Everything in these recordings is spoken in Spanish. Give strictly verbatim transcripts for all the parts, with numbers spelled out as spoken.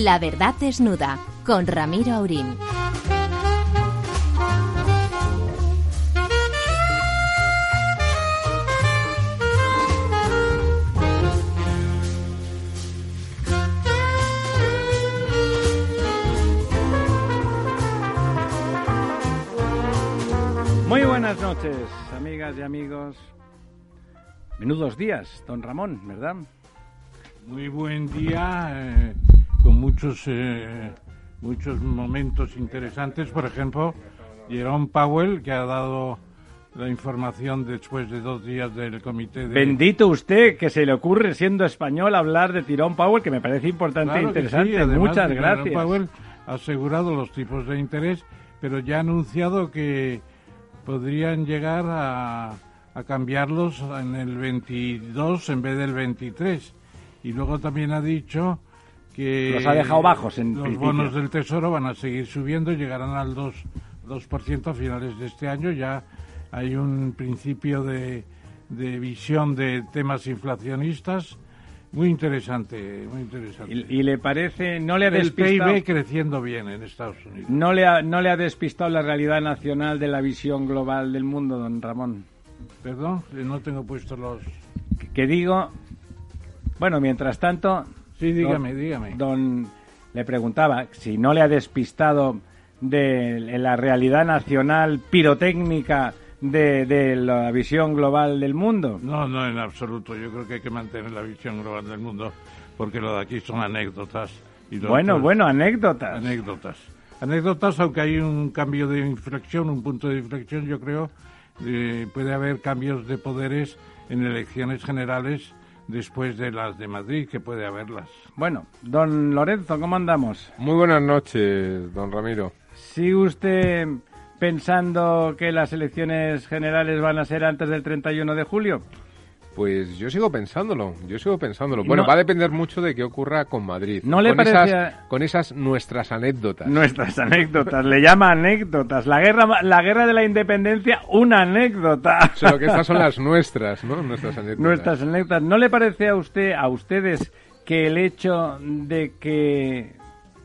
La verdad desnuda, con Ramiro Aurín. Muy buenas noches, amigas y amigos. Menudos días, don Ramón, ¿verdad? Muy buen día, eh, con muchos eh, muchos momentos interesantes. Por ejemplo, Jerome Powell, que ha dado la información después de dos días del comité de... Bendito usted, que se le ocurre, siendo español, hablar de Jerome Powell, que me parece importante Claro e interesante. sí, además, muchas Jerome gracias. Powell ha asegurado los tipos de interés, pero ya ha anunciado que podrían llegar a, a cambiarlos en el veintidós en vez del veintitrés. Y luego también ha dicho que los ha dejado bajos en los principio. Bonos del Tesoro van a seguir subiendo, llegarán al dos por ciento a finales de este año. Ya hay un principio de, de visión de temas inflacionistas muy interesante, muy interesante. ¿Y, y le parece, no le ha el despistado? P I B creciendo bien en Estados Unidos. ¿No le ha, no le ha despistado la realidad nacional de la visión global del mundo, don Ramón? Perdón, no tengo puesto los... Que, que digo... Bueno, mientras tanto... Sí, dígame, don, dígame. Don, le preguntaba si no le ha despistado de, de la realidad nacional pirotécnica de, de la visión global del mundo. No, no, en absoluto. Yo creo que hay que mantener la visión global del mundo, porque lo de aquí son anécdotas. Y bueno, otros, bueno, anécdotas. Anécdotas. Anécdotas, aunque hay un cambio de inflexión, un punto de inflexión, yo creo, eh, puede haber cambios de poderes en elecciones generales después de las de Madrid, que puede haberlas. Bueno, don Lorenzo, ¿cómo andamos? Muy buenas noches, don Ramiro. ¿Sigue usted pensando que las elecciones generales van a ser antes del treinta y uno de julio? Pues yo sigo pensándolo, yo sigo pensándolo. Bueno, no, va a depender mucho de qué ocurra con Madrid. ¿No le con parece esas, con esas nuestras anécdotas. Nuestras anécdotas, le llama anécdotas. La guerra, la guerra de la independencia, una anécdota. Solo que estas son las nuestras, ¿no? Nuestras anécdotas. Nuestras anécdotas. ¿No le parece a usted, a ustedes, que el hecho de que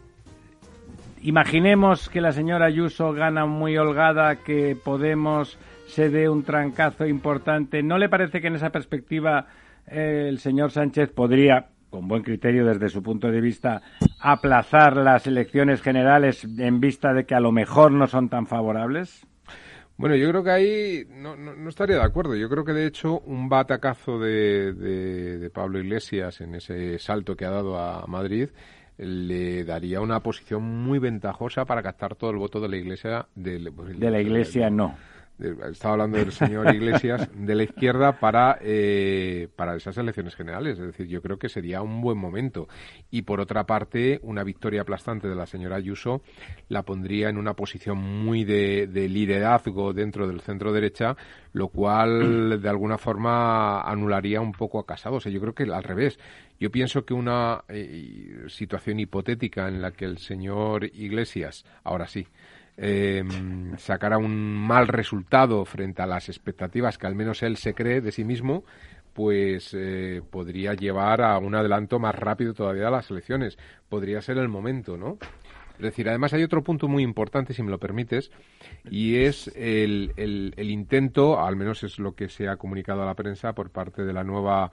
imaginemos que la señora Ayuso gana muy holgada, que Podemos se dé un trancazo importante, ¿no le parece que en esa perspectiva eh, el señor Sánchez podría, con buen criterio desde su punto de vista, aplazar las elecciones generales en vista de que a lo mejor no son tan favorables? Bueno, yo creo que ahí no, no, no estaría de acuerdo. Yo creo que, de hecho, un batacazo de, de, de Pablo Iglesias en ese salto que ha dado a Madrid le daría una posición muy ventajosa para captar todo el voto de la Iglesia. De, pues, de la Iglesia, de, no. Estaba hablando del señor Iglesias de la izquierda para eh, para esas elecciones generales. Es decir, yo creo que sería un buen momento. Y por otra parte, una victoria aplastante de la señora Ayuso la pondría en una posición muy de, de liderazgo dentro del centro derecha, lo cual de alguna forma anularía un poco a Casado. O sea, yo creo que al revés. Yo pienso que una eh, situación hipotética en la que el señor Iglesias, ahora sí, Eh, sacara un mal resultado frente a las expectativas que al menos él se cree de sí mismo, pues eh, podría llevar a un adelanto más rápido todavía a las elecciones. Podría ser el momento, ¿no? Es decir, además hay otro punto muy importante, si me lo permites, y es el, el, el intento, al menos es lo que se ha comunicado a la prensa por parte de la nueva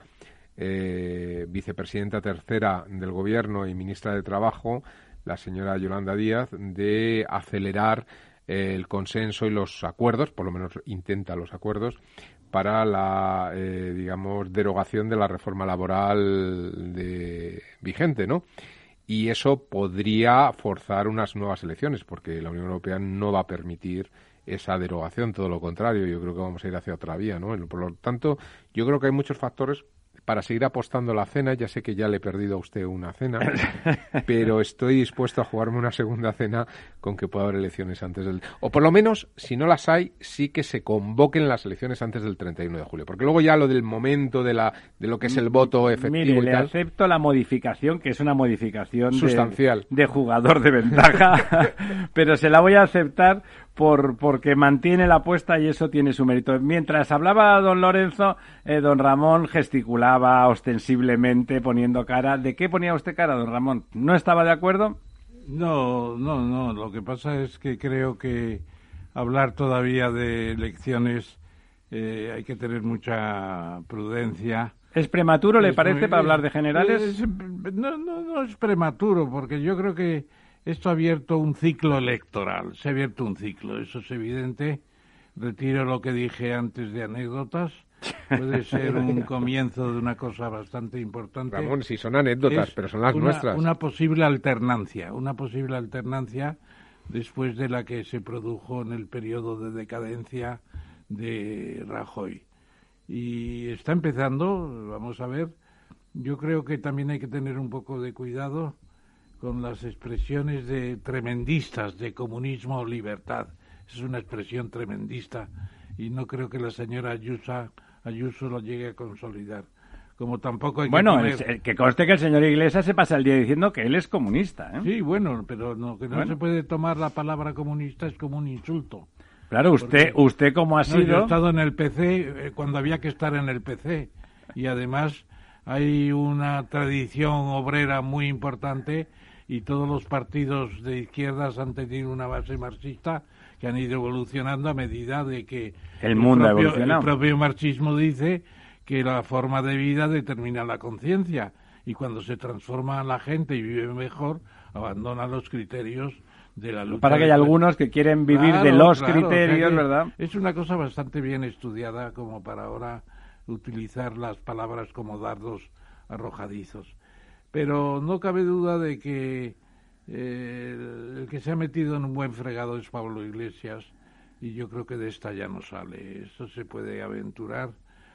eh, vicepresidenta tercera del Gobierno y ministra de Trabajo, la señora Yolanda Díaz, de acelerar eh, el consenso y los acuerdos, por lo menos intenta los acuerdos, para la, eh, digamos, derogación de la reforma laboral de, vigente, ¿no? Y eso podría forzar unas nuevas elecciones, porque la Unión Europea no va a permitir esa derogación, todo lo contrario, yo creo que vamos a ir hacia otra vía, ¿no? Por lo tanto, yo creo que hay muchos factores para seguir apostando la cena. Ya sé que ya le he perdido a usted una cena, pero estoy dispuesto a jugarme una segunda cena con que pueda haber elecciones antes del... O por lo menos, si no las hay, sí que se convoquen las elecciones antes del treinta y uno de julio. Porque luego ya lo del momento de la de lo que es el voto efectivo. Mire, y le tal, acepto la modificación, que es una modificación sustancial de, de jugador de ventaja, pero se la voy a aceptar por porque mantiene la apuesta y eso tiene su mérito. Mientras hablaba don Lorenzo, eh, don Ramón gesticulaba ostensiblemente poniendo cara. ¿De qué ponía usted cara, don Ramón? ¿No estaba de acuerdo? No, no, no. Lo que pasa es que creo que hablar todavía de elecciones eh, hay que tener mucha prudencia. ¿Es prematuro, le Es parece, muy- para hablar es- de generales? es- no, no, no es prematuro, porque yo creo que esto ha abierto un ciclo electoral. Se ha abierto un ciclo, eso es evidente. Retiro lo que dije antes de anécdotas. Puede ser un comienzo de una cosa bastante importante. Ramón, sí, son anécdotas, Es pero son las una, nuestras. Una posible alternancia, una posible alternancia después de la que se produjo en el periodo de decadencia de Rajoy. Y está empezando, vamos a ver. Yo creo que también hay que tener un poco de cuidado con las expresiones de tremendistas de comunismo o libertad. Es una expresión tremendista y no creo que la señora Ayuso, Ayuso lo llegue a consolidar. Como tampoco hay Bueno, que el- poner... el- que conste que el señor Iglesias se pasa el día diciendo que él es comunista, ¿eh? Sí, bueno, pero no, que no Bueno. se puede tomar la palabra comunista es como un insulto. Claro, usted, Porque- usted como ha No, yo he sido... estado en el P C eh, cuando había que estar en el P C y además hay una tradición obrera muy importante y todos los partidos de izquierdas han tenido una base marxista que han ido evolucionando a medida de que El mundo ha propio, evolucionado. el propio marxismo dice que la forma de vida determina la conciencia y cuando se transforma la gente y vive mejor abandona los criterios de la lucha. Para que hay de- algunos que quieren vivir de Claro, los claro, o sea criterios, que ¿verdad? Es una cosa bastante bien estudiada como para ahora utilizar las palabras como dardos arrojadizos. Pero no cabe duda de que eh, el, el que se ha metido en un buen fregado es Pablo Iglesias y yo creo que de esta ya no sale. Eso se puede aventurar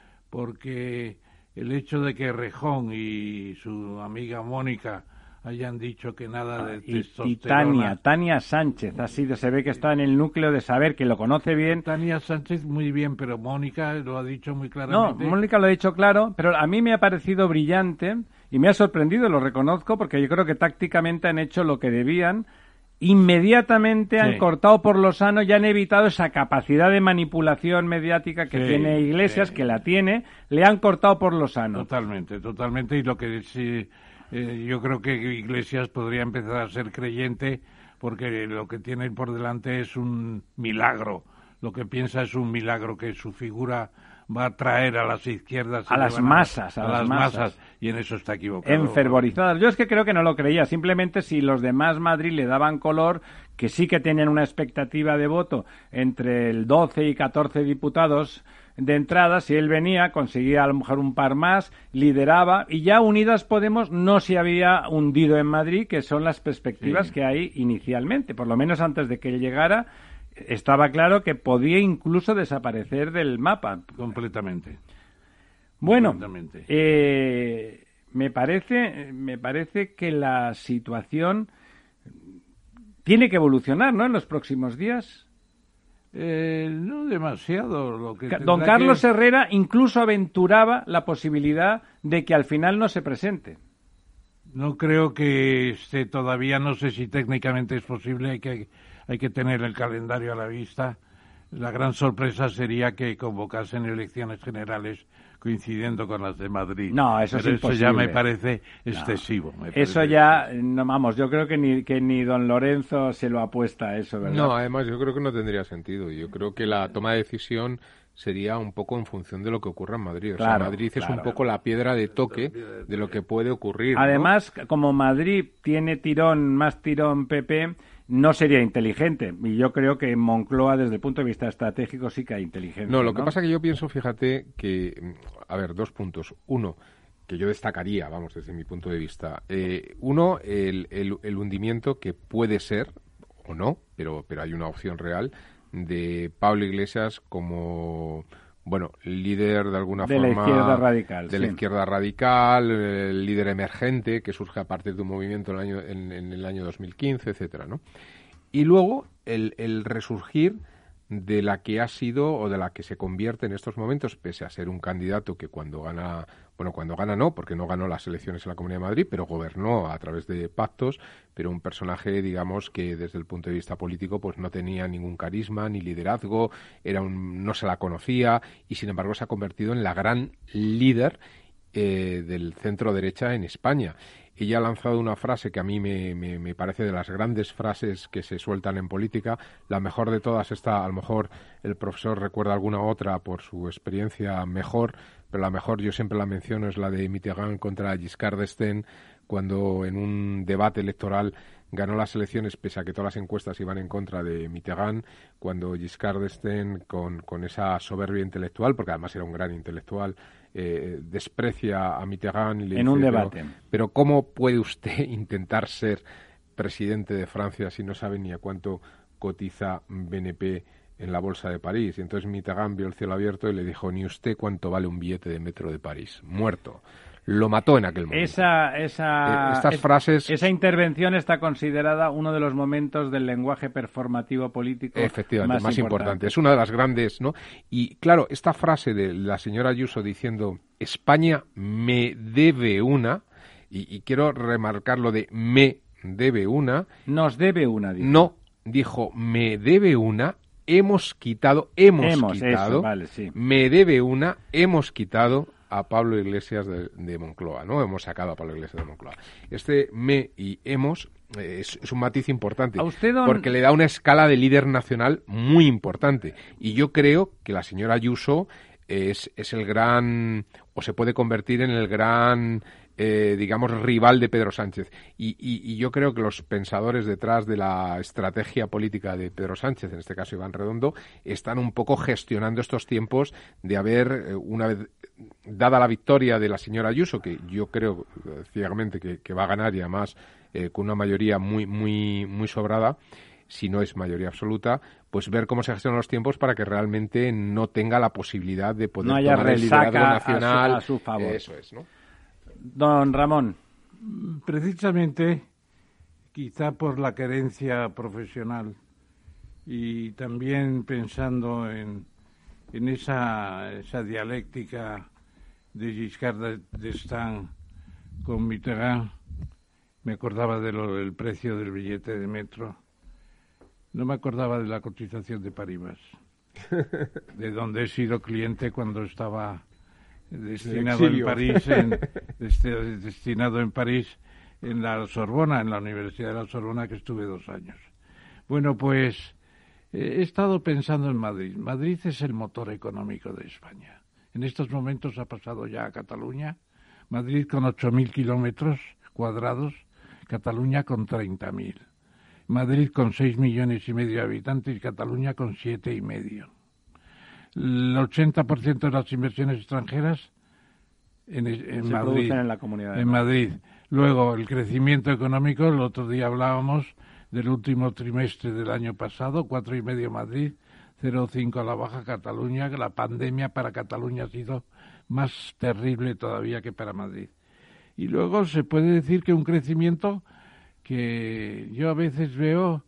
porque el hecho de que Rejón y su amiga Mónica hayan dicho que nada de Y, y testosterona... Tania, Tania Sánchez ha sido, se ve que está en el núcleo de saber, que lo conoce bien. Tania Sánchez muy bien, pero Mónica lo ha dicho muy No, claramente. Mónica lo ha dicho claro, pero a mí me ha parecido brillante y me ha sorprendido, lo reconozco, porque yo creo que tácticamente han hecho lo que debían. Inmediatamente han Sí. cortado por lo sano y han evitado esa capacidad de manipulación mediática que Sí, tiene Iglesias, sí. que la tiene, le han cortado por lo sano. Totalmente, totalmente. Y lo que sí, eh, yo creo que Iglesias podría empezar a ser creyente porque lo que tiene por delante es un milagro. Lo que piensa es un milagro que su figura va a traer a las izquierdas. y A le las van masas, a a, las las masas. masas. Y en eso está equivocado. Enfervorizadas. Yo es que creo que no lo creía. Simplemente si los demás Madrid le daban color, que sí que tenían una expectativa de voto entre el doce y catorce diputados de entrada, si él venía, conseguía a lo mejor un par más, lideraba, y ya Unidas Podemos no se había hundido en Madrid, que son las perspectivas Sí. que hay inicialmente. Por lo menos antes de que él llegara, estaba claro que podía incluso desaparecer del mapa. Completamente. Bueno, Completamente. eh, me parece, me parece que la situación tiene que evolucionar, ¿no? En los próximos días. Eh, no demasiado. Lo que Ca- tendrá Don Carlos que... Herrera incluso aventuraba la posibilidad de que al final no se presente. No creo que esté todavía, no sé si técnicamente es posible, hay que, hay que tener el calendario a la vista. La gran sorpresa sería que convocasen elecciones generales coincidiendo con las de Madrid. No, eso es Pero eso ya me imposible. parece excesivo. me Eso parece ya, excesivo. no vamos, yo creo que ni, que ni don Lorenzo se lo apuesta a eso, ¿verdad? No, además yo creo que no tendría sentido. Yo creo que la toma de decisión sería un poco en función de lo que ocurra en Madrid. O sea, Claro, Madrid es claro. un poco la piedra de toque de lo que puede ocurrir, ¿no? Además, como Madrid tiene tirón, más tirón P P, no sería inteligente. Y yo creo que en Moncloa, desde el punto de vista estratégico, sí que hay inteligencia. No, lo que pasa que yo pienso, fíjate, que, a ver, dos puntos. Uno, que yo destacaría, vamos, desde mi punto de vista. Eh, uno, el, el, el hundimiento que puede ser, o no, pero, pero hay una opción real, de Pablo Iglesias como, bueno, líder de alguna De la forma... izquierda radical, De la sí. izquierda radical, el líder emergente que surge a partir de un movimiento en el año, en, en el año dos mil quince, etcétera, ¿no? Y luego el, el resurgir de la que ha sido o de la que se convierte en estos momentos, pese a ser un candidato que cuando gana, bueno, cuando gana no, porque no ganó las elecciones en la Comunidad de Madrid, pero gobernó a través de pactos, pero un personaje, digamos, que desde el punto de vista político pues no tenía ningún carisma ni liderazgo, era un, no se la conocía y sin embargo se ha convertido en la gran líder eh, del centro derecha en España. Ella ha lanzado una frase que a mí me, me, me parece de las grandes frases que se sueltan en política. La mejor de todas está, a lo mejor el profesor recuerda alguna otra por su experiencia mejor, pero la mejor yo siempre la menciono es la de Mitterrand contra Giscard d'Estaing, cuando en un debate electoral ganó las elecciones pese a que todas las encuestas iban en contra de Mitterrand, cuando Giscard d'Estaing con, con esa soberbia intelectual, porque además era un gran intelectual, eh, desprecia a Mitterrand y le en dice, un debate. Pero, pero ¿cómo puede usted intentar ser presidente de Francia si no sabe ni a cuánto cotiza B N P en la bolsa de París? Y entonces Mitterrand vio el cielo abierto y le dijo, ni usted cuánto vale un billete de metro de París. Muerto. Lo mató en aquel momento. Esa, esa, eh, estas es, frases... esa intervención está considerada uno de los momentos del lenguaje performativo político efectivamente, más, más importante. importante. Es una de las grandes, ¿no? Y claro, esta frase de la señora Ayuso diciendo España me debe una, y, y quiero remarcar lo de me debe una... Nos debe una, dijo. No, dijo me debe una, hemos quitado, hemos, hemos quitado, eso, vale, sí. me debe una, hemos quitado a Pablo Iglesias de, de Moncloa, ¿no? Hemos sacado a Pablo Iglesias de Moncloa. Este me y hemos eh, es, es un matiz importante, ¿A usted, don... porque le da una escala de líder nacional muy importante. Y yo creo que la señora Ayuso es, es el gran, o se puede convertir en el gran... Eh, digamos, rival de Pedro Sánchez. Y, y, y yo creo que los pensadores detrás de la estrategia política de Pedro Sánchez, en este caso Iván Redondo, están un poco gestionando estos tiempos de haber, eh, una vez dada la victoria de la señora Ayuso, que yo creo eh, ciegamente que, que va a ganar y además eh, con una mayoría muy, muy, muy sobrada, si no es mayoría absoluta, pues ver cómo se gestionan los tiempos para que realmente no tenga la posibilidad de poder no haya tomar el liderazgo resaca nacional. a su, a su favor. Eso es, ¿no? Don Ramón. Precisamente, quizá por la querencia profesional y también pensando en, en esa, esa dialéctica de Giscard d'Estaing con Mitterrand, me acordaba de lo, del precio del billete de metro, no me acordaba de la cotización de Paribas, de donde he sido cliente cuando estaba... destinado en París, en, este, destinado en París, en la Sorbona, en la Universidad de la Sorbona, que estuve dos años. Bueno, pues eh, he estado pensando en Madrid. Madrid es el motor económico de España. En estos momentos ha pasado ya a Cataluña. Madrid con ocho mil kilómetros cuadrados, Cataluña con treinta mil. Madrid con seis millones y medio de habitantes y Cataluña con siete y medio. El ochenta por ciento de las inversiones extranjeras en, en se Madrid. producen en la Comunidad de en Madrid. Madrid. Luego, el crecimiento económico, el otro día hablábamos del último trimestre del año pasado, cuatro y medio Madrid, cero coma cinco a la Baja Cataluña, que la pandemia para Cataluña ha sido más terrible todavía que para Madrid. Y luego se puede decir que un crecimiento que yo a veces veo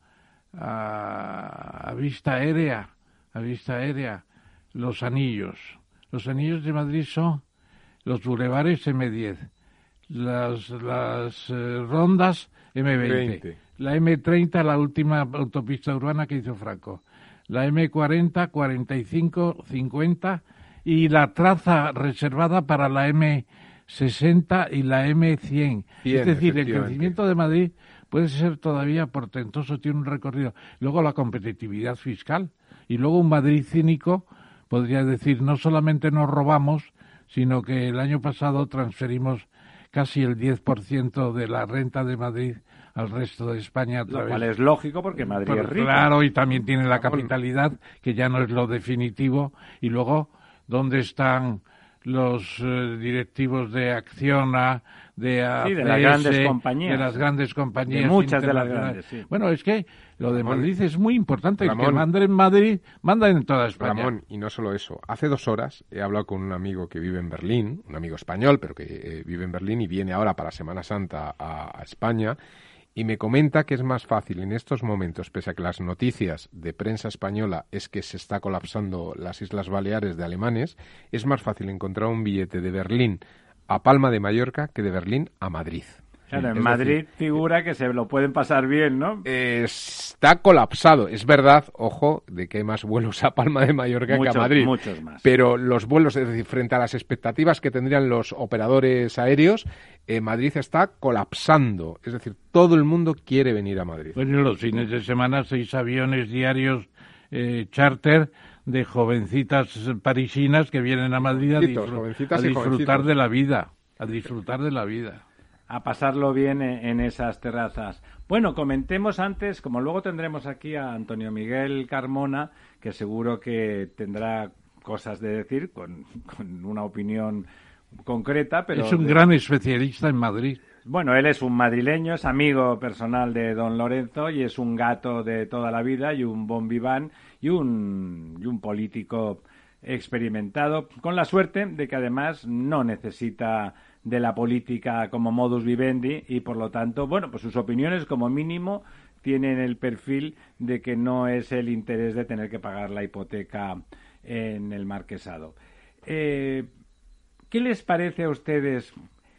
a, a vista aérea, a vista aérea, los anillos. Los anillos de Madrid son los bulevares eme diez, las, las eh, rondas eme veinte, la eme treinta, la última autopista urbana que hizo Franco, la eme cuarenta, cuarenta y cinco, cincuenta y la traza reservada para la eme sesenta y la eme cien. Bien, es decir, el crecimiento de Madrid puede ser todavía portentoso, tiene un recorrido. Luego la competitividad fiscal y luego un Madrid cínico. Podría decir, no solamente nos robamos, sino que el año pasado transferimos casi el diez por ciento de la renta de Madrid al resto de España. A través... Lo cual es lógico porque Madrid Pero, es rico. Claro, y también tiene la capitalidad, que ya no es lo definitivo. Y luego, ¿dónde están los eh, directivos de Acciona, de A C S, sí, de las grandes compañías? De las grandes compañías. De muchas de las grandes, sí. Bueno, es que lo de Ramón, Madrid es muy importante. Ramón, el que manda en Madrid, manda en toda España. Ramón, y no solo eso. Hace dos horas he hablado con un amigo que vive en Berlín, un amigo español, pero que eh, vive en Berlín y viene ahora para Semana Santa a, a España, y me comenta que es más fácil en estos momentos, pese a que las noticias de prensa española es que se está colapsando las Islas Baleares de alemanes, es más fácil encontrar un billete de Berlín a Palma de Mallorca que de Berlín a Madrid. Claro, en es Madrid decir, figura que se lo pueden pasar bien, ¿no? Eh, está colapsado. Es verdad, ojo, de que hay más vuelos a Palma de Mallorca Muchos, que a Madrid. muchos más. Pero los vuelos, es decir, frente a las expectativas que tendrían los operadores aéreos, eh, Madrid está colapsando. Es decir, todo el mundo quiere venir a Madrid. Bueno, los fines de semana, seis aviones diarios eh, charter de jovencitas parisinas que vienen a Madrid a, Jovencitos, disfr- jovencitas a y disfrutar jovencitos. de la vida, a disfrutar de la vida. A pasarlo bien en, en esas terrazas. Bueno, comentemos antes, como luego tendremos aquí a Antonio Miguel Carmona, que seguro que tendrá cosas de decir, con, con una opinión concreta, pero... Es un de... gran especialista en Madrid. Bueno, él es un madrileño, es amigo personal de don Lorenzo y es un gato de toda la vida y un bon vivant y un, y un político experimentado, con la suerte de que además no necesita de la política como modus vivendi y por lo tanto, bueno, pues sus opiniones como mínimo tienen el perfil de que no es el interés de tener que pagar la hipoteca en el marquesado. Eh, ¿Qué les parece a ustedes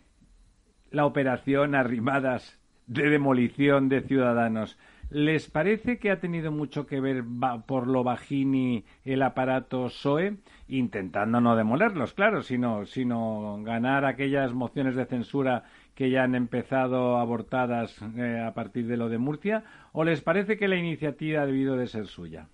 la operación Arrimadas de demolición de Ciudadanos? ¿Les parece que ha tenido mucho que ver por lo bajini el aparato P S O E, intentando no demolerlos, claro, sino, sino ganar aquellas mociones de censura que ya han empezado abortadas eh, a partir de lo de Murcia? ¿O les parece que la iniciativa ha debido de ser suya?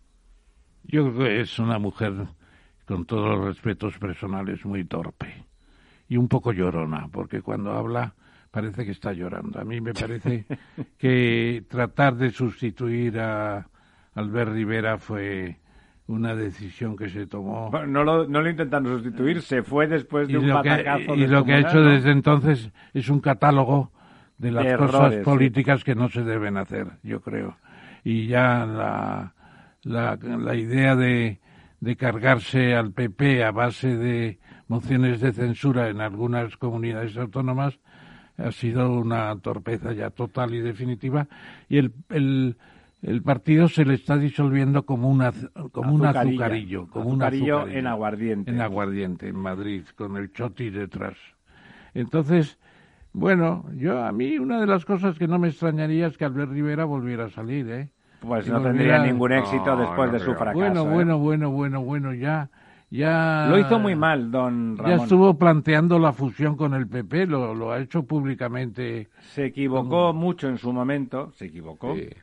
Yo creo que es una mujer, con todos los respetos personales, muy torpe y un poco llorona, porque cuando habla parece que está llorando. A mí me parece que tratar de sustituir a Albert Rivera fue una decisión que se tomó. Bueno, no, lo, no lo intentaron sustituir, se fue después de y un lo que, batacazo. Y lo que ha hecho ¿no? desde entonces es un catálogo de las de cosas errores, políticas sí. que no se deben hacer, yo creo. Y ya la, la, la idea de, de cargarse al P P a base de mociones de censura en algunas comunidades autónomas ha sido una torpeza ya total y definitiva, y el, el, el partido se le está disolviendo como, una, como un azucarillo. Como azucarillo un azucarillo en aguardiente. En aguardiente, en Madrid, con el choti detrás. Entonces, bueno, yo a mí una de las cosas que no me extrañaría es que Albert Rivera volviera a salir, ¿eh? Pues que no volviera... tendría ningún éxito no, después no de su creo. fracaso. Bueno, ¿eh? bueno, bueno, bueno, bueno, ya... Ya, lo hizo muy mal, don Ramón. Ya estuvo planteando la fusión con el P P, lo, lo ha hecho públicamente. Se equivocó como... mucho en su momento, se equivocó. Sí.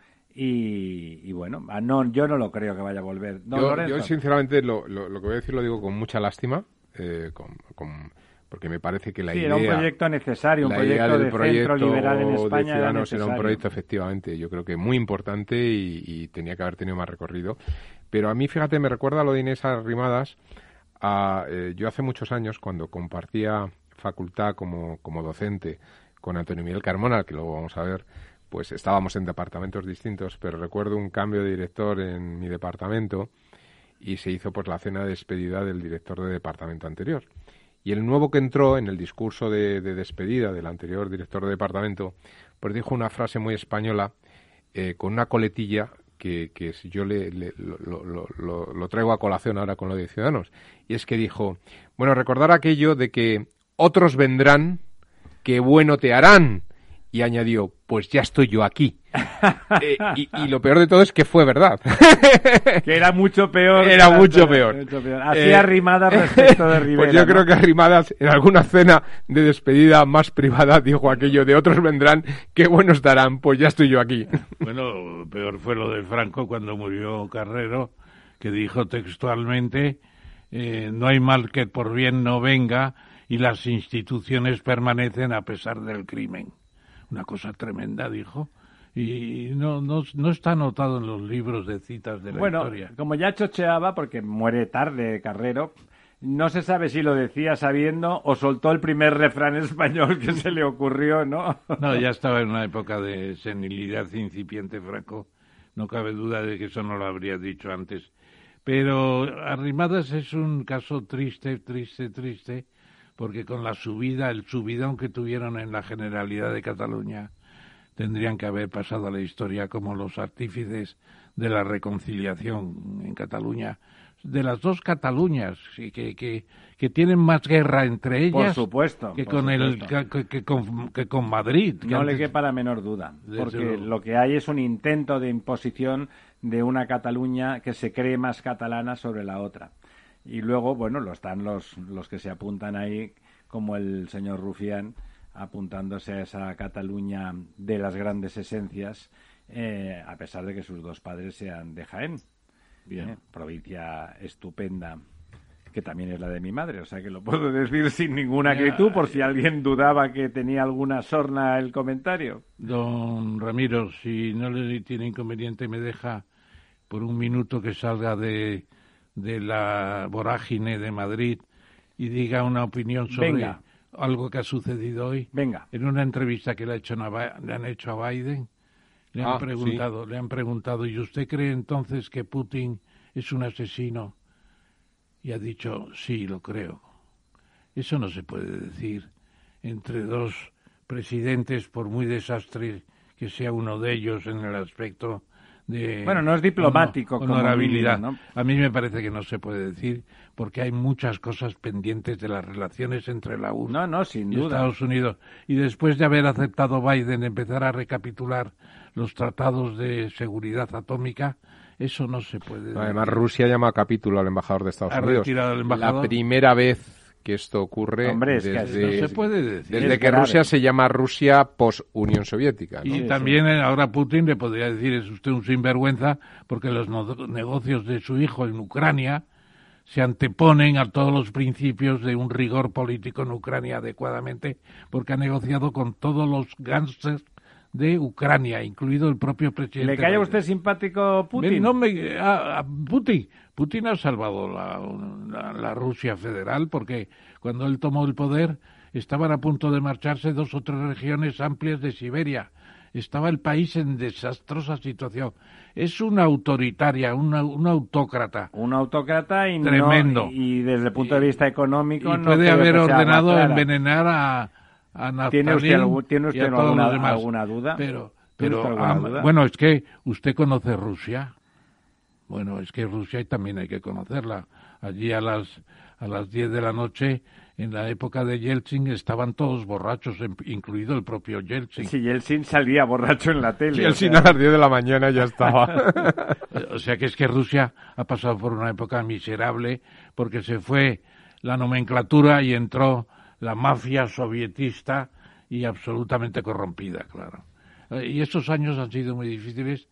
Y, y bueno, no, yo no lo creo que vaya a volver. Don Yo, Lorenzo. yo sinceramente, lo, lo, lo que voy a decir lo digo con mucha lástima, eh, con, con, porque me parece que la sí, idea... era un proyecto necesario, un la proyecto idea del de proyecto centro liberal en España de era Ciudadanos necesario. era un proyecto, efectivamente, yo creo que muy importante y, y tenía que haber tenido más recorrido. Pero a mí, fíjate, me recuerda lo de Inés Arrimadas. A, eh, yo hace muchos años, cuando compartía facultad como, como docente con Antonio Miguel Carmona, que luego vamos a ver, pues estábamos en departamentos distintos, pero recuerdo un cambio de director en mi departamento y se hizo pues la cena de despedida del director de departamento anterior. Y el nuevo que entró en el discurso de, de despedida del anterior director de departamento, pues dijo una frase muy española, eh, con una coletilla, que, que yo le, le lo, lo, lo, lo traigo a colación ahora con lo de Ciudadanos, y es que dijo, bueno, recordar aquello de que otros vendrán, que bueno te harán, y añadió, pues ya estoy yo aquí. eh, y, y lo peor de todo es que fue verdad. Que era mucho peor. Era mucho peor. Mucho peor. Así Eh, Arrimadas respecto de Rivera. Pues yo ¿no? creo que Arrimadas, en alguna cena de despedida más privada, dijo aquello de otros vendrán, qué buenos darán, pues ya estoy yo aquí. Bueno, peor fue lo de Franco cuando murió Carrero, que dijo textualmente, eh, no hay mal que por bien no venga y las instituciones permanecen a pesar del crimen. Una cosa tremenda, dijo. Y no, no, no está anotado en los libros de citas de la bueno, historia. Bueno, como ya chocheaba, porque muere tarde Carrero, no se sabe si lo decía sabiendo o soltó el primer refrán español que se le ocurrió, ¿no? No, ya estaba en una época de senilidad incipiente, Franco. No cabe duda de que eso no lo habría dicho antes. Pero Arrimadas es un caso triste, triste, triste, porque con la subida, el subidón que tuvieron en la Generalidad de Cataluña, tendrían que haber pasado a la historia como los artífices de la reconciliación en Cataluña, de las dos Cataluñas, y que, que, que tienen más guerra entre ellas por supuesto, que, por con supuesto. El, que, que, con, que con Madrid. Que no antes... le quepa la menor duda, porque luego. lo que hay es un intento de imposición de una Cataluña que se cree más catalana sobre la otra. Y luego, bueno, lo están los, los que se apuntan ahí, como el señor Rufián, apuntándose a esa Cataluña de las grandes esencias, eh, a pesar de que sus dos padres sean de Jaén. Bien. Eh, provincia estupenda, que también es la de mi madre, o sea que lo puedo decir sin ninguna acritud, por si alguien dudaba que tenía alguna sorna el comentario. Don Ramiro, si no le tiene inconveniente, me deja por un minuto que salga de, de la vorágine de Madrid y diga una opinión sobre Venga. algo que ha sucedido hoy. Venga. En una entrevista que le, ha hecho a, le han hecho a Biden, le han ah, preguntado, sí. le han preguntado, ¿y usted cree entonces que Putin es un asesino? Y ha dicho, sí, lo creo. Eso no se puede decir entre dos presidentes, por muy desastre que sea uno de ellos en el aspecto de... Bueno, no es diplomático, honor, honorabilidad. Como mínimo, ¿no? A mí me parece que no se puede decir, porque hay muchas cosas pendientes de las relaciones entre la U N No, no, sin y duda. Estados Unidos. Y después de haber aceptado Biden empezar a recapitular los tratados de seguridad atómica, eso no se puede decir. Además, Rusia llama a capítulo al embajador de Estados Ha Unidos. retirado al embajador. La primera vez que esto ocurre Hombre, es que desde, no se puede decir. desde Es que grave. Rusia se llama Rusia post-Unión Soviética, ¿no? Y Sí, también sí. Ahora Putin le podría decir, es usted un sinvergüenza, porque los no- negocios de su hijo en Ucrania se anteponen a todos los principios de un rigor político en Ucrania adecuadamente, porque ha negociado con todos los gángsters de Ucrania, incluido el propio presidente. ¿Le cae a Biden. usted simpático Putin? Ven, no me, a, a Putin. Putin ha salvado la, la, la Rusia federal porque cuando él tomó el poder estaban a punto de marcharse dos o tres regiones amplias de Siberia. Estaba el país en desastrosa situación. Es una autoritaria, una, un autócrata. Un autócrata y, Tremendo. no, y desde el punto de vista económico Y no puede creo haber que sea ordenado más clara. envenenar a, a Naftalin ¿Tiene usted, algún- ¿tiene y usted a todos alguna, los demás. alguna duda? Pero, ¿Tiene pero usted alguna ah, duda? bueno, es que usted conoce Rusia. Bueno, es que Rusia también hay que conocerla. Allí a las a las diez de la noche, en la época de Yeltsin, estaban todos borrachos, incluido el propio Yeltsin. Sí, Yeltsin salía borracho en la tele. Y o el sea, cine a las diez de la mañana ya estaba. O sea que es que Rusia ha pasado por una época miserable porque se fue la nomenclatura y entró la mafia sovietista y absolutamente corrompida, claro. Y estos años han sido muy difíciles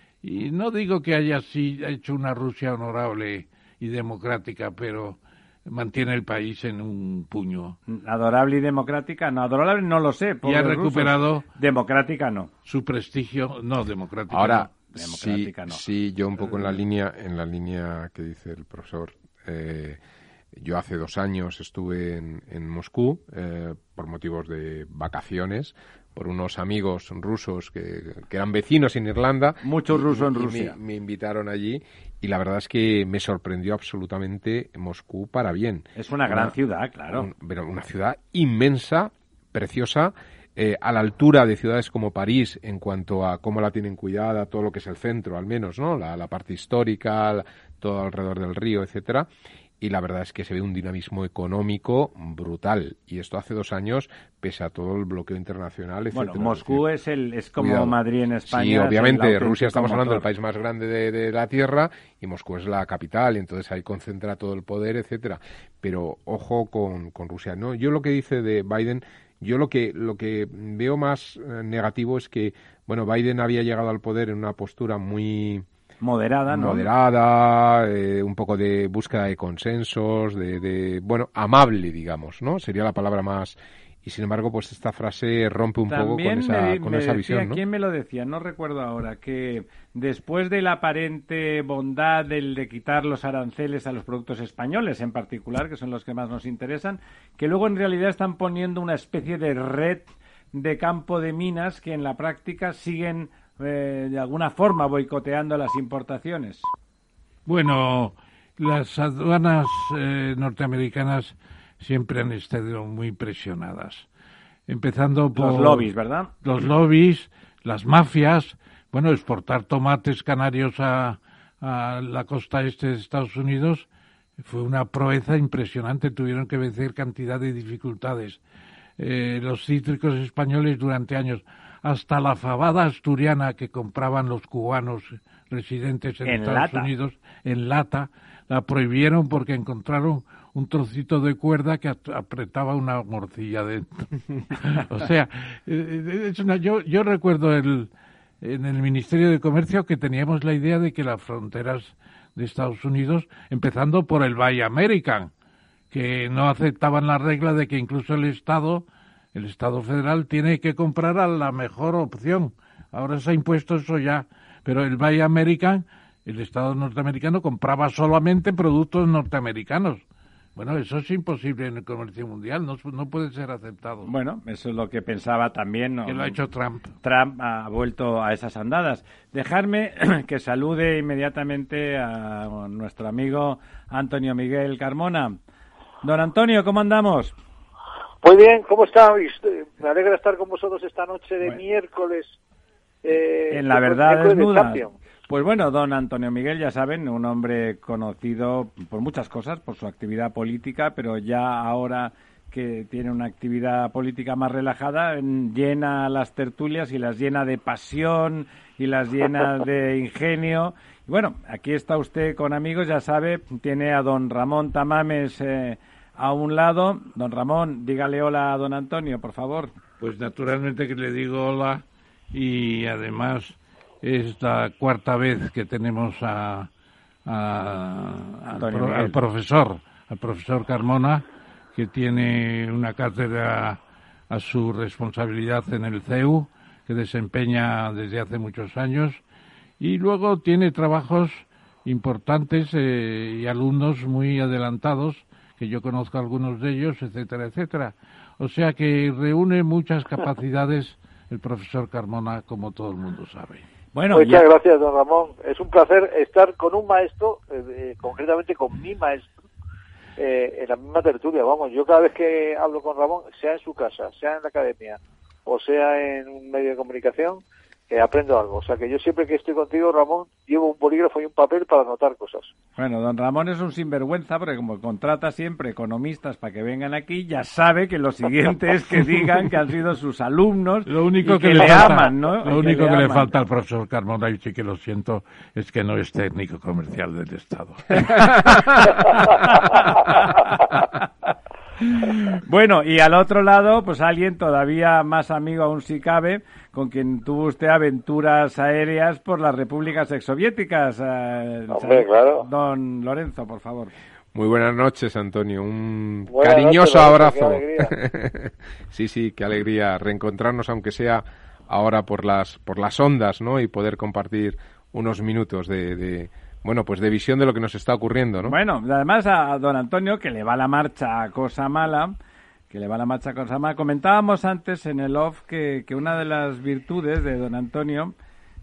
y no digo que haya sí, hecho una Rusia honorable y democrática, pero mantiene el país en un puño. Adorable y democrática, no, adorable no lo sé. Y ha pobres recuperado rusos. Democrática no. su prestigio, no democrática. Ahora, no, sí, democrática no. sí, yo un poco en la línea, en la línea que dice el profesor. Eh, yo hace dos años estuve en, en Moscú eh, por motivos de vacaciones, por unos amigos rusos que, que eran vecinos en Irlanda. Mucho ruso en y Rusia. Me, me invitaron allí y la verdad es que me sorprendió absolutamente Moscú para bien. Es una gran ciudad, claro. Un, pero una ciudad inmensa, preciosa, eh, a la altura de ciudades como París en cuanto a cómo la tienen cuidada, todo lo que es el centro, al menos, ¿no? La, la parte histórica, la, todo alrededor del río, etcétera. Y la verdad es que se ve un dinamismo económico brutal. Y esto hace dos años, pese a todo el bloqueo internacional, etcétera. Bueno, Moscú es el es como Cuidado. Madrid en España. Sí, es obviamente, el Rusia estamos auténtico hablando del motor. país más grande de, de la Tierra y Moscú es la capital y entonces ahí concentra todo el poder, etcétera. Pero ojo con, con Rusia. No, yo lo que dice de Biden, yo lo que lo que veo más eh, negativo es que, bueno, Biden había llegado al poder en una postura muy Moderada, ¿no? moderada, eh, un poco de búsqueda de consensos, de, de, bueno, amable, digamos, ¿no? Sería la palabra más. Y sin embargo, pues esta frase rompe un poco con También esa, me, con me esa decía, visión, ¿no? ¿quién me lo decía? No recuerdo ahora, que después de la aparente bondad del de quitar los aranceles a los productos españoles en particular, que son los que más nos interesan, que luego en realidad están poniendo una especie de red de campo de minas que en la práctica siguen eh, de alguna forma boicoteando las importaciones. Bueno, las aduanas eh, norteamericanas siempre han estado muy presionadas, empezando por Los lobbies, ¿verdad? los lobbies, las mafias, bueno, exportar tomates canarios a, a la costa este de Estados Unidos fue una proeza impresionante, tuvieron que vencer cantidad de dificultades. Eh, los cítricos españoles durante años, hasta la fabada asturiana que compraban los cubanos residentes en, en Estados lata. Unidos en lata, la prohibieron porque encontraron un trocito de cuerda que apretaba una morcilla dentro. O sea, es una, yo, yo recuerdo el, en el Ministerio de Comercio que teníamos la idea de que las fronteras de Estados Unidos, empezando por el Buy American, que no aceptaban la regla de que incluso el Estado, el Estado federal, tiene que comprar a la mejor opción. Ahora se ha impuesto eso ya, pero el Buy American, el Estado norteamericano compraba solamente productos norteamericanos. Bueno, eso es imposible en el comercio mundial, no, no puede ser aceptado. Bueno, eso es lo que pensaba también, ¿no? Que lo ha hecho Trump. Trump ha vuelto a esas andadas. Dejarme que salude inmediatamente a nuestro amigo Antonio Miguel Carmona. Don Antonio, ¿cómo andamos? Muy bien, ¿cómo estáis? Me alegra estar con vosotros esta noche de bueno. miércoles. Eh, en la verdad desnuda. Pues bueno, don Antonio Miguel, ya saben, un hombre conocido por muchas cosas, por su actividad política, pero ya ahora que tiene una actividad política más relajada, llena las tertulias y las llena de pasión y las llena de ingenio. Y bueno, aquí está usted con amigos, ya sabe, tiene a don Ramón Tamames eh, a un lado. Don Ramón, dígale hola a don Antonio, por favor. Pues naturalmente que le digo hola y además es la cuarta vez que tenemos a, a, al, pro, al profesor, al profesor Carmona, que tiene una cátedra a su responsabilidad en el C E U, que desempeña desde hace muchos años, y luego tiene trabajos importantes eh, y alumnos muy adelantados, que yo conozco algunos de ellos, etcétera, etcétera. O sea que reúne muchas capacidades el profesor Carmona, como todo el mundo sabe. Bueno, muchas ya... gracias, don Ramón. Es un placer estar con un maestro, eh, concretamente con mi maestro, eh, en la misma tertulia. Vamos, yo cada vez que hablo con Ramón, sea en su casa, sea en la academia, o sea en un medio de comunicación, eh, aprendo algo. O sea que yo siempre que estoy contigo, Ramón, llevo un bolígrafo y un papel para anotar cosas. Bueno, don Ramón es un sinvergüenza porque como contrata siempre economistas para que vengan aquí, ya sabe que lo siguiente es que digan que han sido sus alumnos lo único y que, que le, le falta, aman, ¿no? Lo y único que, que le, le falta al profesor Carmona, y sí que lo siento, es que no es técnico comercial del Estado. Bueno, y al otro lado, pues alguien todavía más amigo aún si cabe, con quien tuvo usted aventuras aéreas por las repúblicas exsoviéticas. Eh, Hombre, claro. Don Lorenzo, por favor. Muy buenas noches, Antonio. Un buenas cariñoso noches, abrazo. Qué Sí, sí, qué alegría reencontrarnos, aunque sea ahora por las por las ondas, ¿no? Y poder compartir unos minutos de... de bueno, pues de visión de lo que nos está ocurriendo, ¿no? Bueno, además a don Antonio, que le va la marcha a cosa mala, que le va la marcha a cosa mala. Comentábamos antes en el off que, que una de las virtudes de don Antonio,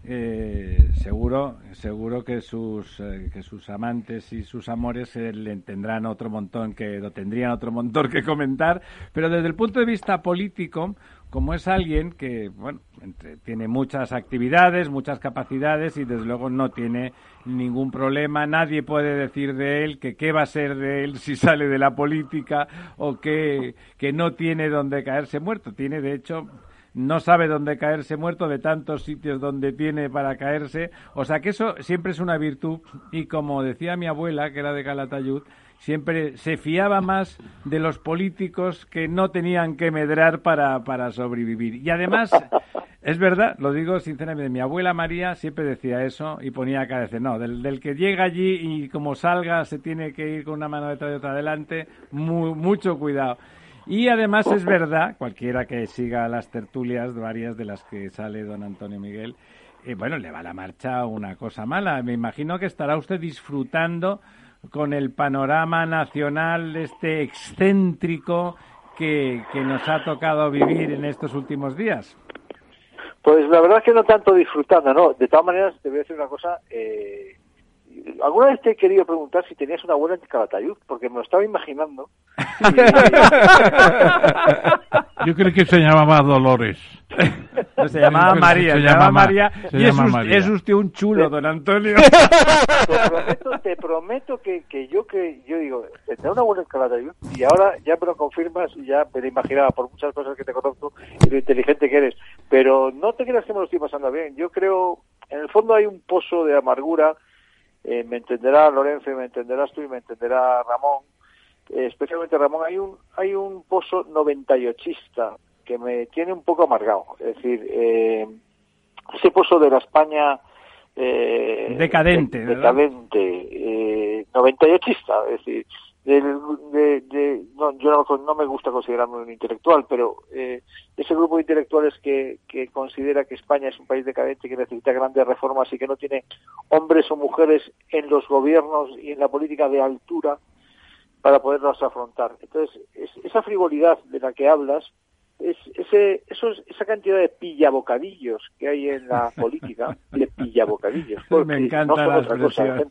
eh, seguro seguro que sus eh, que sus amantes y sus amores eh, le tendrán otro montón que lo tendrían otro montón que comentar, pero desde el punto de vista político, como es alguien que, bueno, entre, tiene muchas actividades, muchas capacidades y desde luego no tiene ningún problema, nadie puede decir de él que qué va a ser de él si sale de la política o que, que no tiene donde caerse muerto. Tiene, de hecho, no sabe dónde caerse muerto de tantos sitios donde tiene para caerse. O sea que eso siempre es una virtud y como decía mi abuela, que era de Calatayud, siempre se fiaba más de los políticos que no tenían que medrar para, para sobrevivir. Y además, es verdad, lo digo sinceramente, mi abuela María siempre decía eso y ponía cara de decir, no, del, del que llega allí y como salga se tiene que ir con una mano detrás y otra adelante, mu, mucho cuidado. Y además es verdad, cualquiera que siga las tertulias varias de las que sale don Antonio Miguel, eh, bueno, le va la marcha una cosa mala. Me imagino que estará usted disfrutando con el panorama nacional este excéntrico que, que nos ha tocado vivir en estos últimos días. Pues la verdad es que no tanto disfrutando, ¿no? De todas maneras, te voy a decir una cosa. Eh, alguna vez te he querido preguntar si tenías una abuela en Calatayud, porque me lo estaba imaginando. Y... Yo creo que se llamaba Dolores. No, se llamaba María, se, se llama María, se y llama es, María. Es usted un chulo, don Antonio. Te prometo, te prometo que, que yo que yo digo, tendrá una buena escalada yo, y ahora ya me lo confirmas y ya me lo imaginaba por muchas cosas que te conozco y lo inteligente que eres, pero no te creas que me lo estoy pasando bien. Yo creo, en el fondo hay un pozo de amargura, eh, me entenderá Lorenzo, y me entenderás tú y me entenderá Ramón, eh, especialmente Ramón, hay un hay un pozo noventa y ochista que me tiene un poco amargado, es decir, eh, ese pozo de la España eh, decadente, de, decadente, eh, noventa y ochista, es decir, del, de, de, no, yo no, no me gusta considerarme un intelectual, pero eh, ese grupo de intelectuales que, que considera que España es un país decadente, que necesita grandes reformas y que no tiene hombres o mujeres en los gobiernos y en la política de altura para poderlos afrontar. Entonces, es, esa frivolidad de la que hablas, es ese esos, esa cantidad de pillabocadillos que hay en la política, de pillabocadillos. Me encanta la expresión.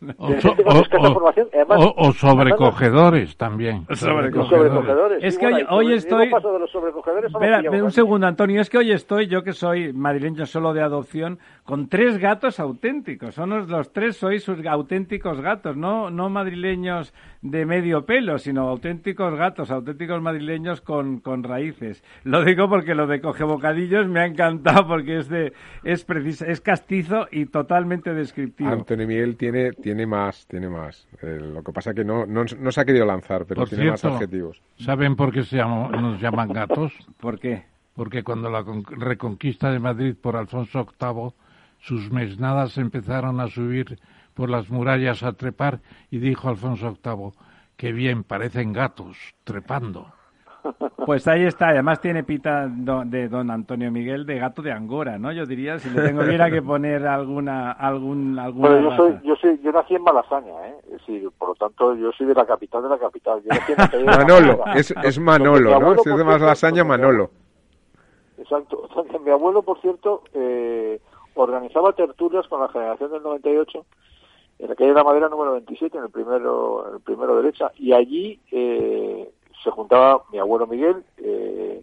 O, o sobrecogedores también. Sobrecogedores. sobrecogedores. Es sí, que bueno, hoy, hoy estoy... De los sobrecogedores Espera, un segundo, Antonio. Es que hoy estoy, yo que soy madrileño solo de adopción, con tres gatos auténticos. Son los, los tres, sois sus auténticos gatos, no, no madrileños de medio pelo, sino auténticos gatos, auténticos madrileños con, con raíces. Lo digo porque lo de coge bocadillos me ha encantado, porque es de es preciso, es castizo y totalmente descriptivo. Antonio Miguel tiene tiene más, tiene más. Eh, lo que pasa que no, no no se ha querido lanzar, pero por tiene cierto, más adjetivos. ¿Saben por qué se llama, nos llaman gatos? ¿Por qué? Porque cuando la reconquista de Madrid por Alfonso octavo, sus mesnadas empezaron a subir por las murallas a trepar y dijo Alfonso octavo, qué bien, parecen gatos trepando. Pues ahí está, además tiene pita de don Antonio Miguel de gato de Angora, ¿no? Yo diría, si le tengo hubiera que poner alguna algún alguna Bueno, yo soy, yo soy, yo nací en Malasaña, ¿eh? Es decir, por lo tanto, yo soy de la capital de la capital. Yo nací en la Manolo, es, es Manolo, ¿no? Si es de Malasaña, Manolo. Exacto. Mi abuelo, por cierto, eh, organizaba tertulias con la generación del noventa y ocho en la calle de la Madera número veintisiete, en el primero, en el primero derecha, y allí eh, se juntaba mi abuelo Miguel, eh,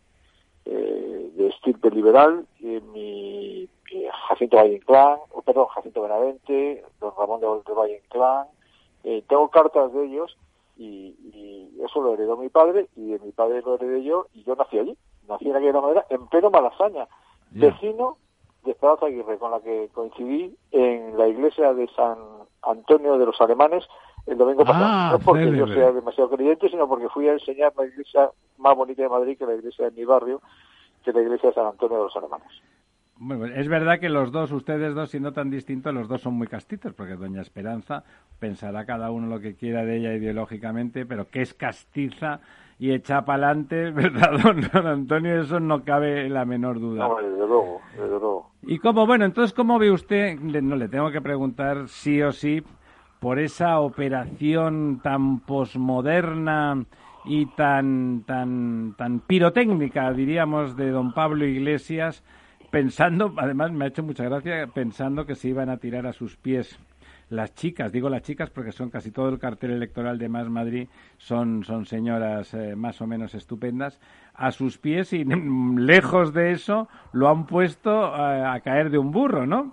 eh, de estirpe liberal, y mi, mi Jacinto Valle Inclán, oh, perdón, Jacinto Benavente, don Ramón de, de Valle Inclán. Eh, tengo cartas de ellos y, y eso lo heredó mi padre y de mi padre lo heredé yo y yo nací allí, nací en aquella de la Madera, en pleno Malasaña, yeah. Vecino de Esperanza Aguirre, con la que coincidí en la iglesia de San Antonio de los Alemanes el domingo pasado. Ah, no porque célebre. yo sea demasiado creyente, sino porque fui a enseñar la iglesia más bonita de Madrid, que la iglesia de mi barrio, que es la iglesia de San Antonio de los Alemanes. Bueno, es verdad que los dos, ustedes dos, siendo tan distintos, los dos son muy castitos, porque doña Esperanza pensará cada uno lo que quiera de ella ideológicamente, pero que es castiza y echa para adelante, ¿verdad, don, don Antonio? Eso no cabe la menor duda. No, desde luego, desde luego. Y cómo, bueno, entonces, ¿cómo ve usted? No le tengo que preguntar sí o sí por esa operación tan posmoderna y tan tan tan pirotécnica, diríamos, de don Pablo Iglesias, pensando, además me ha hecho mucha gracia, pensando que se iban a tirar a sus pies las chicas, digo las chicas porque son casi todo el cartel electoral de Más Madrid, son, son señoras eh, más o menos estupendas, a sus pies y lejos de eso lo han puesto a, a caer de un burro, ¿no?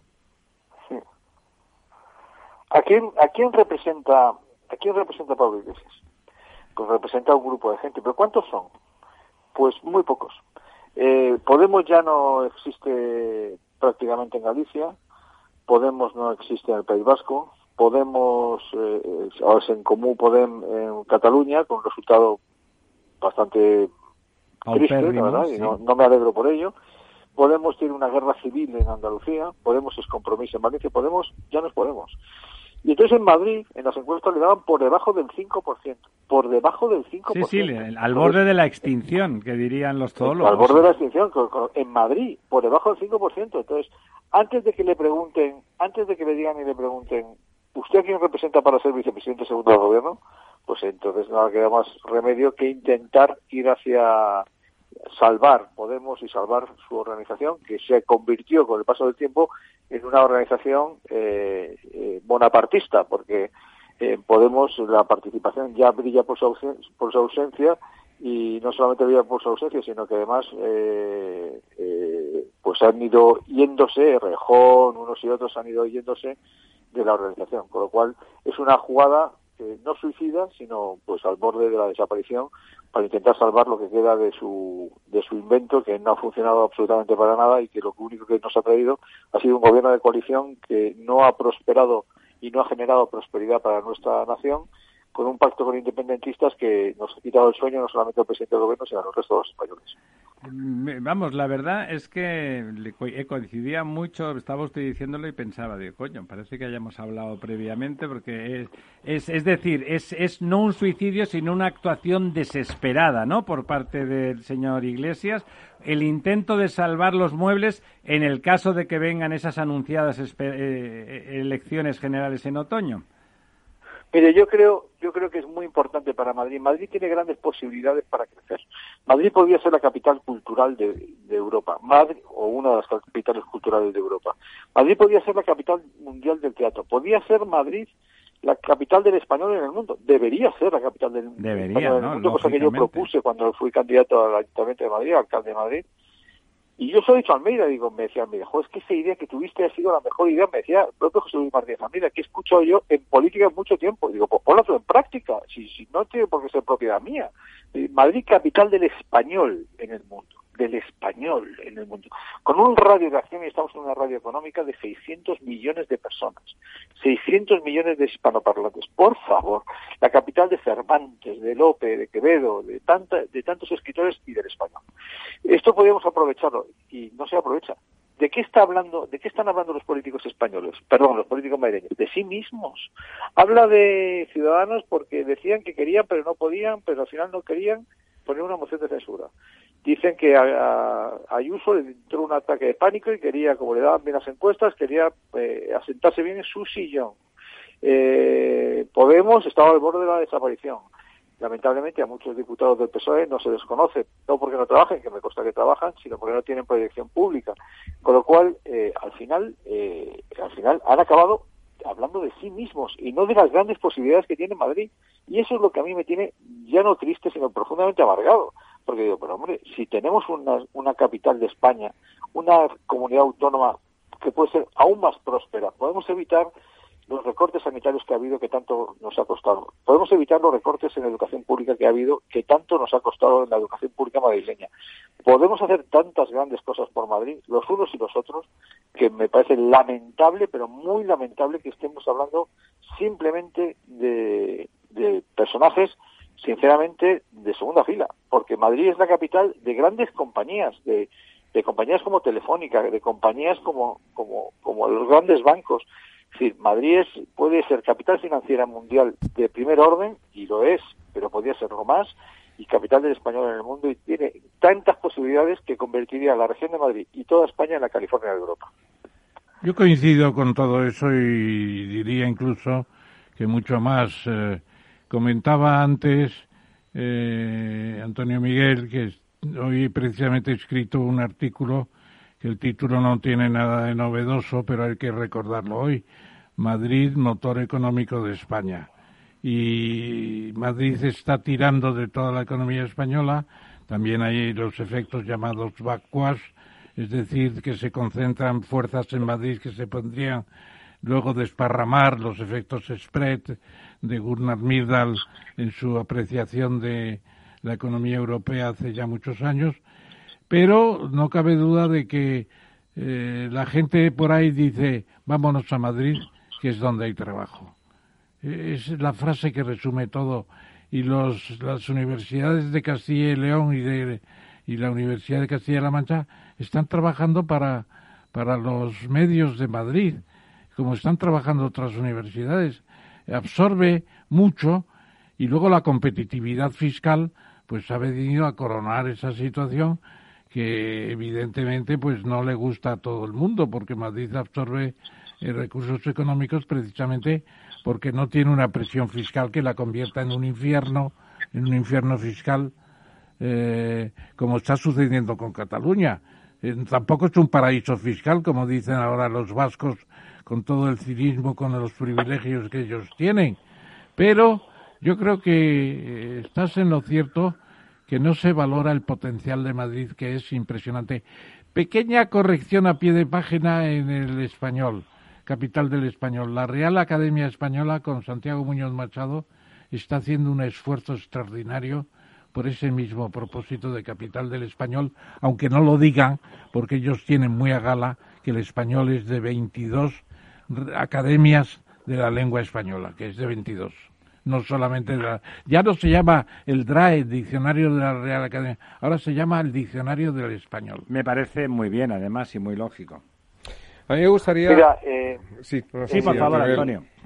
Sí. ¿A quién, a quién representa, a quién representa Pablo Iglesias? Pues representa a un grupo de gente, pero ¿cuántos son? Pues muy pocos. Eh, Podemos ya no existe prácticamente en Galicia, Podemos no existe en el País Vasco, Podemos, eh, ahora es en Comú Podem en Cataluña, con un resultado bastante triste, la verdad, sí. Y no, no me alegro por ello. Podemos tiene una guerra civil en Andalucía, Podemos es compromiso en Valencia, Podemos ya no es Podemos. Y entonces en Madrid, en las encuestas, le daban por debajo del cinco por ciento. Por debajo del cinco por ciento. Sí, sí, al borde de la extinción, que dirían los zoólogos. Al borde de la extinción. En Madrid, por debajo del cinco por ciento. Entonces, antes de que le pregunten, antes de que le digan y le pregunten, ¿usted a quién representa para ser vicepresidente segundo del gobierno? Pues entonces no queda más remedio que intentar ir hacia salvar Podemos y salvar su organización, que se convirtió con el paso del tiempo en una organización eh, eh, bonapartista, porque en Podemos la participación ya brilla por su, ausen- por su ausencia, y no solamente brilla por su ausencia, sino que además eh, eh, pues han ido yéndose, Rejón, unos y otros han ido yéndose de la organización, con lo cual es una jugada eh, no suicida, sino pues al borde de la desaparición, para intentar salvar lo que queda de su de su invento, que no ha funcionado absolutamente para nada y que lo único que nos ha traído ha sido un gobierno de coalición que no ha prosperado y no ha generado prosperidad para nuestra nación, con un pacto con independentistas que nos ha quitado el sueño no solamente al presidente del gobierno, sino a los restos de los españoles. Vamos, la verdad es que le coincidía mucho, estaba usted diciéndolo y pensaba, digo, coño, parece que hayamos hablado previamente, porque es, es, es decir, es, es no un suicidio, sino una actuación desesperada, ¿no?, por parte del señor Iglesias, el intento de salvar los muebles en el caso de que vengan esas anunciadas eh, elecciones generales en otoño. Mire, yo creo, yo creo que es muy importante para Madrid. Madrid tiene grandes posibilidades para crecer. Madrid podría ser la capital cultural de, de Europa, Madrid, o una de las capitales culturales de Europa. Madrid podría ser la capital mundial del teatro. Podría ser Madrid la capital del español en el mundo. Debería ser la capital del Debería, español en ¿no? el mundo, cosa que yo propuse cuando fui candidato al Ayuntamiento de Madrid, alcalde de Madrid. Y yo se lo he dicho a Almeida, digo, me decía Almeida, joder, es que esa idea que tuviste ha sido la mejor idea, me decía el propio José Luis Martínez Almeida, que he escuchado yo en política mucho tiempo. Digo, pues ponlo en práctica, si, si no tiene por qué ser propiedad mía. Madrid, capital del español en el mundo, del español en el mundo. Con un radio de acción, y estamos en una radio económica de seiscientos millones de personas, seiscientos millones de hispanoparlantes. Por favor, la capital de Cervantes, de Lope, de Quevedo, de tanta, de tantos escritores y del español. Esto podríamos aprovecharlo y no se aprovecha. ¿De qué está hablando? ¿De qué están hablando los políticos españoles? Perdón, los políticos madrileños. De sí mismos. Habla de Ciudadanos porque decían que querían, pero no podían, pero al final no querían poner una moción de censura. Dicen que a, a Ayuso le entró un ataque de pánico y quería, como le daban bien las encuestas, quería eh, asentarse bien en su sillón. Eh, Podemos estaba al borde de la desaparición. Lamentablemente a muchos diputados del P S O E no se les conoce, no porque no trabajen, que me consta que trabajan, sino porque no tienen proyección pública. Con lo cual, eh, al final, eh, al final han acabado hablando de sí mismos y no de las grandes posibilidades que tiene Madrid. Y eso es lo que a mí me tiene ya no triste, sino profundamente amargado. Porque digo, pero hombre, si tenemos una, una capital de España, una comunidad autónoma que puede ser aún más próspera, podemos evitar los recortes sanitarios que ha habido que tanto nos ha costado. Podemos evitar los recortes en educación pública que ha habido que tanto nos ha costado en la educación pública madrileña. Podemos hacer tantas grandes cosas por Madrid, los unos y los otros, que me parece lamentable, pero muy lamentable que estemos hablando simplemente de, de personajes, sinceramente, de segunda fila. Porque Madrid es la capital de grandes compañías, de, de compañías como Telefónica, de compañías como, como, como los grandes bancos. Es decir, Madrid es, puede ser capital financiera mundial de primer orden, y lo es, pero podría serlo más, y capital del español en el mundo, y tiene tantas posibilidades que convertiría a la región de Madrid y toda España en la California de Europa. Yo coincido con todo eso y diría incluso que mucho más. Eh, comentaba antes eh, Antonio Miguel que hoy precisamente he escrito un artículo que el título no tiene nada de novedoso, pero hay que recordarlo hoy. Madrid, motor económico de España. Y Madrid está tirando de toda la economía española. También hay los efectos llamados backwash, es decir, que se concentran fuerzas en Madrid que se podrían luego desparramar, los efectos spread de Gunnar Myrdal en su apreciación de la economía europea hace ya muchos años. Pero no cabe duda de que eh, la gente por ahí dice, vámonos a Madrid, que es donde hay trabajo. Es la frase que resume todo. Y los, las universidades de Castilla y León y, de, y la Universidad de Castilla-La Mancha están trabajando para, para los medios de Madrid, como están trabajando otras universidades. Absorbe mucho y luego la competitividad fiscal pues ha venido a coronar esa situación que evidentemente pues no le gusta a todo el mundo, porque Madrid absorbe eh, recursos económicos precisamente porque no tiene una presión fiscal que la convierta en un infierno, en un infierno fiscal, eh, como está sucediendo con Cataluña. Eh, tampoco es un paraíso fiscal, como dicen ahora los vascos, con todo el cinismo, con los privilegios que ellos tienen. Pero yo creo que estás en lo cierto, que no se valora el potencial de Madrid, que es impresionante. Pequeña corrección a pie de página en el Español, capital del Español. La Real Academia Española, con Santiago Muñoz Machado, está haciendo un esfuerzo extraordinario por ese mismo propósito de capital del Español, aunque no lo digan, porque ellos tienen muy a gala que el español es de veintidós academias de la lengua española, que es de veintidós. No solamente de la, ya no se llama el D R A E, Diccionario de la Real Academia, ahora se llama el Diccionario del Español. Me parece muy bien, además, y muy lógico. A mí me gustaría... Mira, eh, sí, no, sí, sí, por favor, Antonio. Antonio.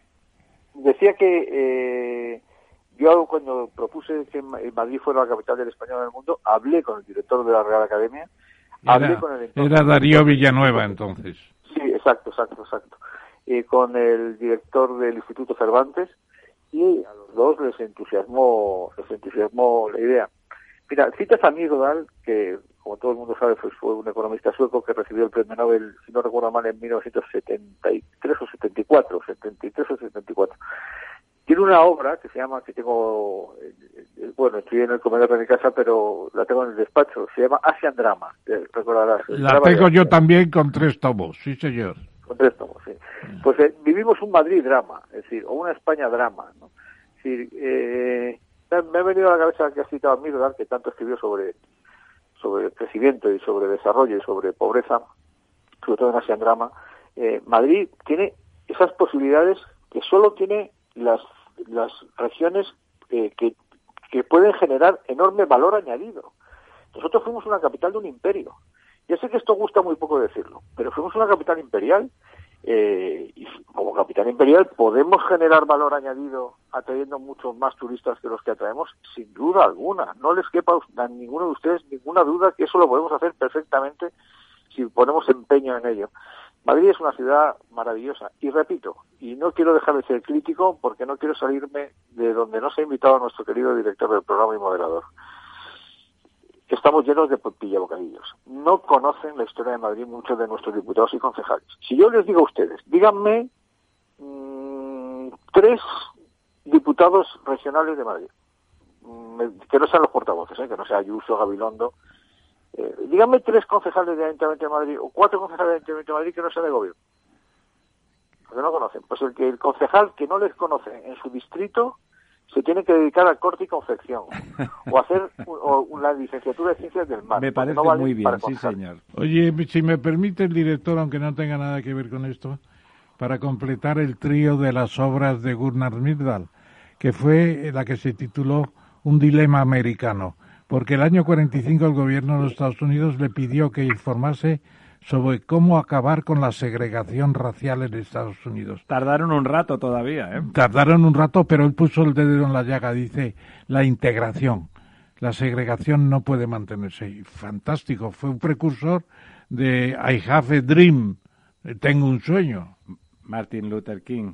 Decía que eh, yo cuando propuse que Madrid fuera la capital del español del mundo, hablé con el director de la Real Academia, hablé Era, con el era Darío Villanueva, entonces. Sí, exacto, exacto, exacto. Eh, con el director del Instituto Cervantes, y a los dos les entusiasmó, les entusiasmó la idea. Mira, citas a Myrdal, que como todo el mundo sabe pues fue un economista sueco que recibió el premio Nobel, si no recuerdo mal, en mil novecientos setenta y tres o setenta y cuatro, setenta y tres o setenta y cuatro. Tiene una obra que se llama, que tengo, bueno, estoy en el comedor de mi casa, pero la tengo en el despacho, se llama Asian Drama, recordarás. La tengo yo también con tres tomos, sí señor. Con tres tomos, sí. Pues eh, vivimos un Madrid drama, es decir, o una España drama, ¿no? Es decir, eh, me, me ha venido a la cabeza que ha citado a Myrdal, que tanto escribió sobre, sobre crecimiento y sobre desarrollo y sobre pobreza, sobre todo en Asian Drama. Eh, Madrid tiene esas posibilidades que solo tiene las, las regiones eh, que, que pueden generar enorme valor añadido. Nosotros fuimos una capital de un imperio. Ya sé que esto gusta muy poco decirlo, pero fuimos una capital imperial eh, y como capital imperial podemos generar valor añadido atrayendo muchos más turistas que los que atraemos, sin duda alguna. No les quepa a ninguno de ustedes ninguna duda que eso lo podemos hacer perfectamente si ponemos empeño en ello. Madrid es una ciudad maravillosa y repito, y no quiero dejar de ser crítico porque no quiero salirme de donde nos ha invitado a nuestro querido director del programa y moderador. Estamos llenos de pillabocadillos. No conocen la historia de Madrid muchos de nuestros diputados y concejales. Si yo les digo a ustedes, díganme mmm, tres diputados regionales de Madrid, mm, que no sean los portavoces, ¿eh? Que no sea Ayuso, Gabilondo. Eh, díganme tres concejales del Ayuntamiento de Madrid o cuatro concejales del Ayuntamiento de Madrid que no sean de gobierno. Porque no conocen. Pues el que el concejal que no les conoce en su distrito se tiene que dedicar a corte y confección o hacer o, la licenciatura de Ciencias del Mar. Me parece no vale muy bien, sí concejal. señor. Oye, si me permite el director, aunque no tenga nada que ver con esto, para completar el trío de las obras de Gunnar Myrdal, que fue la que se tituló Un dilema americano, porque el año cuarenta y cinco el gobierno de los Estados Unidos le pidió que informase sobre cómo acabar con la segregación racial en Estados Unidos. Tardaron un rato todavía, ¿eh? Tardaron un rato, pero él puso el dedo en la llaga, dice, la integración. La segregación no puede mantenerse. Y fantástico, fue un precursor de I have a dream, tengo un sueño. Martin Luther King.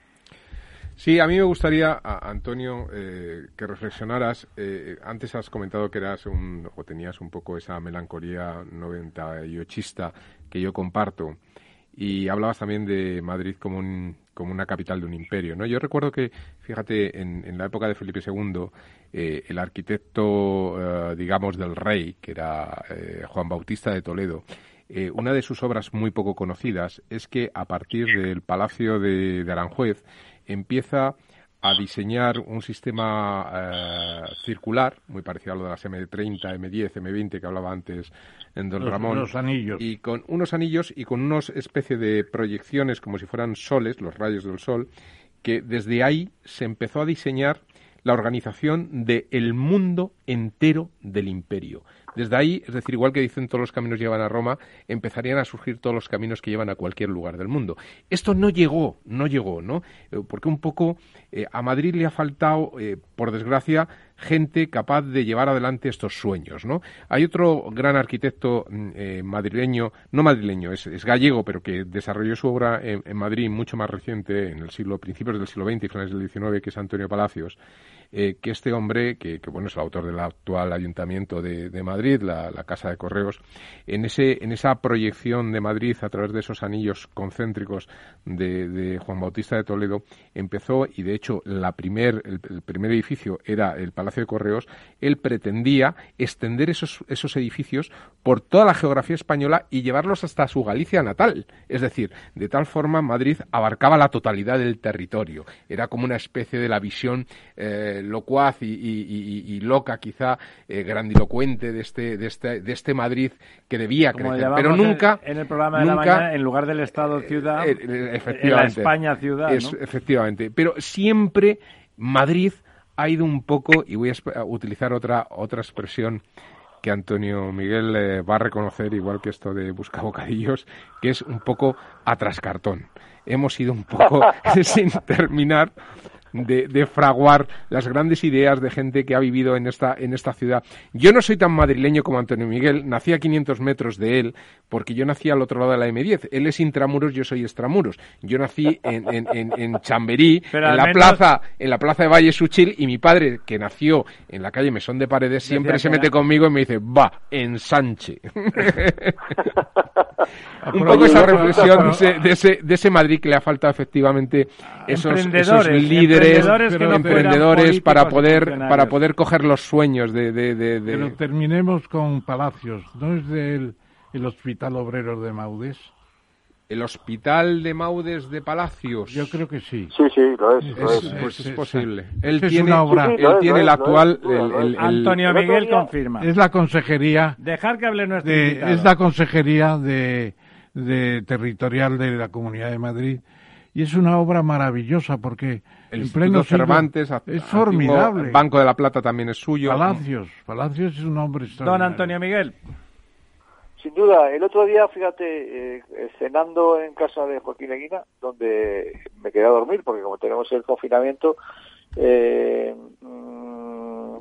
Sí, a mí me gustaría, a, Antonio, eh, que reflexionaras. Eh, antes has comentado que eras un, o tenías un poco esa melancolía noventa y ochista que yo comparto, y hablabas también de Madrid como un, como una capital de un imperio, ¿no? Yo recuerdo que, fíjate, en, en la época de Felipe segundo, eh, el arquitecto, eh, digamos, del rey, que era eh, Juan Bautista de Toledo, eh, una de sus obras muy poco conocidas es que a partir del Palacio de, de Aranjuez empieza a diseñar un sistema eh, circular, muy parecido a lo de las eme treinta, eme diez, eme veinte que hablaba antes en Don los, Ramón. Los anillos. Y con unos anillos y con unos especie de proyecciones como si fueran soles, los rayos del sol, que desde ahí se empezó a diseñar la organización del mundo entero del imperio. Desde ahí, es decir, igual que dicen todos los caminos llevan a Roma, empezarían a surgir todos los caminos que llevan a cualquier lugar del mundo. Esto no llegó, no llegó, ¿no? Porque un poco eh, a Madrid le ha faltado, eh, por desgracia, gente capaz de llevar adelante estos sueños, ¿no? Hay otro gran arquitecto eh, madrileño, no madrileño, es, es gallego, pero que desarrolló su obra en, en Madrid mucho más reciente, en el siglo, principios del siglo veinte y finales del diecinueve, que es Antonio Palacios, eh, que este hombre, que, que bueno es el autor del actual Ayuntamiento de, de Madrid, la, la Casa de Correos, en ese en esa proyección de Madrid a través de esos anillos concéntricos de, de Juan Bautista de Toledo, empezó, y de hecho la primer, el, el primer edificio era el Palacio de Correos. Él pretendía extender esos, esos edificios por toda la geografía española y llevarlos hasta su Galicia natal. Es decir, de tal forma Madrid abarcaba la totalidad del territorio. Era como una especie de la visión eh, locuaz y, y, y, y loca, quizá eh, grandilocuente de este, de este, de este Madrid que debía como crecer. Pero nunca... En, en el programa de nunca, la mañana, en lugar del Estado-ciudad, eh, eh, efectivamente, la España-ciudad, es, ¿no? Efectivamente. Pero siempre Madrid ha ido un poco, y voy a utilizar otra, otra expresión que Antonio Miguel eh, va a reconocer, igual que esto de buscabocadillos, que es un poco atrascartón. Hemos ido un poco sin terminar de, de fraguar las grandes ideas de gente que ha vivido en esta, en esta ciudad. Yo no soy tan madrileño como Antonio Miguel, nací a quinientos metros de él, porque yo nací al otro lado de la eme diez. Él es intramuros, yo soy extramuros. Yo nací en, en, en, en Chamberí, Pero en la, menos... plaza, en la plaza de Valle Suchil, y mi padre, que nació en la calle Mesón de Paredes, siempre Decía se mete era... conmigo y me dice, va, ensanche. Un poco esa reflexión de ese, de, ese, de ese Madrid que le ha faltado efectivamente esos, esos líderes, emprendedores, que no emprendedores para poder para poder coger los sueños de, de, de, de... Pero terminemos con Palacios. ¿No es del el Hospital Obrero de Maudes? ¿El Hospital de Maudes de Palacios? Yo creo que sí. Sí, sí, lo es. es, lo es. es pues es, es posible. Es, él es tiene, una obra. él sí, sí, él tiene el actual... Es, el, el, el, Antonio Miguel día, confirma. Es la consejería... Dejar que hable nuestro de, invitado. Es la consejería de, de territorial de la Comunidad de Madrid. Y es una obra maravillosa porque el en pleno Cervantes siglo, es formidable. El Banco de la Plata también es suyo. Palacios, Palacios es un hombre extraordinario. Don Antonio Miguel. Sin duda, el otro día, fíjate, eh, cenando en casa de Joaquín Leguina, donde me quedé a dormir, porque como tenemos el confinamiento, eh, mm,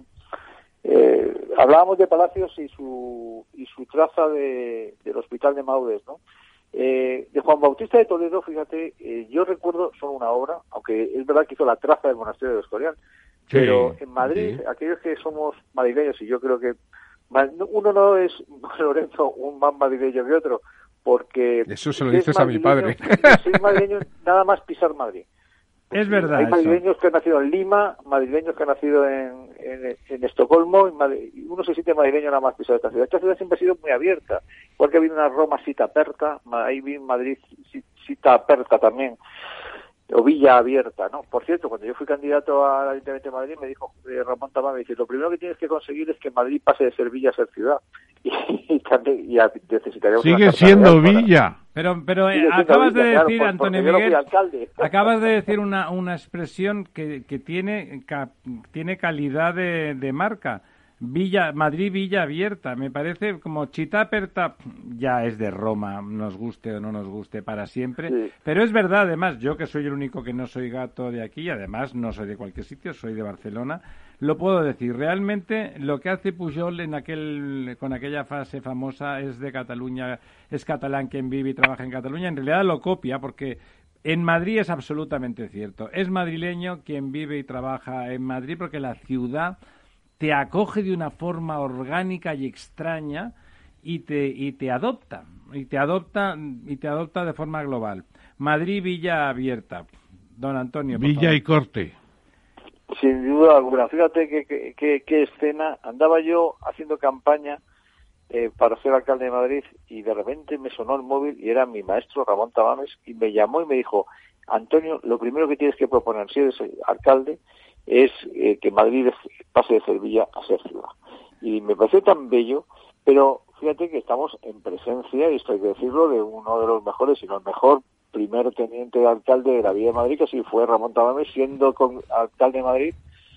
eh, hablábamos de Palacios y su y su traza de, del Hospital de Maudes, ¿no? Eh, de Juan Bautista de Toledo, fíjate, eh, yo recuerdo solo una obra, aunque es verdad que hizo la traza del monasterio de Escorial, sí, pero en Madrid, sí. Aquellos que somos madrileños, y yo creo que uno no es, Lorenzo, un más madrileño que otro, porque... Eso se lo dices a mi padre. Si es madrileño, nada más pisar Madrid. Es verdad. Hay madrileños eso. que han nacido en Lima, madrileños que han nacido en, en, en Estocolmo, y uno se siente madrileño nada más pisar esta ciudad. Esta ciudad siempre ha sido muy abierta, igual que ha habido una Roma cita aperta, ahí vi Madrid cita aperta también, o Villa Abierta, ¿no? Por cierto, cuando yo fui candidato al Ayuntamiento de Madrid, me dijo eh, Ramón Tamá, me dice, lo primero que tienes que conseguir es que Madrid pase de ser villa a ser ciudad. Y, y también y necesitaríamos... Sigue siendo villa. Para... Pero, pero eh, acabas de decir, claro, Antonio Miguel, acabas de decir una, una expresión que, que tiene, ca, tiene calidad de, de marca. Villa, Madrid Villa Abierta, me parece como Città Aperta, ya es de Roma, nos guste o no nos guste para siempre, sí. Pero es verdad, además, yo que soy el único que no soy gato de aquí, además no soy de cualquier sitio, soy de Barcelona, lo puedo decir, realmente lo que hace Pujol en aquel, con aquella frase famosa, es de Cataluña, es catalán quien vive y trabaja en Cataluña, en realidad lo copia porque... En Madrid es absolutamente cierto, es madrileño quien vive y trabaja en Madrid porque la ciudad te acoge de una forma orgánica y extraña y te y te adopta y te adopta y te adopta de forma global. Madrid Villa Abierta. Don Antonio, por Villa favor. Y Corte. Sin duda alguna. Fíjate qué que, que, que escena. Andaba yo haciendo campaña eh, para ser alcalde de Madrid y de repente me sonó el móvil y era mi maestro Ramón Tamames y me llamó y me dijo, Antonio, lo primero que tienes que proponer si eres alcalde es eh, que Madrid pase de ser villa a ser ciudad. Y me pareció tan bello, pero fíjate que estamos en presencia, y esto hay que decirlo, de uno de los mejores, si no el mejor primer teniente de alcalde de la Villa de Madrid, que sí fue Ramón Tamames, siendo con, alcalde de Madrid,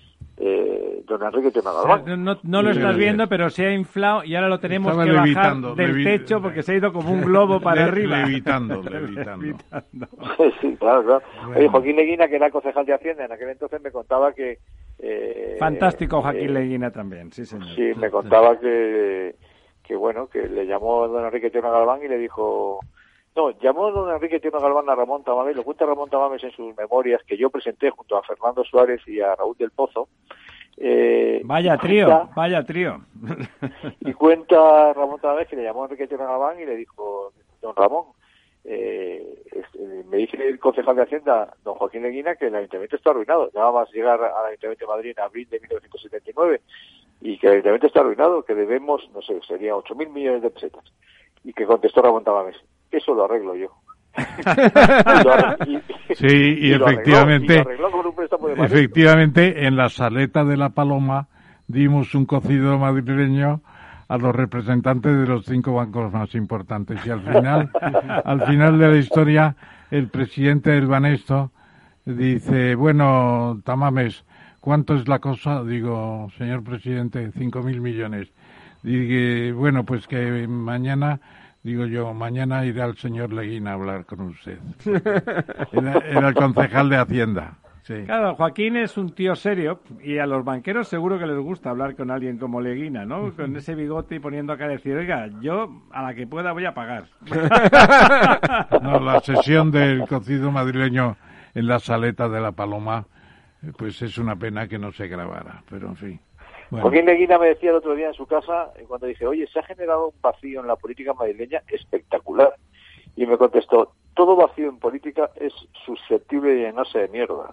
eh, don Enrique Tena Galván. O sea, no, no lo estás viendo, pero se ha inflado y ahora lo tenemos Estaba que levitando, bajar del levi- techo porque se ha ido como un globo para Le- arriba. levitando, levitando. Levitando. Sí, claro, claro. Bueno. Oye, Joaquín Leguina, que era concejal de Hacienda en aquel entonces, me contaba que... Eh, Fantástico Joaquín eh, Leguina también, sí señor. Sí, me contaba que, que bueno, que le llamó don Enrique Tena Galván y le dijo, No, llamó don Enrique Tierno Galván a Ramón Tamames, lo cuenta Ramón Tamames en sus memorias, que yo presenté junto a Fernando Suárez y a Raúl del Pozo. Eh, vaya trío, cuenta, vaya trío. Y cuenta Ramón Tamames que le llamó a Enrique Tierno Galván y le dijo, don Ramón, eh, este, me dice el concejal de Hacienda, don Joaquín Leguina, que el ayuntamiento está arruinado. Nada más llegar al ayuntamiento de Madrid en abril de mil novecientos setenta y nueve y que el ayuntamiento está arruinado, que debemos, no sé, sería ocho mil millones de pesetas. Y que contestó Ramón Tamames, eso lo arreglo yo. y lo arreglo, y, sí, y, y efectivamente, arregló, y arregló efectivamente, en la saleta de La Paloma dimos un cocido madrileño a los representantes de los cinco bancos más importantes. Y al final, al final de la historia, el presidente del Banesto dice, bueno, Tamames, ¿cuánto es la cosa? Digo, señor presidente, cinco mil millones. Digo, bueno, pues que mañana, digo yo, mañana irá el señor Leguina a hablar con usted. Era, era el concejal de Hacienda. Sí. Claro, Joaquín es un tío serio y a los banqueros seguro que les gusta hablar con alguien como Leguina, ¿no? Con ese bigote y poniendo acá a decir, oiga, yo a la que pueda voy a pagar. No, la sesión del cocido madrileño en la saleta de La Paloma, pues es una pena que no se grabara, pero en fin. Bueno. Joaquín Leguina me decía el otro día en su casa, cuando dije, oye, se ha generado un vacío en la política madrileña espectacular. Y me contestó, todo vacío en política es susceptible de llenarse de mierda.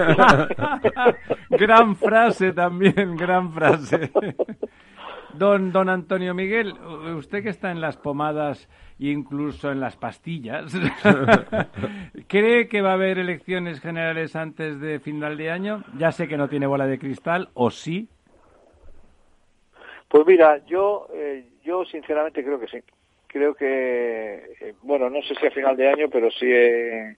Gran frase también, gran frase. Don, don Antonio Miguel, usted que está en las pomadas e incluso en las pastillas, ¿cree que va a haber elecciones generales antes de final de año? Ya sé que no tiene bola de cristal, ¿o sí? Pues mira, yo, eh, yo sinceramente creo que sí. Creo que, eh, bueno, no sé si a final de año, pero sí, eh,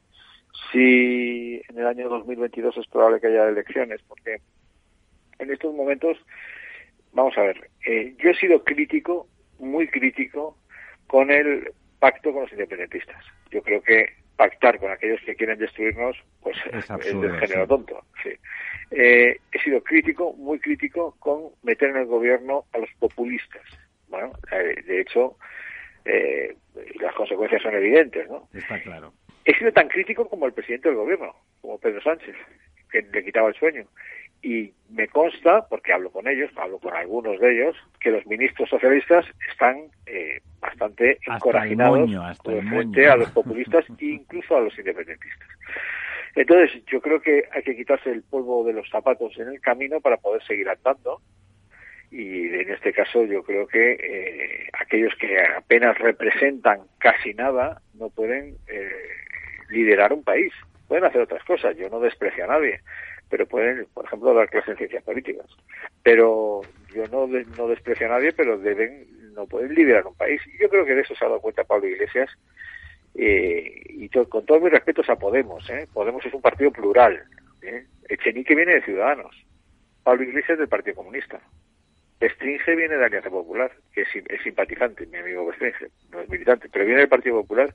sí en el año dos mil veintidós es probable que haya elecciones, porque en estos momentos, vamos a ver, eh, yo he sido crítico, muy crítico, con el pacto con los independentistas. Yo creo que pactar con aquellos que quieren destruirnos, pues es, absurdo, es de género sí. tonto. Sí. Eh, he sido crítico, muy crítico, con meter en el gobierno a los populistas. Bueno, eh, de hecho, eh, las consecuencias son evidentes, ¿no? Está claro. He sido tan crítico como el presidente del gobierno, como Pedro Sánchez, que le quitaba el sueño. Y me consta, porque hablo con ellos, hablo con algunos de ellos, que los ministros socialistas están eh, bastante hasta encorajinados moño, hasta frente a los populistas e incluso a los independentistas. Entonces, yo creo que hay que quitarse el polvo de los zapatos en el camino para poder seguir andando. Y en este caso yo creo que eh, aquellos que apenas representan casi nada no pueden eh, liderar un país. Pueden hacer otras cosas, yo no desprecio a nadie, pero pueden, por ejemplo, dar clases en ciencias políticas. Pero yo no, de, no desprecio a nadie, pero deben no pueden liderar un país. Y yo creo que de eso se ha dado cuenta Pablo Iglesias. Eh, y to, con todos mis respetos a Podemos, ¿eh? Podemos es un partido plural. ¿eh? Echenique viene de Ciudadanos. Pablo Iglesias del Partido Comunista. Bestringe viene de Alianza Popular, que es, es simpatizante, mi amigo Bestringe, no es militante, pero viene del Partido Popular.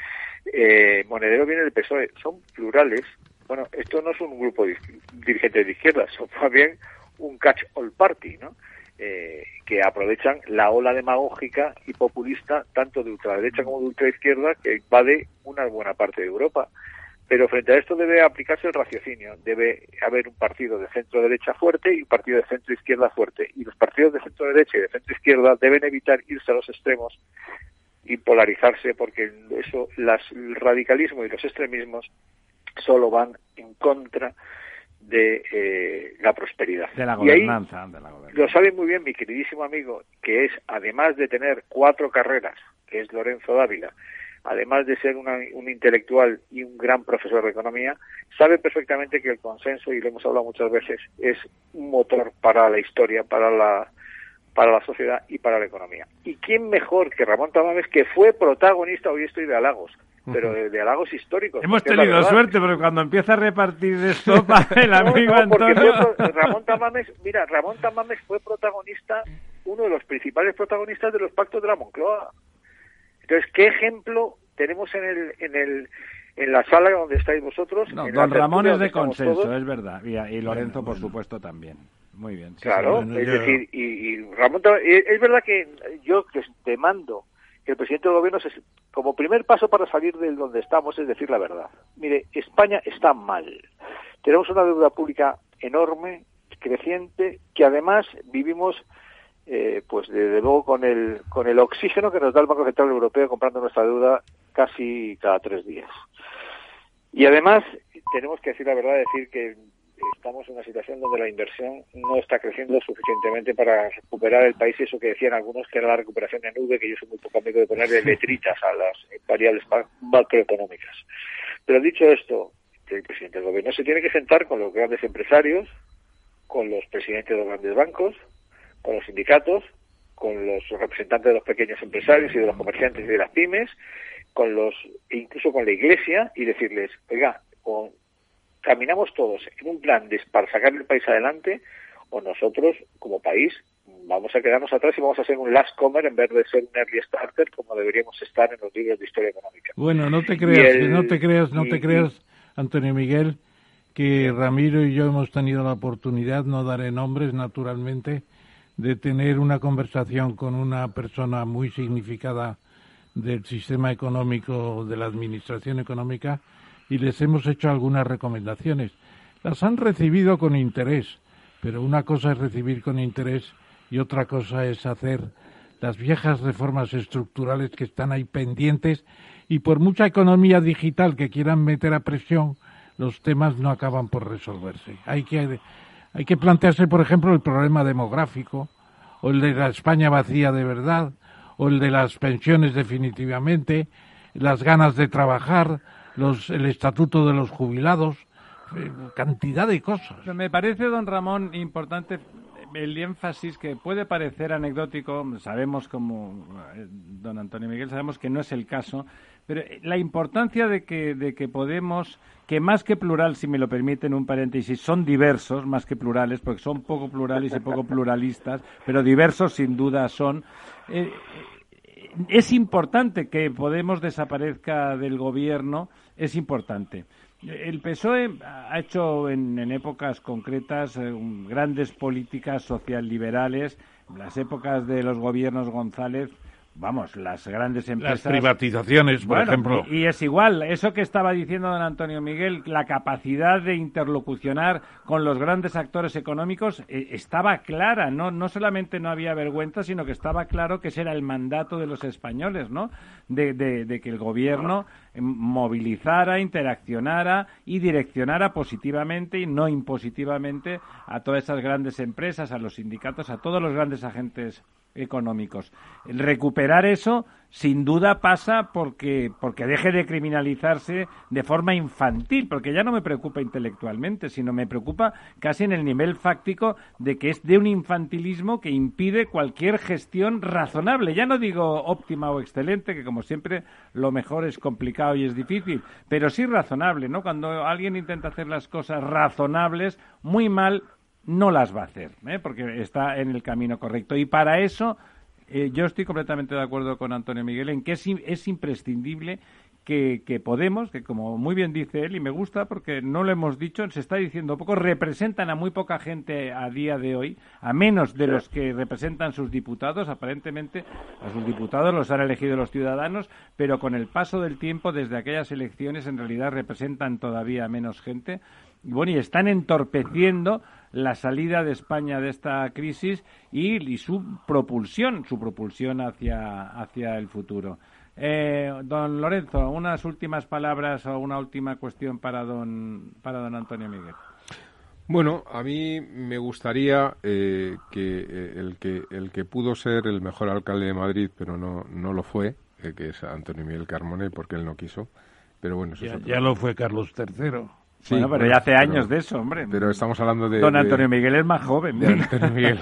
Eh, Monedero viene del P S O E. Son plurales. Bueno, esto no es un grupo de dirigentes de izquierda, son más bien un catch-all party, ¿no? Eh, que aprovechan la ola demagógica y populista tanto de ultraderecha como de ultraizquierda que invade una buena parte de Europa. Pero frente a esto debe aplicarse el raciocinio. Debe haber un partido de centro-derecha fuerte y un partido de centro-izquierda fuerte. Y los partidos de centro-derecha y de centro-izquierda deben evitar irse a los extremos y polarizarse, porque eso, las, el radicalismo y los extremismos solo van en contra de eh, la prosperidad. De la gobernanza. Y ahí, de la gobernanza. Lo sabe muy bien mi queridísimo amigo, que es, además de tener cuatro carreras, que es Lorenzo Dávila, además de ser una, un intelectual y un gran profesor de economía, sabe perfectamente que el consenso, y lo hemos hablado muchas veces, es un motor para la historia, para la para la sociedad y para la economía. ¿Y quién mejor que Ramón Tamames, que fue protagonista, hoy estoy de halagos, pero de, de halagos históricos? Hemos tenido suerte, porque cuando empieza a repartir de estopa el amigo no, no, Antonio... Fue, Ramón Tamames, mira, Ramón Tamames fue protagonista, uno de los principales protagonistas de los pactos de la Moncloa. Entonces, ¿qué ejemplo tenemos en el en el en la sala donde estáis vosotros? No, don Ramón es de consenso, todos. Es verdad, y, y Lorenzo, por supuesto, también. Muy bien. Sí, claro, sí, bueno, es yo... decir, y, y Ramón, es verdad que yo que te mando que el presidente del gobierno, se, como primer paso para salir de donde estamos, es decir la verdad. Mire, España está mal. Tenemos una deuda pública enorme, creciente, que además vivimos, eh, pues desde luego con el con el oxígeno que nos da el Banco Central Europeo comprando nuestra deuda casi cada tres días. Y además tenemos que decir la verdad, decir que estamos en una situación donde la inversión no está creciendo suficientemente para recuperar el país, eso que decían algunos que era la recuperación en nube, que yo soy muy poco amigo de ponerle letritas a las variables macroeconómicas. Pero dicho esto, el presidente del gobierno se tiene que sentar con los grandes empresarios, con los presidentes de los grandes bancos, con los sindicatos, con los representantes de los pequeños empresarios y de los comerciantes y de las pymes, con los e incluso con la Iglesia, y decirles, oiga, con caminamos todos en un plan de, para sacar el país adelante, o nosotros, como país, vamos a quedarnos atrás y vamos a ser un last comer en vez de ser un early starter como deberíamos estar en los libros de historia económica. Bueno, no te creas, el, no te creas, no y, te creas, Antonio Miguel, que Ramiro y yo hemos tenido la oportunidad, no daré nombres naturalmente, de tener una conversación con una persona muy significada del sistema económico, de la administración económica, y les hemos hecho algunas recomendaciones. Las han recibido con interés, pero una cosa es recibir con interés y otra cosa es hacer las viejas reformas estructurales que están ahí pendientes, y por mucha economía digital que quieran meter a presión, los temas no acaban por resolverse. Hay que, hay que plantearse, por ejemplo, el problema demográfico, o el de la España vacía de verdad, o el de las pensiones definitivamente, las ganas de trabajar, los, el estatuto de los jubilados, eh, cantidad de cosas. Pero me parece, don Ramón, importante el énfasis, que puede parecer anecdótico, sabemos como eh, don Antonio Miguel, sabemos que no es el caso, pero la importancia de que, de que Podemos, que más que plural, si me lo permiten un paréntesis, son diversos, más que plurales, porque son poco plurales y poco pluralistas, pero diversos sin duda son. Eh, es importante que Podemos desaparezca del gobierno, es importante. El P S O E ha hecho en, en épocas concretas eh, grandes políticas socialliberales. Las épocas de los gobiernos González, vamos, las grandes empresas... Las privatizaciones, por bueno, ejemplo. Y es igual, eso que estaba diciendo don Antonio Miguel, la capacidad de interlocucionar con los grandes actores económicos eh, estaba clara, no no solamente no había vergüenza, sino que estaba claro que ese era el mandato de los españoles, ¿no? De, de, de que el gobierno movilizara, interaccionara y direccionara positivamente y no impositivamente a todas esas grandes empresas, a los sindicatos, a todos los grandes agentes económicos. El recuperar eso, sin duda, pasa porque porque deje de criminalizarse de forma infantil, porque ya no me preocupa intelectualmente, sino me preocupa casi en el nivel fáctico de que es de un infantilismo que impide cualquier gestión razonable. Ya no digo óptima o excelente, que como siempre lo mejor es complicado y es difícil, pero sí razonable, ¿no? Cuando alguien intenta hacer las cosas razonables, muy mal no las va a hacer, ¿eh? Porque está en el camino correcto. Y para eso eh, yo estoy completamente de acuerdo con Antonio Miguel en que es, es imprescindible que, que Podemos, que como muy bien dice él, y me gusta porque no lo hemos dicho, se está diciendo poco, representan a muy poca gente a día de hoy, a menos de los que representan sus diputados. Aparentemente a sus diputados los han elegido los ciudadanos, pero con el paso del tiempo, desde aquellas elecciones, en realidad representan todavía menos gente. Y bueno, y están entorpeciendo la salida de España de esta crisis y, y su propulsión, su propulsión hacia, hacia el futuro. Eh, don Lorenzo, unas últimas palabras o una última cuestión para don, para don Antonio Miguel. Bueno, a mí me gustaría eh, que eh, el que el que pudo ser el mejor alcalde de Madrid, pero no no lo fue, eh, que es Antonio Miguel Carmona, porque él no quiso. Pero bueno, eso ya, es otro. ya lo fue Carlos tercero. Sí, bueno, pero bueno, ya hace pero, años de eso, hombre. Pero estamos hablando de... Don Antonio de, Miguel es más joven. De Antonio Miguel.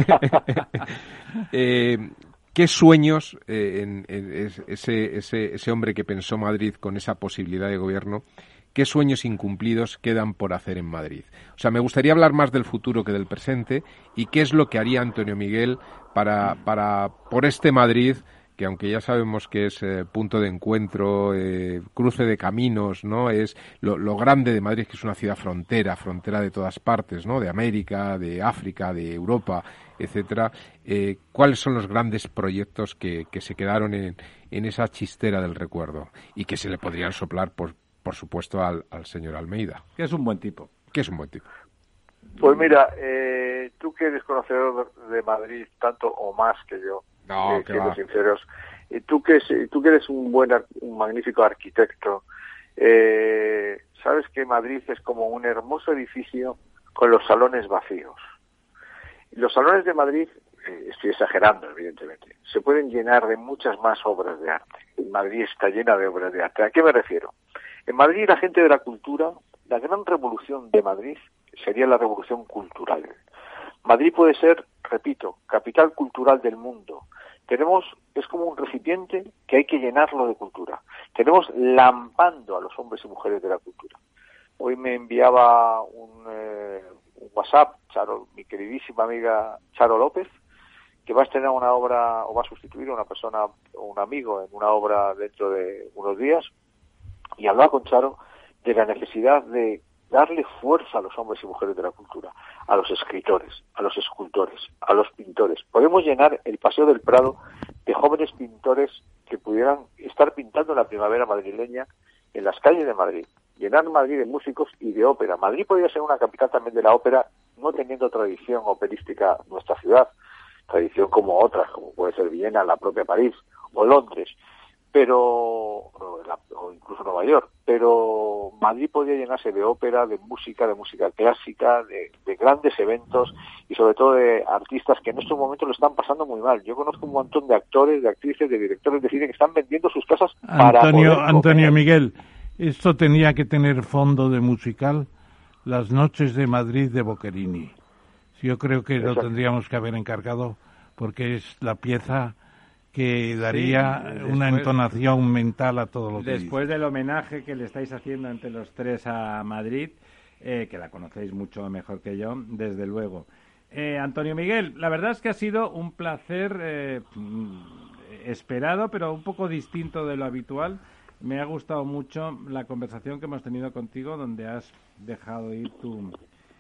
eh, ¿Qué sueños, eh, en, en ese, ese, ese hombre que pensó Madrid con esa posibilidad de gobierno, qué sueños incumplidos quedan por hacer en Madrid? O sea, me gustaría hablar más del futuro que del presente, y qué es lo que haría Antonio Miguel para, para por este Madrid que aunque ya sabemos que es eh, punto de encuentro, eh, cruce de caminos, ¿no? Es lo, lo grande de Madrid, que es una ciudad frontera, frontera de todas partes, ¿no? De América, de África, de Europa, etcétera. Eh, ¿Cuáles son los grandes proyectos que, que se quedaron en, en esa chistera del recuerdo y que se le podrían soplar, por, por supuesto, al, al señor Almeida? Que es un buen tipo. Que es un buen tipo. Pues mira, eh, tú que eres conocedor de Madrid tanto o más que yo, no, eh, que siendo va. sinceros, y tú que, tú que eres un buen, un magnífico arquitecto, eh, sabes que Madrid es como un hermoso edificio con los salones vacíos. Los salones de Madrid, eh, estoy exagerando evidentemente, se pueden llenar de muchas más obras de arte. Madrid está llena de obras de arte. ¿A qué me refiero? En Madrid la gente de la cultura, la gran revolución de Madrid sería la revolución cultural. Madrid puede ser, repito, capital cultural del mundo. Tenemos, es como un recipiente que hay que llenarlo de cultura. Tenemos lampando a los hombres y mujeres de la cultura. Hoy me enviaba un, eh, un WhatsApp, Charo, mi queridísima amiga Charo López, que va a estrenar una obra, o va a sustituir a una persona, o un amigo en una obra dentro de unos días, y hablaba con Charo de la necesidad de darle fuerza a los hombres y mujeres de la cultura, a los escritores, a los escultores, a los pintores. Podemos llenar el Paseo del Prado de jóvenes pintores que pudieran estar pintando la primavera madrileña en las calles de Madrid. Llenar Madrid de músicos y de ópera. Madrid podría ser una capital también de la ópera, no teniendo tradición operística nuestra ciudad, tradición como otras, como puede ser Viena, la propia París o Londres, pero o, la, o incluso Nueva York, pero Madrid podría llenarse de ópera, de música, de música clásica, de, de grandes eventos y sobre todo de artistas que en estos momentos lo están pasando muy mal. Yo conozco un montón de actores, de actrices, de directores de cine que están vendiendo sus casas para Antonio, poder Antonio comer. Miguel, esto tenía que tener fondo de musical, Las noches de Madrid de Boccherini. Yo creo que lo Exacto. tendríamos que haber encargado porque es la pieza que daría Sí, una después- entonación mental a todo lo que Después dice. del homenaje que le estáis haciendo entre los tres a Madrid, eh, que la conocéis mucho mejor que yo, desde luego. Eh, Antonio Miguel, la verdad es que ha sido un placer eh, mm, esperado, pero un poco distinto de lo habitual. Me ha gustado mucho la conversación que hemos tenido contigo, donde has dejado ir tu,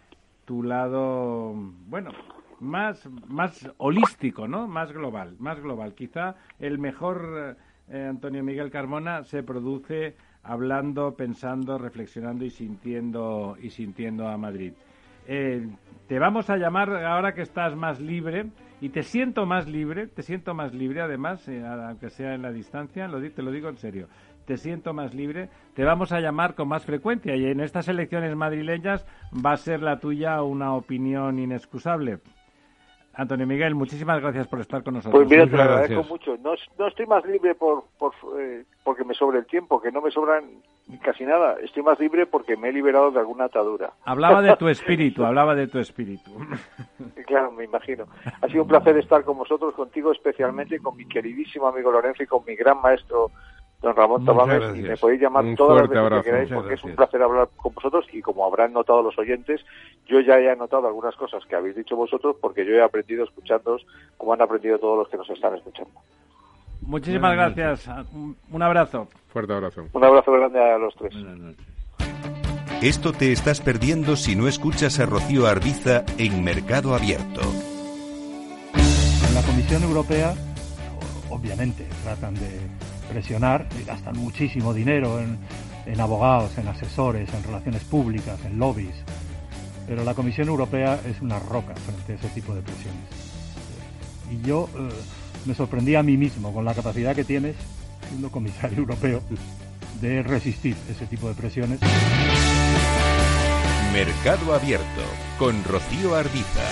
tu lado, bueno, más más holístico, ¿no? Más global, más global. Quizá el mejor eh, Antonio Miguel Carmona se produce hablando, pensando, reflexionando y sintiendo y sintiendo a Madrid. Eh, te vamos a llamar ahora que estás más libre y te siento más libre, te siento más libre además, eh, aunque sea en la distancia, lo, di- te lo digo en serio. Te siento más libre, te vamos a llamar con más frecuencia y en estas elecciones madrileñas va a ser la tuya una opinión inexcusable. Antonio Miguel, muchísimas gracias por estar con nosotros. Pues mira, te lo Muchas agradezco gracias. mucho. No, no estoy más libre por, por eh, porque me sobre el tiempo, que no me sobran casi nada. Estoy más libre porque me he liberado de alguna atadura. Hablaba de tu espíritu, hablaba de tu espíritu. Claro, me imagino. Ha sido un placer estar con vosotros, contigo especialmente, con mi queridísimo amigo Lorenzo y con mi gran maestro don Ramón Muchas Tamames, gracias. y me podéis llamar Un todas las fuerte veces abrazo. que queráis Muchas porque es un gracias. placer hablar con vosotros y como habrán notado los oyentes, yo ya he notado algunas cosas que habéis dicho vosotros porque yo he aprendido escuchándoos como han aprendido todos los que nos están escuchando. Muchísimas Buenas gracias. Un, un abrazo. Fuerte abrazo. Un abrazo grande a los tres. Buenas noches. Esto te estás perdiendo si no escuchas a Rocío Arbiza en Mercado Abierto. En la Comisión Europea, obviamente, tratan de presionar y gastan muchísimo dinero en, en abogados, en asesores, en relaciones públicas, en lobbies. Pero la Comisión Europea es una roca frente a ese tipo de presiones. Y yo eh, me sorprendí a mí mismo con la capacidad que tienes, siendo comisario europeo, de resistir ese tipo de presiones. Mercado Abierto con Rocío Arbiza.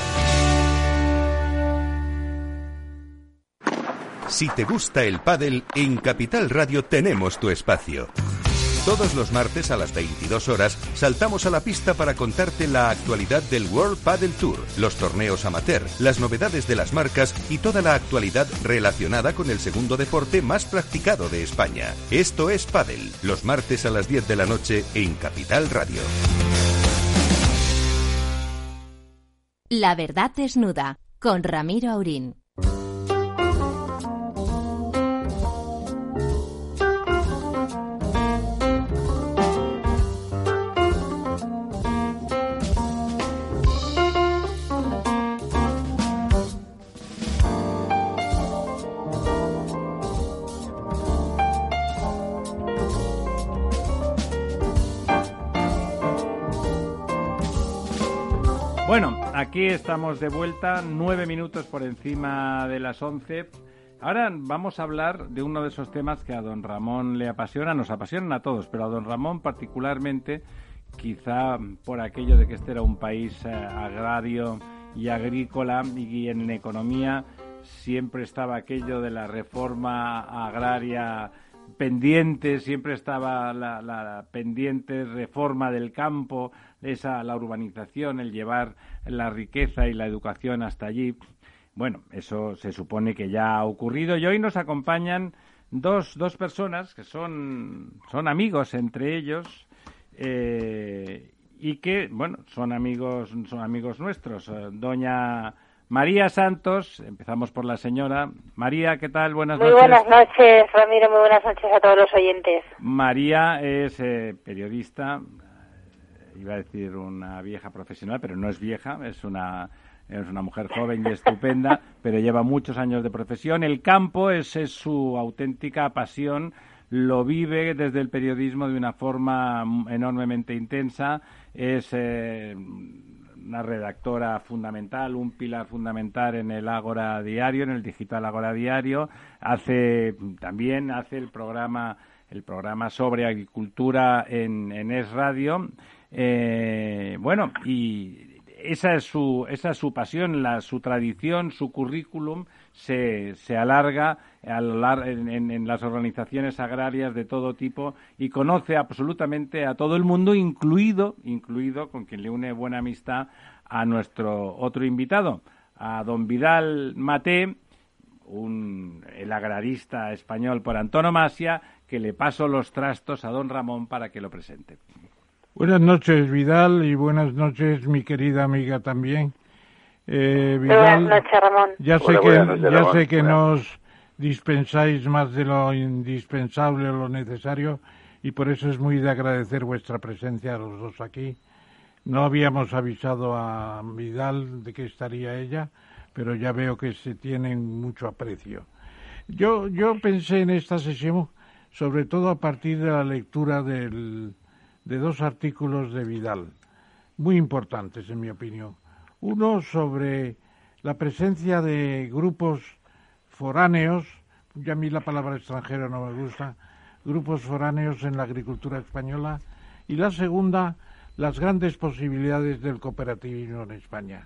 Si te gusta el pádel, en Capital Radio tenemos tu espacio. Todos los martes a las veintidós horas saltamos a la pista para contarte la actualidad del World Padel Tour, los torneos amateur, las novedades de las marcas y toda la actualidad relacionada con el segundo deporte más practicado de España. Esto es Pádel, los martes a las diez de la noche en Capital Radio. La verdad desnuda, con Ramiro Aurín. aquí estamos de vuelta, nueve minutos por encima de las once. Ahora vamos a hablar de uno de esos temas que a don Ramón le apasiona, nos apasionan a todos, pero a don Ramón particularmente, quizá por aquello de que este era un país eh, agrario y agrícola, y en economía siempre estaba aquello de la reforma agraria pendiente, siempre estaba la, la pendiente reforma del campo, esa la urbanización, el llevar la riqueza y la educación hasta allí. Bueno, eso se supone que ya ha ocurrido y hoy nos acompañan dos, dos personas que son, son amigos entre ellos eh, y que, bueno, son amigos, son amigos nuestros. Doña María Santos, empezamos por la señora. María, ¿qué tal? Buenas muy noches. Muy buenas noches, Ramiro, muy buenas noches a todos los oyentes. María es eh, periodista, iba a decir una vieja profesional, pero no es vieja, es una... Es una mujer joven y estupenda, pero lleva muchos años de profesión. El campo es, es su auténtica pasión, lo vive desde el periodismo de una forma enormemente intensa. Es eh, una redactora fundamental, un pilar fundamental en el Ágora Diario, en el digital Ágora Diario. Hace también hace el programa el programa sobre agricultura en, en Es Radio. Eh, bueno, y esa es su esa es su pasión, la, su tradición, su currículum se, se alarga a lo lar- en, en, en las organizaciones agrarias de todo tipo y conoce absolutamente a todo el mundo, incluido, incluido con quien le une buena amistad a nuestro otro invitado, a don Vidal Maté, un, el agrarista español por antonomasia, que le paso los trastos a don Ramón para que lo presente. Buenas noches, Vidal, y buenas noches, mi querida amiga también. Eh, Vidal, buenas noches, Ramón. Ya sé Hola, que, noches, ya Ramón. sé que Buenas. nos dispensáis más de lo indispensable o lo necesario, y por eso es muy de agradecer vuestra presencia a los dos aquí. No habíamos avisado a Vidal de que estaría ella, pero ya veo que se tienen mucho aprecio. Yo, yo pensé en esta sesión, sobre todo a partir de la lectura del... de dos artículos de Vidal, muy importantes en mi opinión. Uno sobre la presencia de grupos foráneos, ya a mí la palabra extranjero no me gusta, grupos foráneos en la agricultura española, y la segunda, las grandes posibilidades del cooperativismo en España.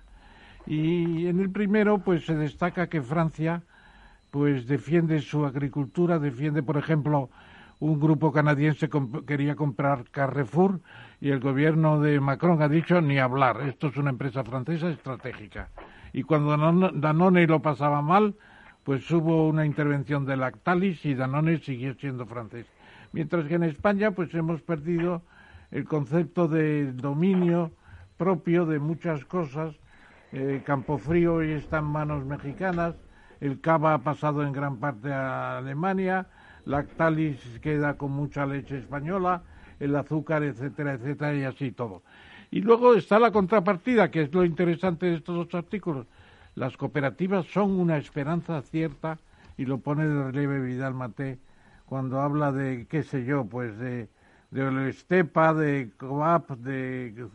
Y en el primero, pues se destaca que Francia, pues defiende su agricultura, defiende, por ejemplo, un grupo canadiense comp- quería comprar Carrefour y el gobierno de Macron ha dicho ni hablar, esto es una empresa francesa estratégica. Y cuando Danone, Danone lo pasaba mal, pues hubo una intervención de Lactalis y Danone siguió siendo francés. Mientras que en España pues hemos perdido el concepto de dominio propio de muchas cosas. eh, Campofrío hoy está en manos mexicanas, el cava ha pasado en gran parte a Alemania, Lactalis queda con mucha leche española, el azúcar, etcétera, etcétera, y así todo. Y luego está la contrapartida, que es lo interesante de estos dos artículos. Las cooperativas son una esperanza cierta, y lo pone de relieve Vidal Maté, cuando habla de, qué sé yo, pues de, de Estepa, de Coap, de,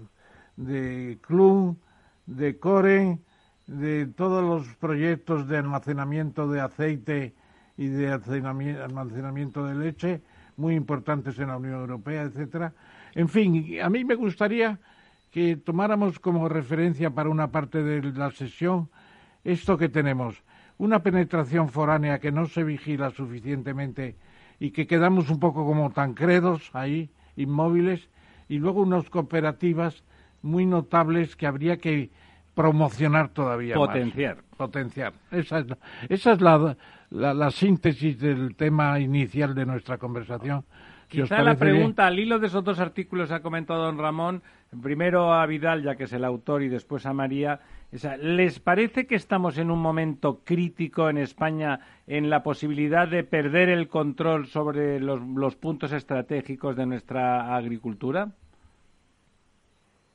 de Clun, de Coren, de todos los proyectos de almacenamiento de aceite y de almacenamiento de leche, muy importantes en la Unión Europea, etcétera. En fin, a mí me gustaría que tomáramos como referencia para una parte de la sesión esto que tenemos, una penetración foránea que no se vigila suficientemente y que quedamos un poco como tancredos ahí, inmóviles, y luego unas cooperativas muy notables que habría que promocionar todavía Potenciar. más. Potenciar. Esa es, la, esa es la, la, la síntesis del tema inicial de nuestra conversación. Si Quizá la pregunta, bien. Al hilo de esos dos artículos que ha comentado don Ramón, primero a Vidal, ya que es el autor, y después a María, esa, ¿les parece que estamos en un momento crítico en España en la posibilidad de perder el control sobre los, los puntos estratégicos de nuestra agricultura?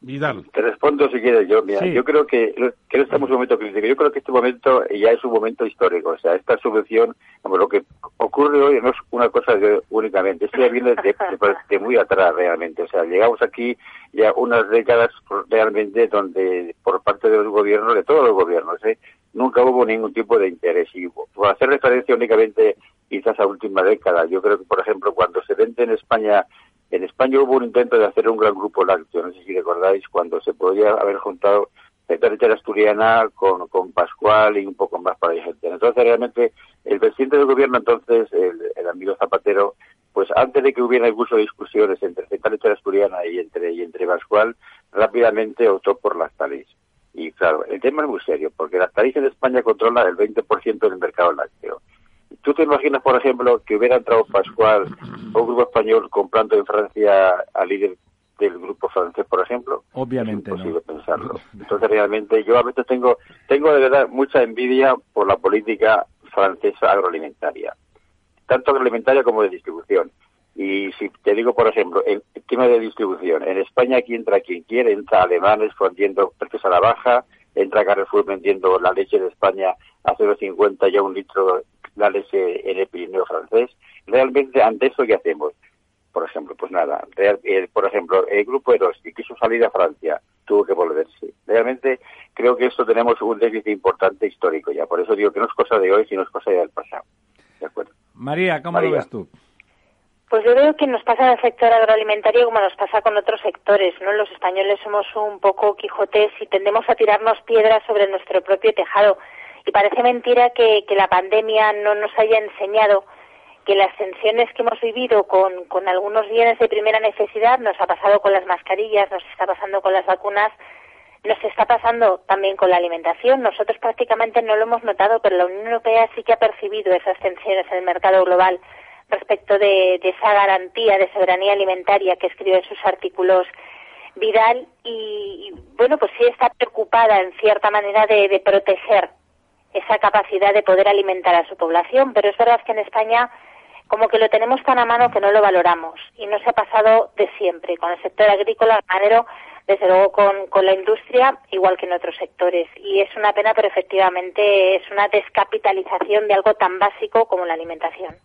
Vidal. Te respondo si quieres yo. Mira, sí. Yo creo que, que no estamos en un momento crítico. Yo creo que este momento ya es un momento histórico. O sea, esta subvención, como lo que ocurre hoy no es una cosa de, únicamente. Esto ya viene de, de, de muy atrás realmente. O sea, llegamos aquí ya unas décadas realmente donde por parte de los gobiernos, de todos los gobiernos, ¿eh? nunca hubo ningún tipo de interés. Y por hacer referencia únicamente quizás a última década, yo creo que, por ejemplo, cuando se vende en España En España hubo un intento de hacer un gran grupo lácteo, no sé si recordáis, cuando se podía haber juntado Central Lechera Asturiana con, con Pascual y un poco más para gente. Entonces, realmente, el presidente del gobierno, entonces, el, el amigo Zapatero, pues antes de que hubiera incluso discusiones entre Central Lechera Asturiana y entre, y entre Pascual, rápidamente optó por Lactalis. Y claro, el tema es muy serio, porque Lactalis en España controla el veinte por ciento del mercado lácteo. ¿Tú te imaginas, por ejemplo, que hubiera entrado Pascual o un grupo español comprando en Francia al líder del grupo francés, por ejemplo? Obviamente es imposible no. pensarlo. Entonces, realmente, yo a veces tengo, tengo de verdad mucha envidia por la política francesa agroalimentaria, tanto agroalimentaria como de distribución. Y si te digo, por ejemplo, el tema de distribución, en España aquí entra quien quiere, entra alemanes vendiendo precios a la baja, entra Carrefour vendiendo la leche de España a cero coma cincuenta ya un litro la leche en el Pirineo francés. Realmente, ante eso, ¿qué hacemos? Por ejemplo, pues nada, real, eh, por ejemplo, el grupo Eroski quiso salir a Francia, tuvo que volverse. Realmente creo que esto tenemos un déficit importante histórico ya, por eso digo que no es cosa de hoy, sino es cosa del pasado. ¿De acuerdo? María, ¿cómo María. lo ves tú? Pues yo creo que nos pasa en el sector agroalimentario como nos pasa con otros sectores, ¿no? Los españoles somos un poco quijotes y tendemos a tirarnos piedras sobre nuestro propio tejado. Y parece mentira que, que la pandemia no nos haya enseñado que las tensiones que hemos vivido con, con algunos bienes de primera necesidad, nos ha pasado con las mascarillas, nos está pasando con las vacunas, nos está pasando también con la alimentación. Nosotros prácticamente no lo hemos notado, pero la Unión Europea sí que ha percibido esas tensiones en el mercado global respecto de, de esa garantía de soberanía alimentaria que escribe en sus artículos Vidal y, y bueno, pues sí está preocupada en cierta manera de, de proteger esa capacidad de poder alimentar a su población, pero es verdad que en España como que lo tenemos tan a mano que no lo valoramos y no se ha pasado de siempre con el sector agrícola, ganadero, desde luego con, con la industria, igual que en otros sectores. Y es una pena, pero efectivamente es una descapitalización de algo tan básico como la alimentación.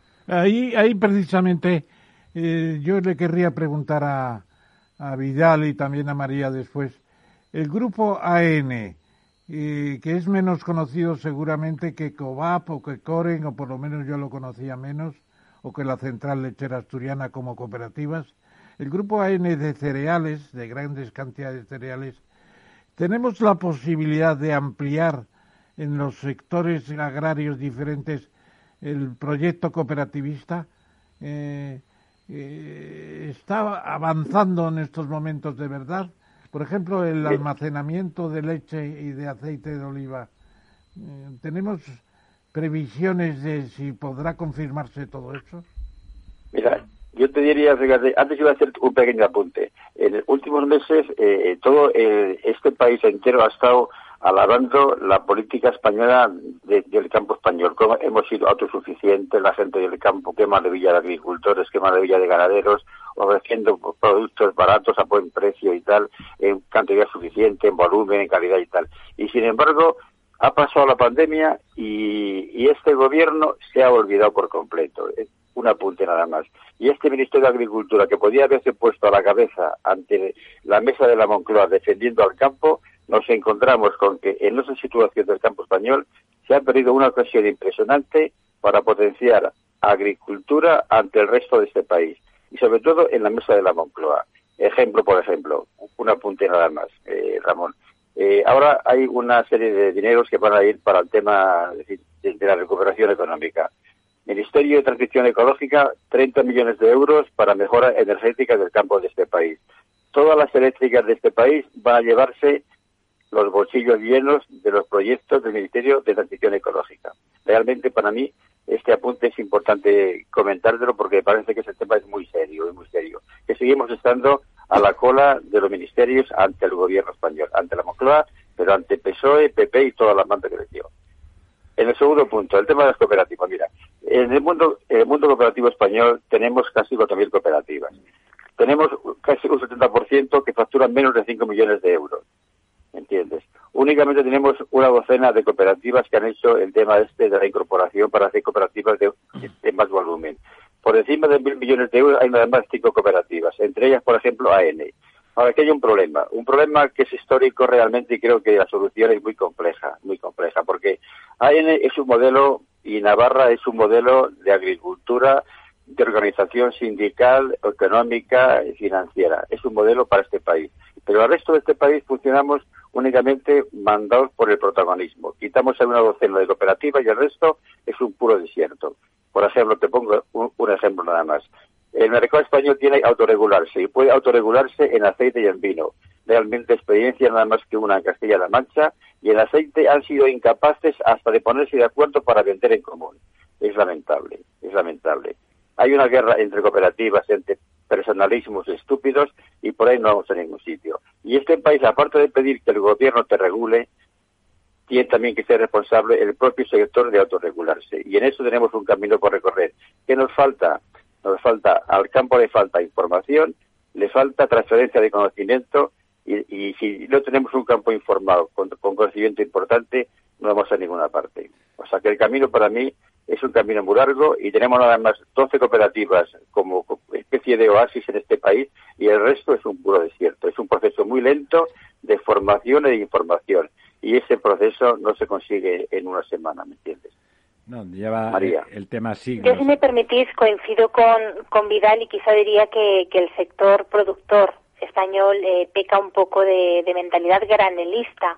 Ahí, ahí precisamente eh, yo le querría preguntar a, a Vidal y también a María después. El grupo A N, eh, que es menos conocido seguramente que COVAP o que Coren, o por lo menos yo lo conocía menos, o que la Central Lechera Asturiana como cooperativas. El grupo A N de cereales, de grandes cantidades de cereales, ¿tenemos la posibilidad de ampliar en los sectores agrarios diferentes el proyecto cooperativista? Eh, eh, ¿Está avanzando en estos momentos de verdad? Por ejemplo, el almacenamiento de leche y de aceite de oliva. Eh, ¿Tenemos previsiones de si podrá confirmarse todo eso? Mira, yo te diría, fíjate, antes iba a hacer un pequeño apunte. En los últimos meses, eh, todo eh, este país entero ha estado alabando la política española de, del campo español, cómo hemos sido autosuficientes, la gente del campo, qué maravilla de agricultores, qué maravilla de ganaderos, ofreciendo productos baratos a buen precio y tal, en cantidad suficiente, en volumen, en calidad y tal. Y sin embargo, ha pasado la pandemia y, y este gobierno se ha olvidado por completo. Un apunte nada más. Y este Ministerio de Agricultura, que podía haberse puesto a la cabeza ante la mesa de la Moncloa defendiendo al campo, nos encontramos con que en esa situación del campo español se ha perdido una ocasión impresionante para potenciar agricultura ante el resto de este país y sobre todo en la mesa de la Moncloa. Ejemplo, por ejemplo, un apunte nada más, eh, Ramón. Eh, ahora hay una serie de dineros que van a ir para el tema de, de la recuperación económica. Ministerio de Transición Ecológica, treinta millones de euros para mejora energética del campo de este país. Todas las eléctricas de este país van a llevarse los bolsillos llenos de los proyectos del Ministerio de Transición Ecológica. Realmente para mí este apunte es importante comentártelo porque me parece que ese tema es muy serio, es muy serio. Que seguimos estando a la cola de los ministerios ante el gobierno español, ante la Moncloa, pero ante P S O E, P P y toda la banda que les dio. En el segundo punto, el tema de las cooperativas. Mira, en el mundo, en el mundo cooperativo español tenemos casi cuatro mil cooperativas. tenemos casi un setenta por ciento que facturan menos de cinco millones de euros. ¿Entiendes? Únicamente tenemos una docena de cooperativas que han hecho el tema este de la incorporación para hacer cooperativas de, de más volumen. Por encima de mil millones de euros hay nada más cinco cooperativas, entre ellas, por ejemplo, A N. Ahora, aquí hay un problema, un problema que es histórico realmente y creo que la solución es muy compleja, muy compleja, porque A N es un modelo y Navarra es un modelo de agricultura, de organización sindical, económica y financiera. Es un modelo para este país. Pero el resto de este país funcionamos únicamente mandados por el protagonismo. Quitamos a una docena de cooperativas y el resto es un puro desierto. Por ejemplo, te pongo un, un ejemplo nada más. El mercado español tiene que autorregularse y puede autorregularse en aceite y en vino. Realmente experiencia nada más que una en Castilla-La Mancha, y en aceite han sido incapaces hasta de ponerse de acuerdo para vender en común. Es lamentable, es lamentable. Hay una guerra entre cooperativas, entre personalismos estúpidos, y por ahí no vamos a ningún sitio. Y este país, aparte de pedir que el gobierno te regule, tiene también que ser responsable el propio sector de autorregularse. Y en eso tenemos un camino por recorrer. ¿Qué nos falta? Nos falta, al campo le falta información, le falta transferencia de conocimiento, y, y si no tenemos un campo informado con, con conocimiento importante, no vamos a ninguna parte. O sea que el camino para mí es un camino muy largo y tenemos nada más doce cooperativas como especie de oasis en este país y el resto es un puro desierto. Es un proceso muy lento de formación e de información y ese proceso no se consigue en una semana, ¿me entiendes? No, lleva María. El, el tema siglos. Yo, si me permitís, coincido con, con Vidal y quizá diría que, que el sector productor español eh, peca un poco de, de mentalidad granelista.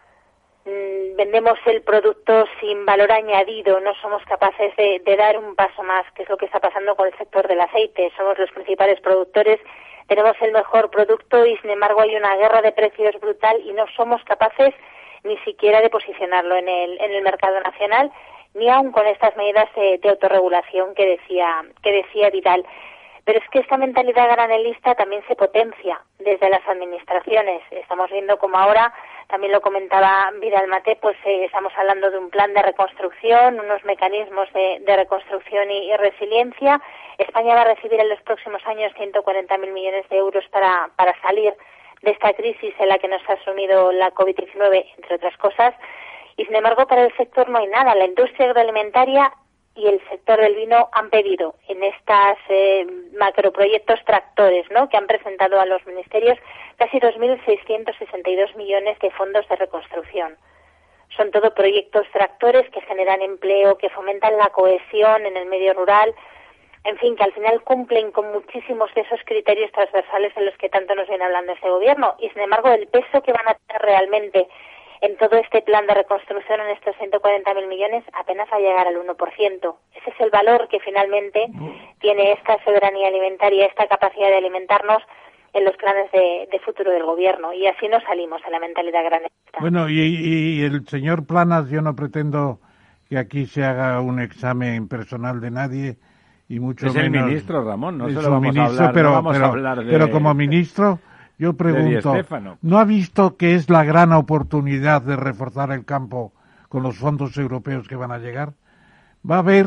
Mm, vendemos el producto sin valor añadido, no somos capaces de, de dar un paso más, que es lo que está pasando con el sector del aceite. Somos los principales productores, tenemos el mejor producto y sin embargo hay una guerra de precios brutal y no somos capaces ni siquiera de posicionarlo en el, en el mercado nacional, ni aun con estas medidas de, de autorregulación que decía, que decía Vidal. Pero es que esta mentalidad granelista también se potencia desde las administraciones. Estamos viendo como ahora, también lo comentaba Vidal Mate, pues eh, estamos hablando de un plan de reconstrucción, unos mecanismos de, de reconstrucción y, y resiliencia. España va a recibir en los próximos años ciento cuarenta mil millones de euros para, para salir de esta crisis en la que nos ha sumido la covid diecinueve, entre otras cosas. Y sin embargo, para el sector no hay nada. La industria agroalimentaria y el sector del vino han pedido en estos eh, macroproyectos tractores, ¿no?, que han presentado a los ministerios casi dos mil seiscientos sesenta y dos millones de fondos de reconstrucción. Son todo proyectos tractores que generan empleo, que fomentan la cohesión en el medio rural, en fin, que al final cumplen con muchísimos de esos criterios transversales en los que tanto nos viene hablando este gobierno. Y sin embargo, el peso que van a tener realmente en todo este plan de reconstrucción, en estos ciento cuarenta mil millones, apenas va a llegar al uno por ciento. Ese es el valor que finalmente tiene esta soberanía alimentaria, esta capacidad de alimentarnos en los planes de, de futuro del gobierno. Y así nos salimos a la mentalidad granelista. Bueno, y, y el señor Planas, yo no pretendo que aquí se haga un examen personal de nadie, y mucho es menos... el ministro, Ramón, no es se lo vamos ministro, a hablar, pero, no vamos pero, a hablar de... Pero como ministro... Yo pregunto, ¿no ha visto que es la gran oportunidad de reforzar el campo con los fondos europeos que van a llegar? Va a haber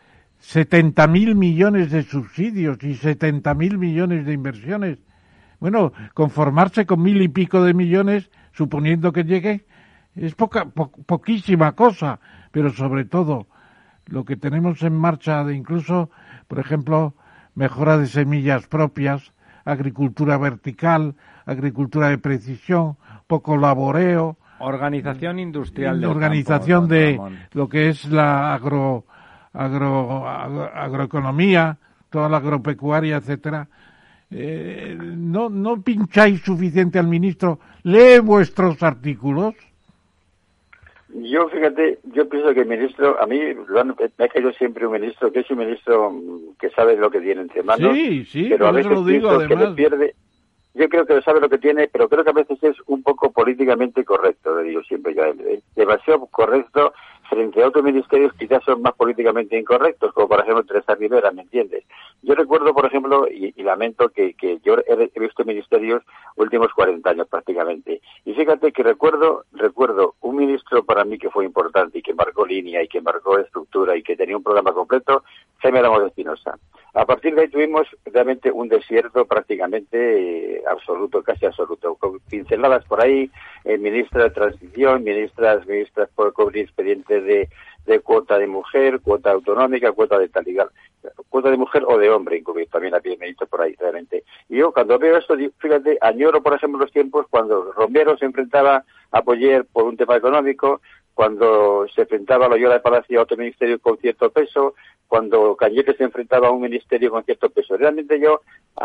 setenta mil millones de subsidios y setenta mil millones de inversiones. Bueno, conformarse con mil y pico de millones, suponiendo que llegue, es poca, po, poquísima cosa, pero sobre todo lo que tenemos en marcha de incluso, por ejemplo, mejora de semillas propias, agricultura vertical, agricultura de precisión, poco laboreo. Organización industrial del Organización campo, de Ramón. Lo que es la agro, agro, agro agroeconomía, toda la agropecuaria, etcétera. Eh, ¿no, ¿No pincháis suficiente al ministro? ¿Lee vuestros artículos? Yo, fíjate, yo pienso que el ministro, a mí me ha caído siempre un ministro que es un ministro que sabe lo que tiene entre manos, sí, sí, pero a veces lo digo, pienso que además. le pierde. Yo creo que sabe lo que tiene, pero creo que a veces es un poco políticamente correcto, le digo siempre yo a él. ¿eh? Demasiado correcto frente a otros ministerios quizás son más políticamente incorrectos, como por ejemplo Teresa Rivera, ¿me entiendes? Yo recuerdo, por ejemplo, y, y lamento que, que yo he, he visto ministerios últimos cuarenta años prácticamente, y fíjate que recuerdo recuerdo un ministro para mí que fue importante y que marcó línea y que marcó estructura y que tenía un programa completo, Jaime Ramos de Espinosa. A partir de ahí tuvimos realmente un desierto prácticamente eh, absoluto, casi absoluto, con pinceladas por ahí, eh, ministra de Transición, ministras, ministras por cubrir expedientes de, de cuota de mujer, cuota autonómica, cuota de tal y tal, cuota de mujer o de hombre, incluido también había ministro por ahí, realmente. Y yo cuando veo esto, fíjate, añoro, por ejemplo, los tiempos cuando Romero se enfrentaba a Boyer por un tema económico, cuando se enfrentaba a Loyola de Palacio a otro ministerio con cierto peso, cuando Cañete se enfrentaba a un ministerio con cierto peso. Realmente yo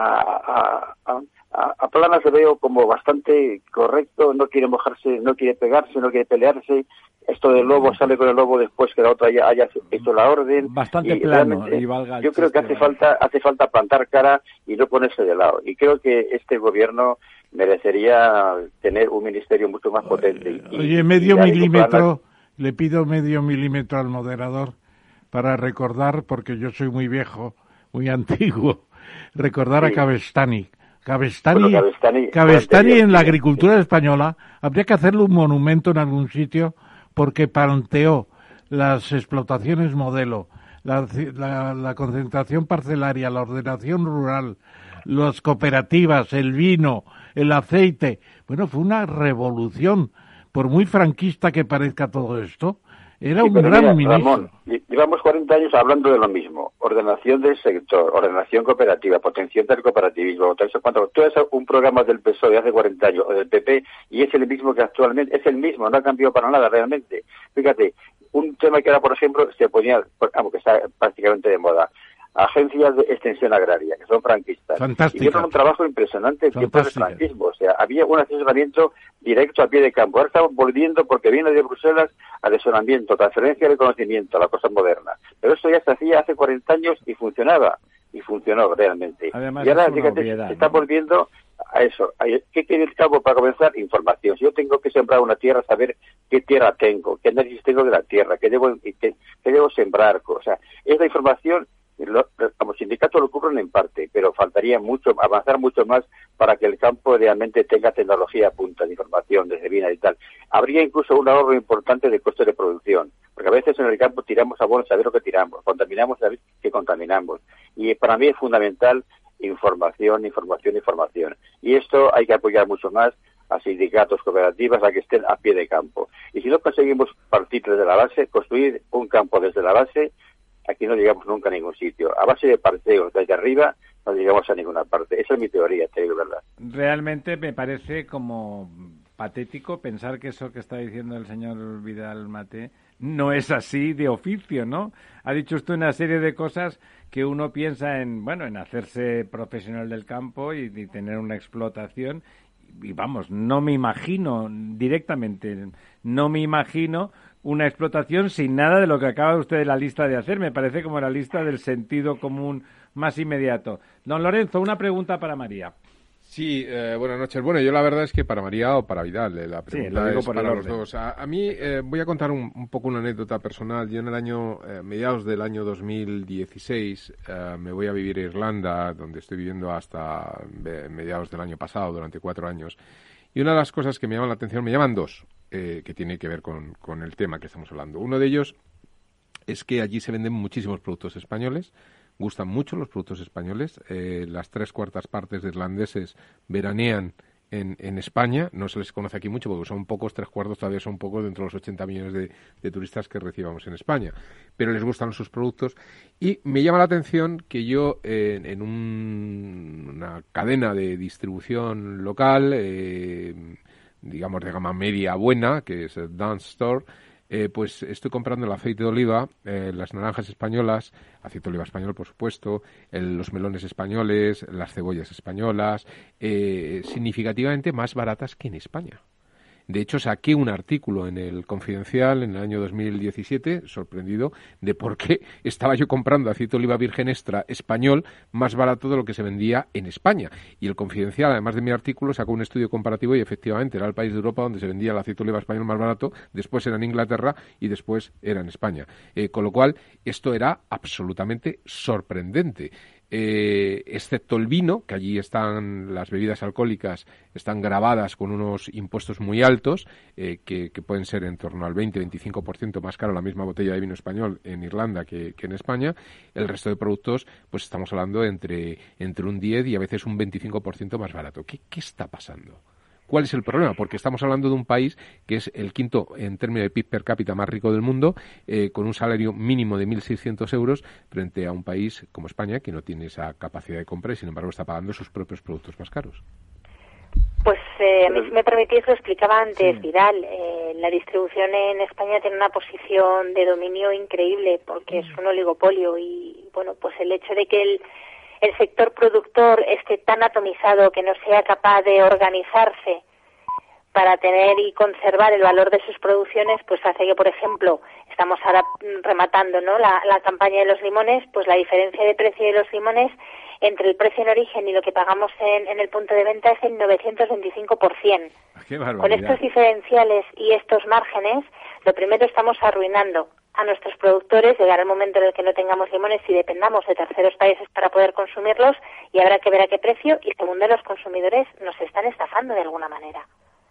a, a, a, a Planas lo veo como bastante correcto, no quiere mojarse, no quiere pegarse, no quiere pelearse. Esto del lobo sale con el lobo después que la otra haya, haya hecho la orden. Bastante y plano. Y valga yo creo que hace falta, hace falta plantar cara y no ponerse de lado. Y creo que este gobierno merecería tener un ministerio mucho más potente. Y, Oye, medio milímetro, le pido medio milímetro al moderador para recordar, porque yo soy muy viejo, muy antiguo, recordar sí. a Cabestany. Cabestany, bueno, Cabestany, Cabestany en la agricultura española, habría que hacerle un monumento en algún sitio, porque planteó las explotaciones modelo, la, la, la concentración parcelaria, la ordenación rural, las cooperativas, el vino, el aceite. Bueno, fue una revolución. Por muy franquista que parezca todo esto, era sí, un gran mira, ministro. Ramón, llevamos cuarenta años hablando de lo mismo. Ordenación del sector, ordenación cooperativa, potenciación del cooperativismo, todo eso, cuando tú haces un programa del P S O E de hace cuarenta años, o del P P, y es el mismo que actualmente, es el mismo, no ha cambiado para nada realmente. Fíjate, un tema que era, por ejemplo, se ponía, vamos, que está prácticamente de moda, agencias de extensión agraria, que son franquistas. Fantástica. Y hicieron un trabajo impresionante en tiempos de franquismo. O sea, había un asesoramiento directo a pie de campo. Ahora estamos volviendo, porque viene de Bruselas, al asesoramiento, transferencia de conocimiento, a la cosa moderna. Pero eso ya se hacía hace cuarenta años y funcionaba. Y funcionó realmente. Además, y ahora, es una fíjate, obviedad, se está ¿no? volviendo a eso. ¿Qué quiere el campo para comenzar? Información. Si yo tengo que sembrar una tierra, saber qué tierra tengo, qué análisis tengo de la tierra, qué debo, qué, qué debo sembrar. O sea, esta información, los sindicatos lo cubren en parte, pero faltaría mucho, avanzar mucho más para que el campo realmente tenga tecnología a punta de información, desde Vina y tal. Habría incluso un ahorro importante de costes de producción, porque a veces en el campo tiramos a bueno saber lo que tiramos, contaminamos saber que contaminamos. Y para mí es fundamental información, información, información. Y esto hay que apoyar mucho más a sindicatos, cooperativas, a que estén a pie de campo. Y si no conseguimos partir desde la base, construir un campo desde la base, aquí no llegamos nunca a ningún sitio. A base de parteos desde arriba no llegamos a ninguna parte. Esa es mi teoría, te digo verdad. Realmente me parece como patético pensar que eso que está diciendo el señor Vidal Maté no es así de oficio, ¿no? Ha dicho usted una serie de cosas que uno piensa en, bueno, en hacerse profesional del campo y, y tener una explotación. Y vamos, no me imagino directamente, no me imagino una explotación sin nada de lo que acaba usted de la lista de hacer. Me parece como la lista del sentido común más inmediato. Don Lorenzo, una pregunta para María. Sí, eh, buenas noches. Bueno, yo la verdad es que para María o para Vidal, eh, la pregunta sí, lo digo es por para el los orden. dos. A, a mí eh, voy a contar un, un poco una anécdota personal. Yo en el año, eh, mediados del año dos mil dieciséis, eh, me voy a vivir a Irlanda, donde estoy viviendo hasta eh, mediados del año pasado, durante cuatro años. Y una de las cosas que me llaman la atención, me llaman dos, eh, que tiene que ver con, con el tema que estamos hablando. Uno de ellos es que allí se venden muchísimos productos españoles. Gustan mucho los productos españoles. Eh, las tres cuartas partes de irlandeses veranean en, en España. No se les conoce aquí mucho porque son pocos, tres cuartos todavía son pocos dentro de los ochenta millones de, de turistas que recibamos en España. Pero les gustan sus productos. Y me llama la atención que yo eh, en un, una cadena de distribución local, eh, digamos de gama media buena, que es el Dance Store, Eh, pues estoy comprando el aceite de oliva, eh, las naranjas españolas, aceite de oliva español, por supuesto, el, los melones españoles, las cebollas españolas, eh, significativamente más baratas que en España. De hecho, saqué un artículo en el Confidencial en el año dos mil diecisiete, sorprendido de por qué estaba yo comprando aceite de oliva virgen extra español más barato de lo que se vendía en España. Y el Confidencial, además de mi artículo, sacó un estudio comparativo y efectivamente era el país de Europa donde se vendía el aceite de oliva español más barato, después era en Inglaterra y después era en España. Eh, con lo cual, esto era absolutamente sorprendente. eh, excepto el vino, que allí están las bebidas alcohólicas, están gravadas con unos impuestos muy altos, eh, que, que pueden ser en torno al veinte a veinticinco por ciento más caro la misma botella de vino español en Irlanda que, que en España. El resto de productos, pues estamos hablando entre, entre un diez y a veces un veinticinco por ciento más barato. ¿Qué, qué está pasando? ¿Cuál es el problema? Porque estamos hablando de un país que es el quinto en términos de P I B per cápita más rico del mundo, eh, con un salario mínimo de mil seiscientos euros, frente a un país como España, que no tiene esa capacidad de compra y, sin embargo, está pagando sus propios productos más caros. Pues eh, a mí, si me permitís, lo explicaba antes sí. Vidal. Eh, la distribución en España tiene una posición de dominio increíble porque es un oligopolio y, bueno, pues el hecho de que el el sector productor esté tan atomizado que no sea capaz de organizarse para tener y conservar el valor de sus producciones, pues hace que, por ejemplo, estamos ahora rematando, ¿no?, la, la campaña de los limones, pues la diferencia de precio de los limones entre el precio en origen y lo que pagamos en, en el punto de venta es el novecientos veinticinco por ciento. ¡Qué barbaridad! Con estos diferenciales y estos márgenes, lo primero, estamos arruinando a nuestros productores. Llegará el momento en el que no tengamos limones y dependamos de terceros países para poder consumirlos, y habrá que ver a qué precio. Y segundo, los consumidores nos están estafando de alguna manera.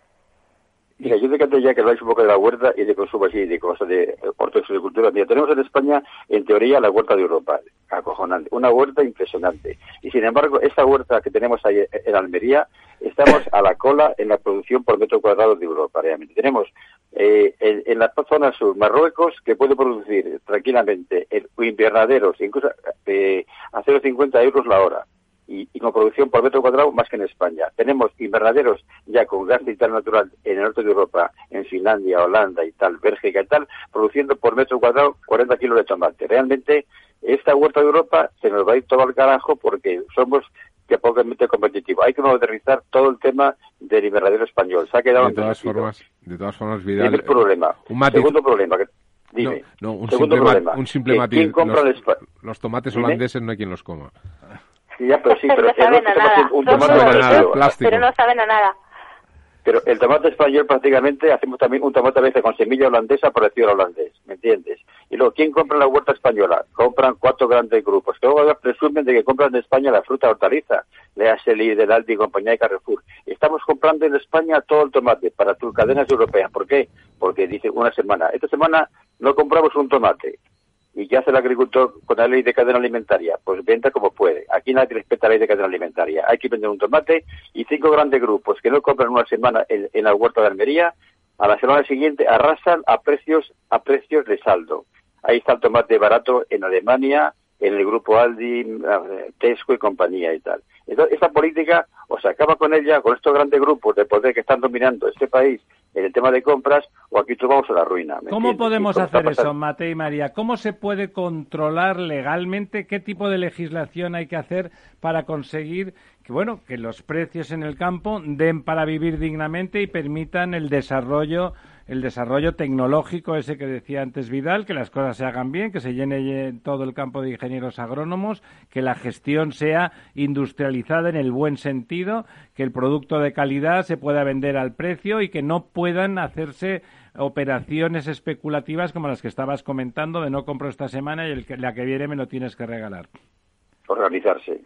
Mira, yo te ya que habláis un poco de la huerta y de consumo así, de cosas de horticultura. Mira, tenemos en España, en teoría, la huerta de Europa, acojonante, una huerta impresionante. Y sin embargo, esta huerta que tenemos ahí en Almería, estamos a la cola en la producción por metro cuadrado de Europa, realmente. Tenemos eh, en, en la zona sur Marruecos, que puede producir tranquilamente en invernaderos, incluso eh, a cero coma cincuenta euros la hora. Y, y con producción por metro cuadrado más que en España. Tenemos invernaderos ya con gas vital natural en el norte de Europa, en Finlandia, Holanda y tal, Bélgica y tal, produciendo por metro cuadrado cuarenta kilos de tomate. Realmente, esta huerta de Europa se nos va a ir todo al carajo porque somos que pocamente competitivos. Hay que modernizar todo el tema del invernadero español. Se ha quedado de todas formas, de todas formas, Vidal. Primer problema. Un matiz... Segundo problema. Que... Dime. No, no, un Segundo simple problema. Un simple matiz. ¿Quién compra los, el espa... los tomates ¿Dime? holandeses no hay quien los coma. Sí, ya, pero sí, pero no saben a nada. Un Son tomate muy español, bonitos, plástico. pero no saben a nada. Pero el tomate español prácticamente hacemos también un tomate a veces con semilla holandesa parecido al holandés, ¿me entiendes? Y luego, ¿quién compra la huerta española? Compran cuatro grandes grupos, que luego presumen de que compran de España la fruta hortaliza, léase Lidl, Aldi, compañía de Carrefour. Estamos comprando en España todo el tomate para tus cadenas europeas. ¿Por qué? Porque dice una semana. Esta semana no compramos un tomate. ¿Y qué hace el agricultor con la ley de cadena alimentaria? Pues venta como puede. Aquí nadie respeta la ley de cadena alimentaria. Hay que vender un tomate y cinco grandes grupos que no compran una semana en, en la huerta de Almería, a la semana siguiente arrasan a precios a precios de saldo. Ahí está el tomate barato en Alemania, en el grupo Aldi, Tesco y compañía y tal. Entonces, esta política, o se acaba con ella, con estos grandes grupos de poder que están dominando este país en el tema de compras, o aquí nos vamos a la ruina. ¿Cómo entiendes? podemos ¿Cómo hacer eso, Matei y María? ¿Cómo se puede controlar legalmente? ¿Qué tipo de legislación hay que hacer para conseguir que, bueno, que los precios en el campo den para vivir dignamente y permitan el desarrollo el desarrollo tecnológico ese que decía antes Vidal, que las cosas se hagan bien, que se llene todo el campo de ingenieros agrónomos, que la gestión sea industrializada en el buen sentido, que el producto de calidad se pueda vender al precio y que no puedan hacerse operaciones especulativas como las que estabas comentando de no compro esta semana y el que, la que viene me lo tienes que regalar? Organizarse.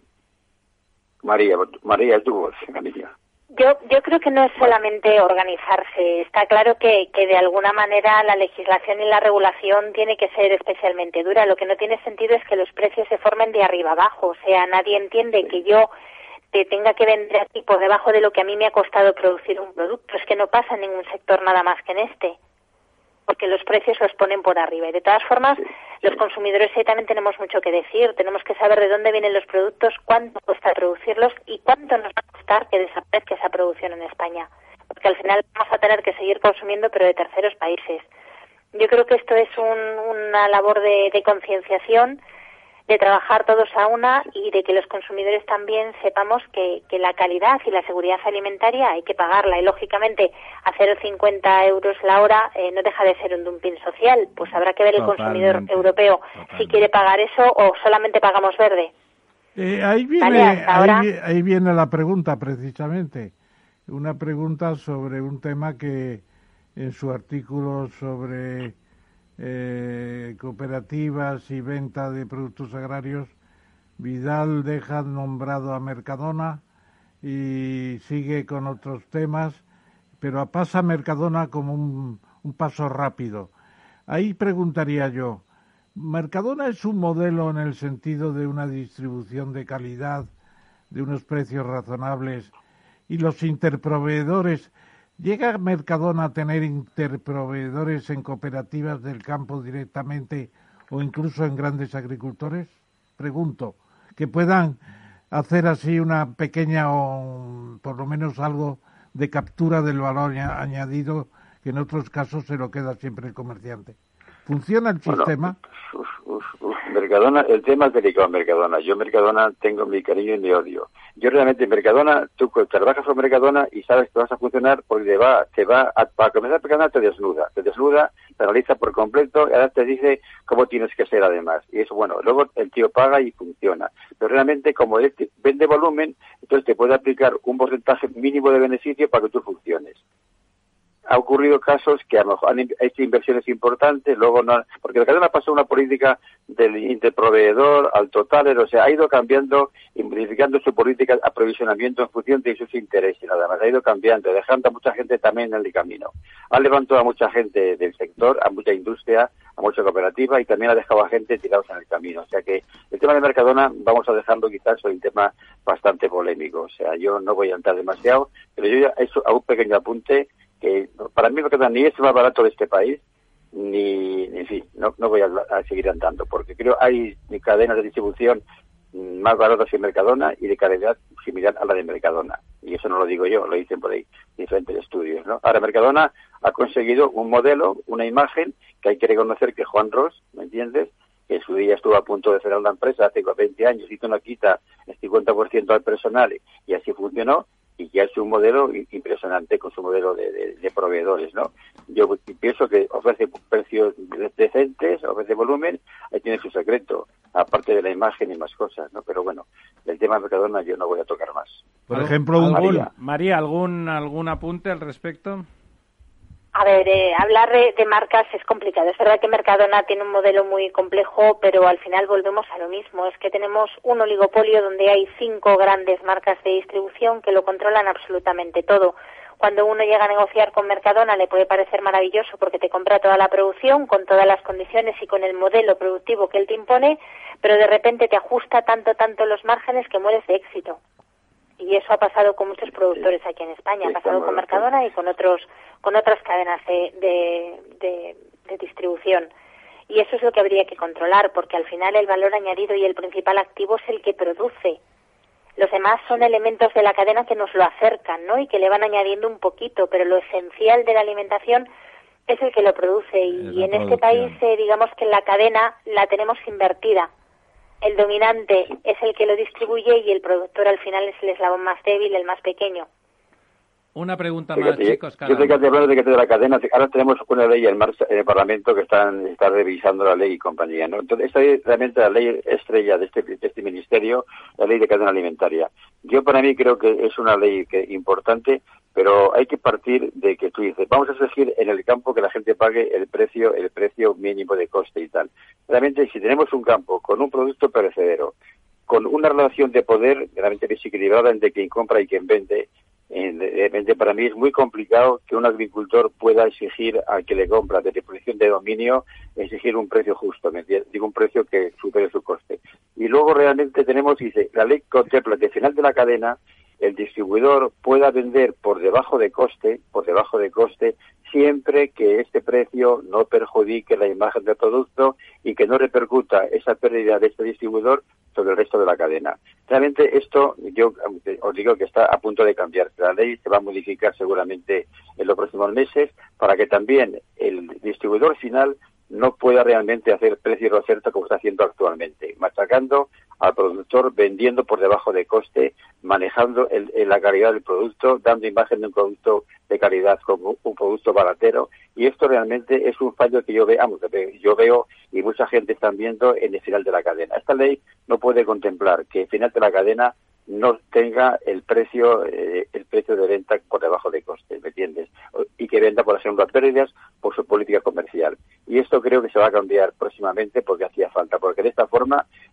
María, María, es tu voz, María. Yo, yo creo que no es solamente organizarse. Está claro que, que de alguna manera la legislación y la regulación tiene que ser especialmente dura. Lo que no tiene sentido es que los precios se formen de arriba abajo. O sea, nadie entiende que yo te tenga que vender a ti por debajo de lo que a mí me ha costado producir un producto. Es que no pasa en ningún sector nada más que en este, porque los precios los ponen por arriba. Y de todas formas, los consumidores ahí también tenemos mucho que decir. Tenemos que saber de dónde vienen los productos, cuánto cuesta producirlos y cuánto nos va a costar que desaparezca esa producción en España. Porque al final vamos a tener que seguir consumiendo, pero de terceros países. Yo creo que esto es un, una labor de, de concienciación, de trabajar todos a una y de que los consumidores también sepamos que, que la calidad y la seguridad alimentaria hay que pagarla. Y lógicamente a cero coma cincuenta euros la hora eh, no deja de ser un dumping social. Pues habrá que ver el Totalmente. consumidor europeo Totalmente. si quiere pagar eso o solamente pagamos verde. Eh, ahí, viene, vale, ahora... ahí, ahí viene la pregunta precisamente. Una pregunta sobre un tema que en su artículo sobre... Eh, cooperativas y venta de productos agrarios Vidal deja nombrado a Mercadona y sigue con otros temas, pero pasa a Mercadona como un, un paso rápido. Ahí preguntaría yo, ¿Mercadona es un modelo en el sentido de una distribución de calidad, de unos precios razonables, y los interproveedores? ¿Llega Mercadona a tener interproveedores en cooperativas del campo directamente o incluso en grandes agricultores? Pregunto, que puedan hacer así una pequeña o por lo menos algo de captura del valor añadido que en otros casos se lo queda siempre el comerciante. ¿Funciona el sistema? Bueno, uf, uf, uf. Mercadona, el tema es delicado en Mercadona. Yo en Mercadona tengo mi cariño y mi odio. Yo realmente en Mercadona, tú trabajas con Mercadona y sabes que vas a funcionar porque te va, te va a, para comenzar Mercadona te desnuda, te desnuda, te analiza por completo y ahora te dice cómo tienes que ser además. Y eso, bueno, luego el tío paga y funciona. Pero realmente como él te vende volumen, entonces te puede aplicar un porcentaje mínimo de beneficio para que tú funciones. Ha ocurrido casos que a lo mejor han hecho inversiones importantes, luego no, porque la cadena pasó una política del interproveedor al total, o sea, ha ido cambiando y modificando su política de aprovisionamiento en función de sus intereses, nada más, ha ido cambiando, dejando a mucha gente también en el camino. Ha levantado a mucha gente del sector, a mucha industria, a mucha cooperativa y también ha dejado a gente tirados en el camino. O sea que el tema de Mercadona vamos a dejarlo quizás soy un tema bastante polémico. O sea, yo no voy a entrar demasiado, pero yo ya he hecho un pequeño apunte que para mí Mercadona ni es el más barato de este país, ni, en fin, no, no voy a, a seguir andando, porque creo hay cadenas de distribución más baratas que Mercadona y de calidad similar a la de Mercadona. Y eso no lo digo yo, lo dicen por ahí diferentes estudios, ¿no? Ahora, Mercadona ha conseguido un modelo, una imagen, que hay que reconocer que Juan Ros, ¿me entiendes?, que en su día estuvo a punto de cerrar la empresa hace veinte años, hizo una quita el cincuenta por ciento al personal y así funcionó, y ya es un modelo impresionante con su modelo de, de, de proveedores, ¿no? Yo pienso que ofrece precios decentes, ofrece volumen, ahí tiene su secreto, aparte de la imagen y más cosas, ¿no? Pero bueno, el tema de Mercadona yo no voy a tocar más. Por ejemplo, un María, María ¿algún, algún apunte al respecto? A ver, eh, hablar de, de marcas es complicado. Es verdad que Mercadona tiene un modelo muy complejo, pero al final volvemos a lo mismo. Es que tenemos un oligopolio donde hay cinco grandes marcas de distribución que lo controlan absolutamente todo. Cuando uno llega a negociar con Mercadona le puede parecer maravilloso porque te compra toda la producción con todas las condiciones y con el modelo productivo que él te impone, pero de repente te ajusta tanto, tanto los márgenes que mueres de éxito. Y eso ha pasado con muchos productores aquí en España, ha pasado con Mercadona y con otros con otras cadenas de, de, de, de distribución. Y eso es lo que habría que controlar, porque al final el valor añadido y el principal activo es el que produce. Los demás son elementos de la cadena que nos lo acercan, ¿no? Y que le van añadiendo un poquito, pero lo esencial de la alimentación es el que lo produce. Y, y en este país, eh, digamos que la cadena la tenemos invertida. El dominante es el que lo distribuye y el productor al final es el eslabón más débil, el más pequeño. Una pregunta Fíjate, más, chicos. Yo sé que te hablo de que de la cadena, ahora tenemos una ley en marcha en el Parlamento que están, está revisando la ley y compañía, ¿no? Entonces, esta es realmente la ley estrella de este, de este ministerio, la ley de cadena alimentaria. Yo para mí creo que es una ley que importante, pero hay que partir de que tú dices, vamos a exigir en el campo que la gente pague el precio, el precio mínimo de coste y tal. Realmente, si tenemos un campo con un producto perecedero, con una relación de poder realmente desequilibrada entre quien compra y quien vende, realmente para mí es muy complicado que un agricultor pueda exigir al que le compra de disposición de dominio, exigir un precio justo, ¿me entiendes? Digo, un precio que supere su coste. Y luego realmente tenemos, dice, la ley contempla que al final de la cadena el distribuidor pueda vender por debajo de coste, por debajo de coste, siempre que este precio no perjudique la imagen del producto y que no repercuta esa pérdida de este distribuidor sobre el resto de la cadena. Realmente esto, yo os digo que está a punto de cambiar. La ley se va a modificar seguramente en los próximos meses para que también el distribuidor final no pueda realmente hacer precio de oferta como está haciendo actualmente, machacando al productor, vendiendo por debajo de coste, manejando el, el, la calidad del producto, dando imagen de un producto de calidad como un producto baratero, y esto realmente es un fallo que yo veo, vamos, yo veo y mucha gente está viendo en el final de la cadena. Esta ley no puede contemplar que el final de la cadena no tenga el precio eh, el precio de venta por debajo de coste, ¿me entiendes? Y que venda por ejemplo a pérdidas por su política comercial. Y esto creo que se va a cambiar próximamente porque hacía falta, porque de esta forma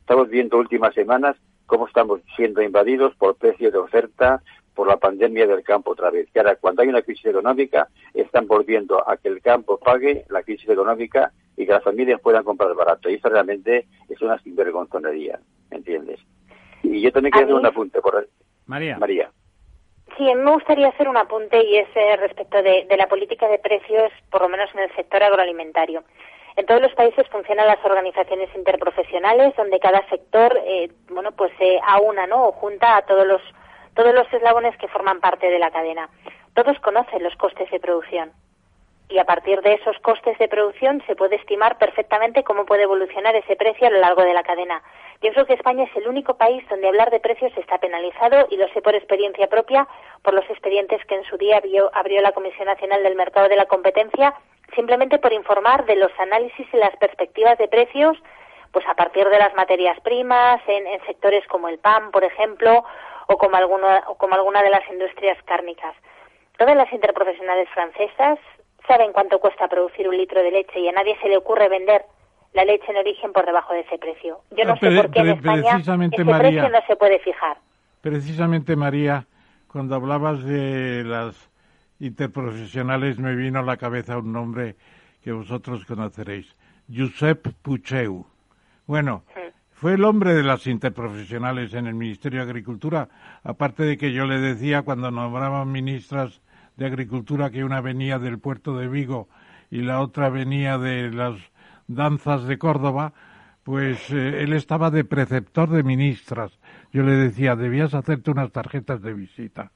estamos viendo últimas semanas cómo estamos siendo invadidos por precios de oferta, por la pandemia del campo otra vez. Que ahora, cuando hay una crisis económica, están volviendo a que el campo pague la crisis económica y que las familias puedan comprar barato. Y eso realmente es una sinvergonzonería, ¿me entiendes? Y yo también quiero hacer un apunte. Por... María. María. Sí, a mí me gustaría hacer un apunte y es eh, respecto de, de la política de precios, por lo menos en el sector agroalimentario. En todos los países funcionan las organizaciones interprofesionales, donde cada sector, eh, bueno, pues se eh, aúna, ¿no? O junta a todos los todos los eslabones que forman parte de la cadena. Todos conocen los costes de producción y a partir de esos costes de producción se puede estimar perfectamente cómo puede evolucionar ese precio a lo largo de la cadena. Yo creo que España es el único país donde hablar de precios está penalizado y lo sé por experiencia propia, por los expedientes que en su día abrió, abrió la Comisión Nacional del Mercado de la Competencia, simplemente por informar de los análisis y las perspectivas de precios, pues a partir de las materias primas, en, en sectores como el pan, por ejemplo, o como, alguna, o como alguna de las industrias cárnicas. Todas las interprofesionales francesas saben cuánto cuesta producir un litro de leche y a nadie se le ocurre vender la leche en origen por debajo de ese precio. Yo no Pre- sé por qué en pre- España ese María, precio no se puede fijar. Precisamente, María, cuando hablabas de las interprofesionales me vino a la cabeza un nombre que vosotros conoceréis, Josep Pucheu. Bueno, sí. Fue el hombre de las interprofesionales en el Ministerio de Agricultura, aparte de que yo le decía cuando nombraban ministras de Agricultura que una venía del puerto de Vigo y la otra venía de las danzas de Córdoba, pues eh, él estaba de preceptor de ministras. Yo le decía, debías hacerte unas tarjetas de visita.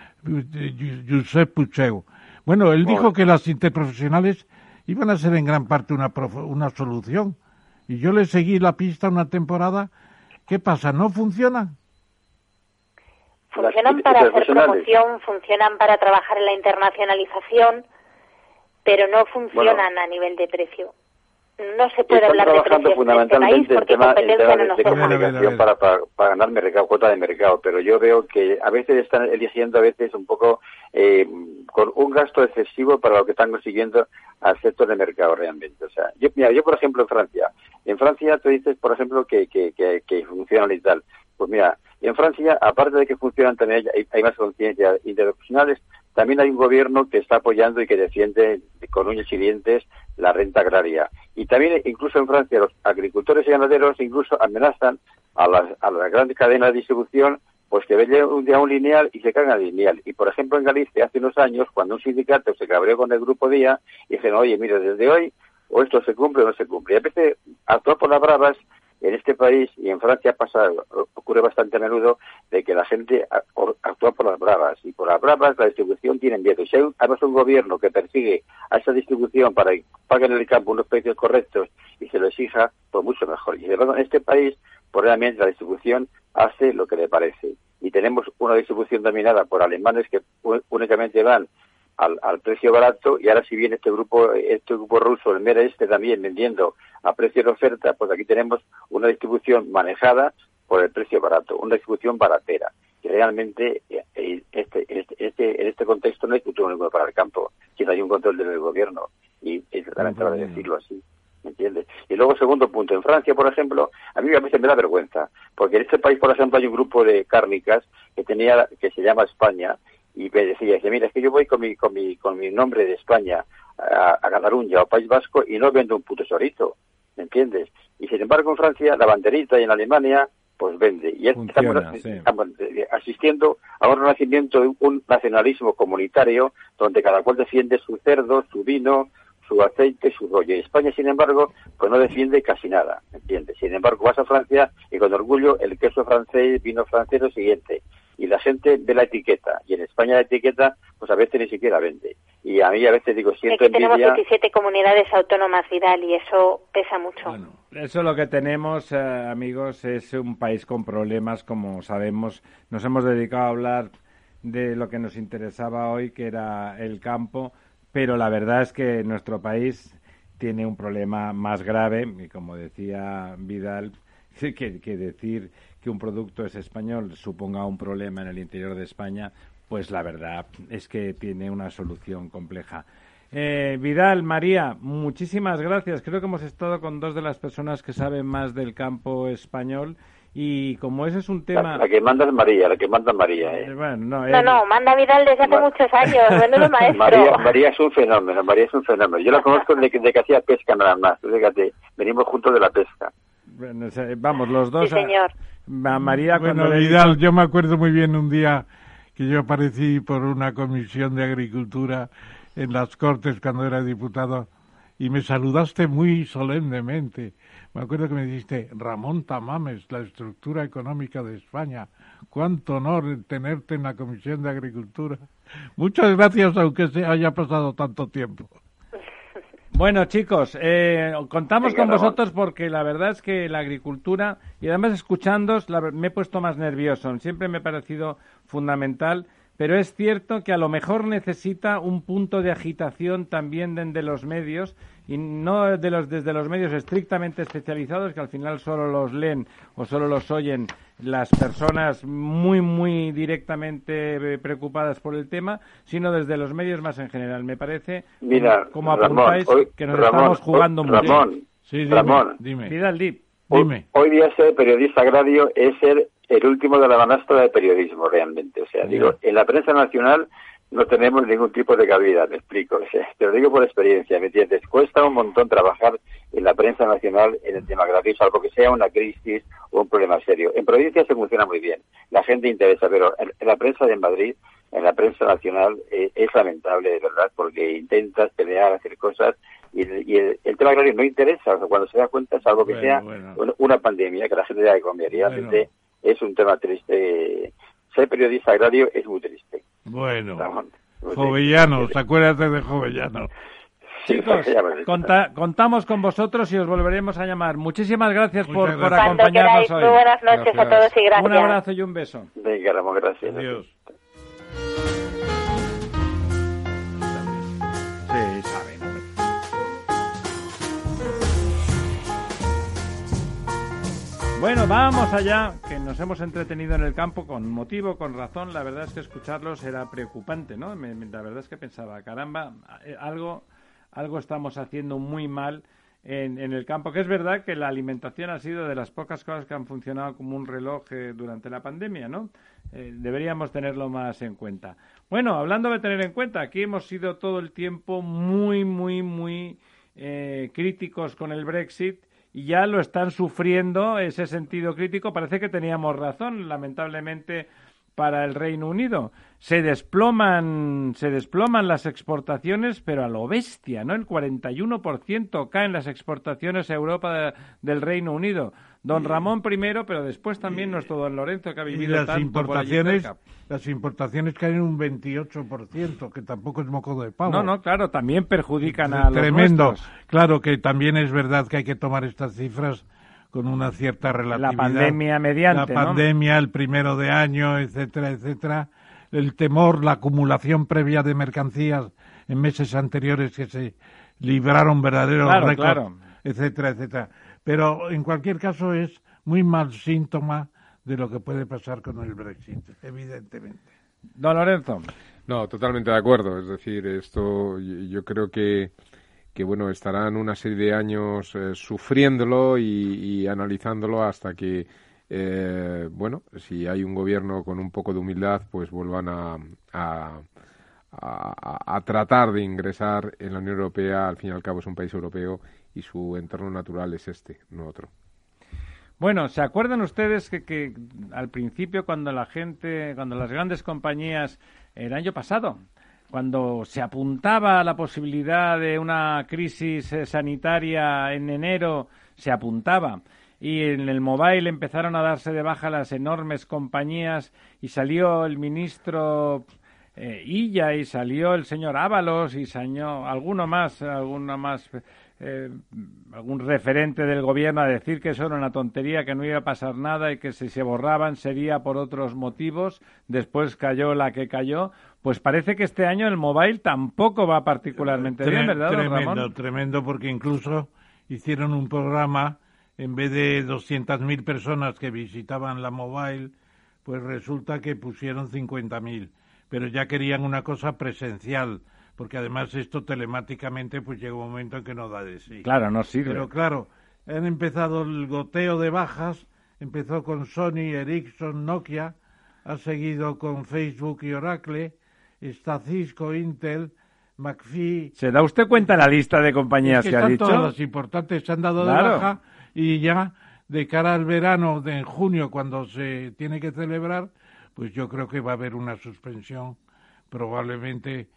Josep Pucheu. Bueno, él dijo que las interprofesionales iban a ser en gran parte una, una solución. Y yo le seguí la pista una temporada. ¿Qué pasa? ¿No funcionan? Funcionan para hacer promoción, funcionan para trabajar en la internacionalización, pero no funcionan bueno. a nivel de precio. No se puede hablar de precios fundamentalmente en este país porque tema, competencia tema no de, nos de comunicación para, para, para ganar mercado, cuota de mercado, pero yo veo que a veces están eligiendo a veces un poco eh, con un gasto excesivo para lo que están consiguiendo al sector de mercado realmente. O sea, yo, mira, yo por ejemplo en Francia, en Francia tú dices por ejemplo que, que, que, que funcionan y tal. Pues mira, en Francia, aparte de que funcionan también, hay, hay más conciencias interprofesionales, también hay un gobierno que está apoyando y que defiende con uñas y dientes la renta agraria. Y también, incluso en Francia, los agricultores y ganaderos incluso amenazan a las, a las grandes cadenas de distribución pues que ven un día un lineal y se cargan el lineal. Y, por ejemplo, en Galicia, hace unos años, cuando un sindicato se cabreó con el Grupo Día, dicen, oye, mira, desde hoy, o esto se cumple o no se cumple. Y a veces, actuar por las bravas, en este país y en Francia pasa, ocurre bastante a menudo de que la gente actúa por las bravas y por las bravas la distribución tiene miedo. Y si hay además un gobierno que persigue a esa distribución para que paguen en el campo unos precios correctos y se lo exija, pues mucho mejor. Y sin embargo, en este país, pues realmente la distribución hace lo que le parece. Y tenemos una distribución dominada por alemanes que únicamente van Al, al precio barato, y ahora si viene este grupo este grupo ruso, el Mera este también vendiendo a precio de oferta, pues aquí tenemos una distribución manejada por el precio barato, una distribución baratera, que realmente este, este, este, en este contexto no hay futuro ninguno para el campo, sino hay un control del gobierno, y es lamentable uh-huh. decirlo así, ¿me entiendes? Y luego, segundo punto, en Francia, por ejemplo, a mí a veces me da vergüenza, porque en este país, por ejemplo, hay un grupo de cárnicas que tenía que se llama España, y me decía, que mira, es que yo voy con mi con mi con mi nombre de España a, a Cataluña o País Vasco y no vendo un puto chorizo, ¿me entiendes? Y sin embargo en Francia la banderita y en Alemania pues vende. Y Funciona, estamos, sí. estamos asistiendo a un renacimiento de un nacionalismo comunitario donde cada cual defiende su cerdo, su vino, su aceite, su rollo. Y España, sin embargo, pues no defiende casi nada, ¿me entiendes? Sin embargo, vas a Francia y con orgullo el queso francés, vino francés, lo siguiente. Y la gente ve la etiqueta, y en España la etiqueta, pues a veces ni siquiera vende. Y a mí a veces digo, siento Aquí envidia... tenemos diecisiete comunidades autónomas, Vidal, y eso pesa mucho. Bueno, eso lo que tenemos, eh, amigos, es un país con problemas, como sabemos. Nos hemos dedicado a hablar de lo que nos interesaba hoy, que era el campo, pero la verdad es que nuestro país tiene un problema más grave, y como decía Vidal, que, que decir que un producto es español suponga un problema en el interior de España, pues la verdad es que tiene una solución compleja. Eh, Vidal, María, muchísimas gracias. Creo que hemos estado con dos de las personas que saben más del campo español y como ese es un tema... La, la que manda es María, la que manda es María. ¿eh? Eh, bueno, no, No, él... no, manda Vidal desde hace Ma... muchos años, menudo maestro. María, María es un fenómeno, María es un fenómeno. Yo la conozco de que, de que hacía pesca nada más. Fíjate, venimos juntos de la pesca. Bueno, vamos, los dos... Sí, señor. A, a María bueno, cuando Vidal, dicho... yo me acuerdo muy bien un día que yo aparecí por una comisión de agricultura en las Cortes cuando era diputado y me saludaste muy solemnemente. Me acuerdo que me dijiste, Ramón Tamames, la estructura económica de España. Cuánto honor tenerte en la Comisión de Agricultura. Muchas gracias, aunque se haya pasado tanto tiempo. Bueno, chicos, eh, contamos Venga, con Ramón. vosotros porque la verdad es que la agricultura, y además escuchándos, la, me he puesto más nervioso. Siempre me ha parecido fundamental, pero es cierto que a lo mejor necesita un punto de agitación también desde los medios, y no de los, desde los medios estrictamente especializados, que al final solo los leen o solo los oyen las personas muy, muy directamente preocupadas por el tema, sino desde los medios más en general. Me parece, Mira, como apuntáis, Ramón, hoy, que nos Ramón, estamos jugando hoy, mucho. Ramón, Sí, dime, Ramón, dime. Vidal, di. Dime. Hoy, hoy día ser periodista agrario es ser el último de la banastra de periodismo, realmente. O sea, Sí. digo, en la prensa nacional no tenemos ningún tipo de cabida, me explico. O sea, te lo digo por experiencia, ¿me entiendes? Cuesta un montón trabajar en la prensa nacional en el tema agrario, salvo que sea una crisis o un problema serio. En provincia se funciona muy bien, la gente interesa, pero en, en la prensa de Madrid, en la prensa nacional, eh, es lamentable, de verdad, porque intentas pelear, hacer cosas, y, el, y el, el tema agrario no interesa. O sea, cuando se da cuenta, salvo que Bueno, sea bueno. una, una pandemia, que la gente tenga que comer, y realmente Bueno. es un tema triste. Ser periodista agrario es muy triste. Bueno, Ramón. Jovellanos, acuérdate de Jovellanos. Chicos, Ya me- conta- contamos con vosotros y os volveremos a llamar. Muchísimas gracias por, Muchas por gracias. Cuando acompañarnos queráis, hoy. muy buenas noches Gracias. a todos y gracias. Un abrazo y un beso. Venga, Ramón, gracias. Adiós. Sí, saben. Bueno, vamos allá, que nos hemos entretenido en el campo con motivo, con razón. La verdad es que escucharlos era preocupante, ¿no? Me- me- la verdad es que pensaba, caramba, eh, algo, algo estamos haciendo muy mal en, en el campo, que es verdad que la alimentación ha sido de las pocas cosas que han funcionado como un reloj eh, durante la pandemia, ¿no? Eh, deberíamos tenerlo más en cuenta. Bueno, hablando de tener en cuenta, aquí hemos sido todo el tiempo muy, muy, muy eh, críticos con el Brexit y ya lo están sufriendo ese sentido crítico. Parece que teníamos razón, lamentablemente, para el Reino Unido. Se desploman, se desploman las exportaciones, pero a lo bestia, ¿no? El cuarenta y uno por ciento caen las exportaciones a Europa de- del Reino Unido. Don Ramón primero, pero después también nuestro don Lorenzo, que ha Y vivido las tanto por allí importaciones, cerca. las importaciones caen un veintiocho por ciento, que tampoco es moco de pavo. No, no, claro, también perjudican a los Tremendo. nuestros. Claro que también es verdad que hay que tomar estas cifras con una cierta relatividad. La pandemia mediante, La ¿no? pandemia, el primero de año, etcétera, etcétera. El temor, la acumulación previa de mercancías en meses anteriores que se libraron verdaderos Claro, récords, claro. etcétera, etcétera. Pero en cualquier caso es muy mal síntoma de lo que puede pasar con el Brexit, evidentemente. Don Lorenzo. No, totalmente de acuerdo. Es decir, esto yo, yo creo que, que bueno, estarán una serie de años eh, sufriéndolo y, y analizándolo hasta que, eh, bueno, si hay un gobierno con un poco de humildad, pues vuelvan a, a, a, a tratar de ingresar en la Unión Europea. Al fin y al cabo es un país europeo y su entorno natural es este, no otro. Bueno, ¿se acuerdan ustedes que, que al principio cuando la gente, cuando las grandes compañías, el año pasado, cuando se apuntaba a la posibilidad de una crisis eh, sanitaria en enero, se apuntaba, y en el mobile empezaron a darse de baja las enormes compañías y salió el ministro eh, Illa y salió el señor Ábalos y salió alguno más, alguno más... Eh, algún referente del gobierno a decir que eso era una tontería, que no iba a pasar nada y que si se borraban sería por otros motivos. Después cayó la que cayó. Pues parece que este año el mobile tampoco va particularmente Tre- bien, ¿verdad, don Tremendo, Ramón? tremendo, porque incluso hicieron un programa, en vez de doscientas mil personas que visitaban la mobile, pues resulta que pusieron cincuenta mil. Pero ya querían una cosa presencial, porque además esto telemáticamente pues llega un momento en que no da de sí. Claro, no sirve. Pero claro, han empezado el goteo de bajas, empezó con Sony, Ericsson, Nokia, ha seguido con Facebook y Oracle, está Cisco, Intel, McAfee. ¿Se da usted cuenta la lista de compañías es que, que ha están dicho? Todas las importantes se han dado Claro. de baja y ya de cara al verano de en junio, cuando se tiene que celebrar, pues yo creo que va a haber una suspensión, probablemente,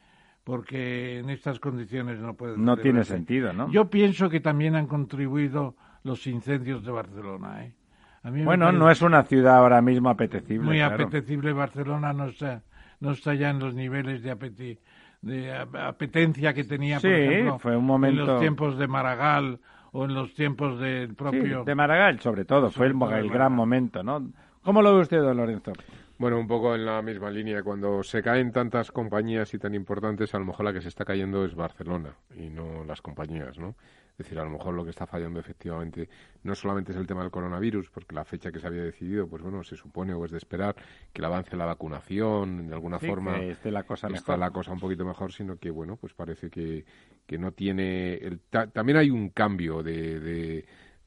porque en estas condiciones no puede No tiene celebrarse. sentido, ¿no? Yo pienso que también han contribuido los incendios de Barcelona, ¿eh? A mí me Bueno, parece no es una ciudad ahora mismo apetecible. muy claro. apetecible. Barcelona no está, no está ya en los niveles de, apeti, de apetencia que tenía, Sí, por ejemplo, fue un momento... en los tiempos de Maragall o en los tiempos del propio... Sí, de Maragall, sobre todo, fue el, Sobre todo de el gran Maragall. momento, ¿no? ¿Cómo lo ve usted, don Lorenzo? Bueno, un poco en la misma línea. Cuando se caen tantas compañías y tan importantes, a lo mejor la que se está cayendo es Barcelona y no las compañías, ¿no? Es decir, a lo mejor lo que está fallando efectivamente no solamente es el tema del coronavirus, porque la fecha que se había decidido, pues bueno, se supone o es de esperar que el avance de la vacunación, de alguna Sí, forma, que esté la cosa está mejor. la cosa un poquito mejor, sino que, bueno, pues parece que, que no tiene... El, ta, también hay un cambio de... de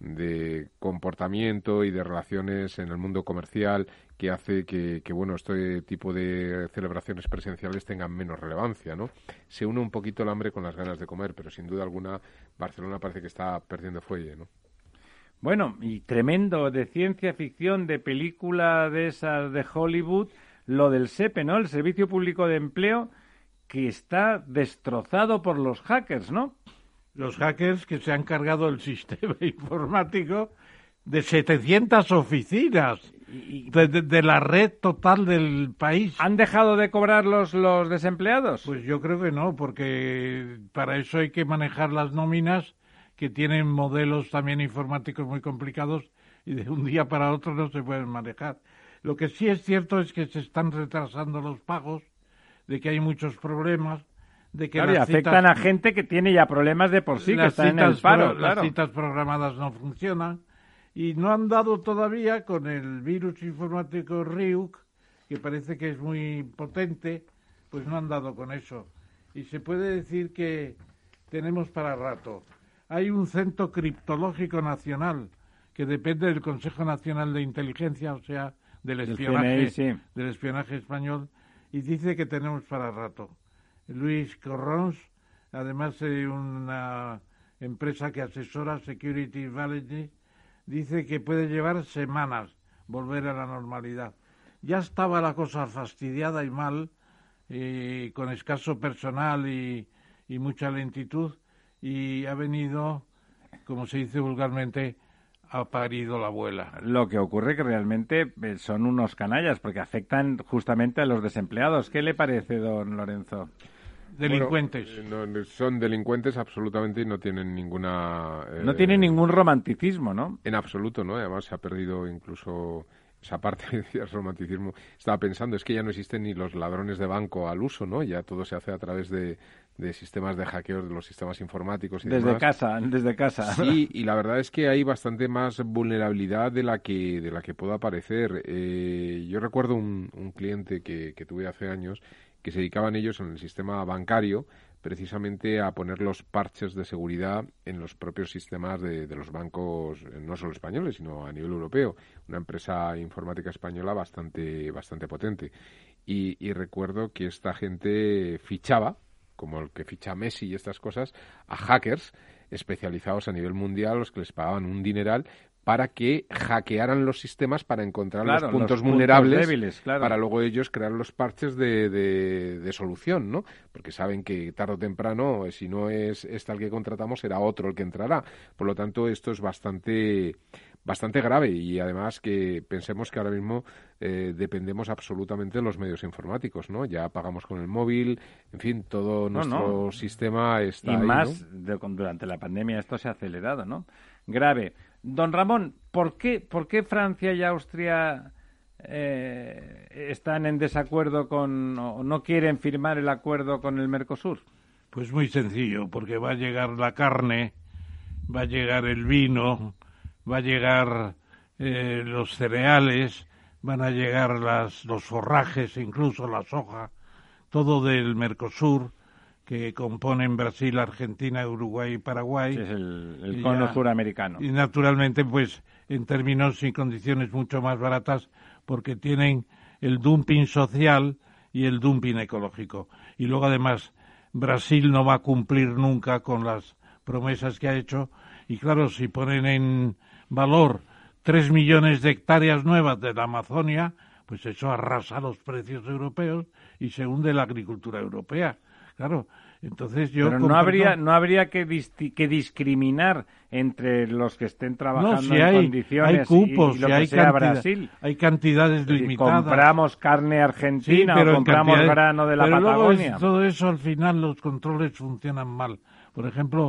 de comportamiento y de relaciones en el mundo comercial que hace que, que, bueno, este tipo de celebraciones presenciales tengan menos relevancia, ¿no? Se une un poquito el hambre con las ganas de comer, pero sin duda alguna Barcelona parece que está perdiendo fuelle, ¿no? Bueno, y tremendo, de ciencia ficción, de película de esas de Hollywood, lo del SEPE, ¿no? El Servicio Público de Empleo, que está destrozado por los hackers, ¿no? Los hackers que se han cargado el sistema informático de setecientas oficinas de, de, de la red total del país. ¿Han dejado de cobrar los, los desempleados? Pues yo creo que no, porque para eso hay que manejar las nóminas que tienen modelos también informáticos muy complicados y de un día para otro no se pueden manejar. Lo que sí es cierto es que se están retrasando los pagos, de que hay muchos problemas, de que claro, y las afectan citas, a gente que tiene ya problemas de por sí, que las están en el citas paro, pro- claro. las citas programadas no funcionan y no han dado todavía con el virus informático Ryuk, que parece que es muy potente, pues no han dado con eso. Y se puede decir que tenemos para rato. Hay un centro criptológico nacional que depende del Consejo Nacional de Inteligencia, o sea, del Del espionaje, C N I, sí. del espionaje español, y dice que tenemos para rato. Luis Corrons, además de una empresa que asesora Security Valley, dice que puede llevar semanas volver a la normalidad. Ya estaba la cosa fastidiada y mal, y con escaso personal y, y mucha lentitud, y ha venido, como se dice vulgarmente, ha parido la abuela. Lo que ocurre que realmente eh, son unos canallas, porque afectan justamente a los desempleados. ¿Qué le parece, don Lorenzo? Delincuentes. Bueno, eh, no, son delincuentes absolutamente y no tienen ninguna... Eh, No tiene ningún romanticismo, ¿no? En absoluto, ¿no? Además se ha perdido incluso esa parte que decías, romanticismo. Estaba pensando, es que ya no existen ni los ladrones de banco al uso, ¿no? Ya todo se hace a través de, de sistemas de hackeo, de los sistemas informáticos y Desde demás. casa, desde casa. Sí, y la verdad es que hay bastante más vulnerabilidad de la que de la que pueda parecer. Eh, yo recuerdo un, un cliente que, que tuve hace años que se dedicaban ellos en el sistema bancario precisamente a poner los parches de seguridad en los propios sistemas de, de los bancos, no solo españoles, sino a nivel europeo. Una empresa informática española bastante, bastante potente. Y, y recuerdo que esta gente fichaba, como el que ficha Messi y estas cosas, a hackers especializados a nivel mundial, los que les pagaban un dineral para que hackearan los sistemas para encontrar Claro, los puntos los puntos vulnerables débiles, claro. para luego ellos crear los parches de, de, de solución, ¿no? Porque saben que tarde o temprano, si no es este el que contratamos, será otro el que entrará. Por lo tanto, esto es bastante bastante grave y además que pensemos que ahora mismo eh, dependemos absolutamente de los medios informáticos, ¿no? Ya pagamos con el móvil, en fin, todo No, nuestro no. sistema está Y ahí, más ¿no? de- con- durante la pandemia esto se ha acelerado, ¿no? Grave. Don Ramón, ¿por qué, por qué Francia y Austria eh, están en desacuerdo con o no quieren firmar el acuerdo con el Mercosur? Pues muy sencillo, porque va a llegar la carne, va a llegar el vino, va a llegar eh, los cereales, van a llegar las, los forrajes, incluso la soja, todo del Mercosur, que componen Brasil, Argentina, Uruguay y Paraguay. Sí, es el, el cono ya, suramericano. Y naturalmente, pues, en términos y condiciones mucho más baratas, porque tienen el dumping social y el dumping ecológico. Y luego, además, Brasil no va a cumplir nunca con las promesas que ha hecho. Y claro, si ponen en valor tres millones de hectáreas nuevas de la Amazonia, pues eso arrasa los precios europeos y se hunde la agricultura europea. Claro, entonces yo... Pero no habría, no habría que, disti- que discriminar entre los que estén trabajando no, si en hay, condiciones hay cupos, y, y lo si que hay sea cantidad, Brasil. Hay cantidades Si limitadas. compramos carne argentina, sí, pero o compramos grano de la pero Patagonia. Luego es, todo eso al final los controles funcionan mal. Por ejemplo,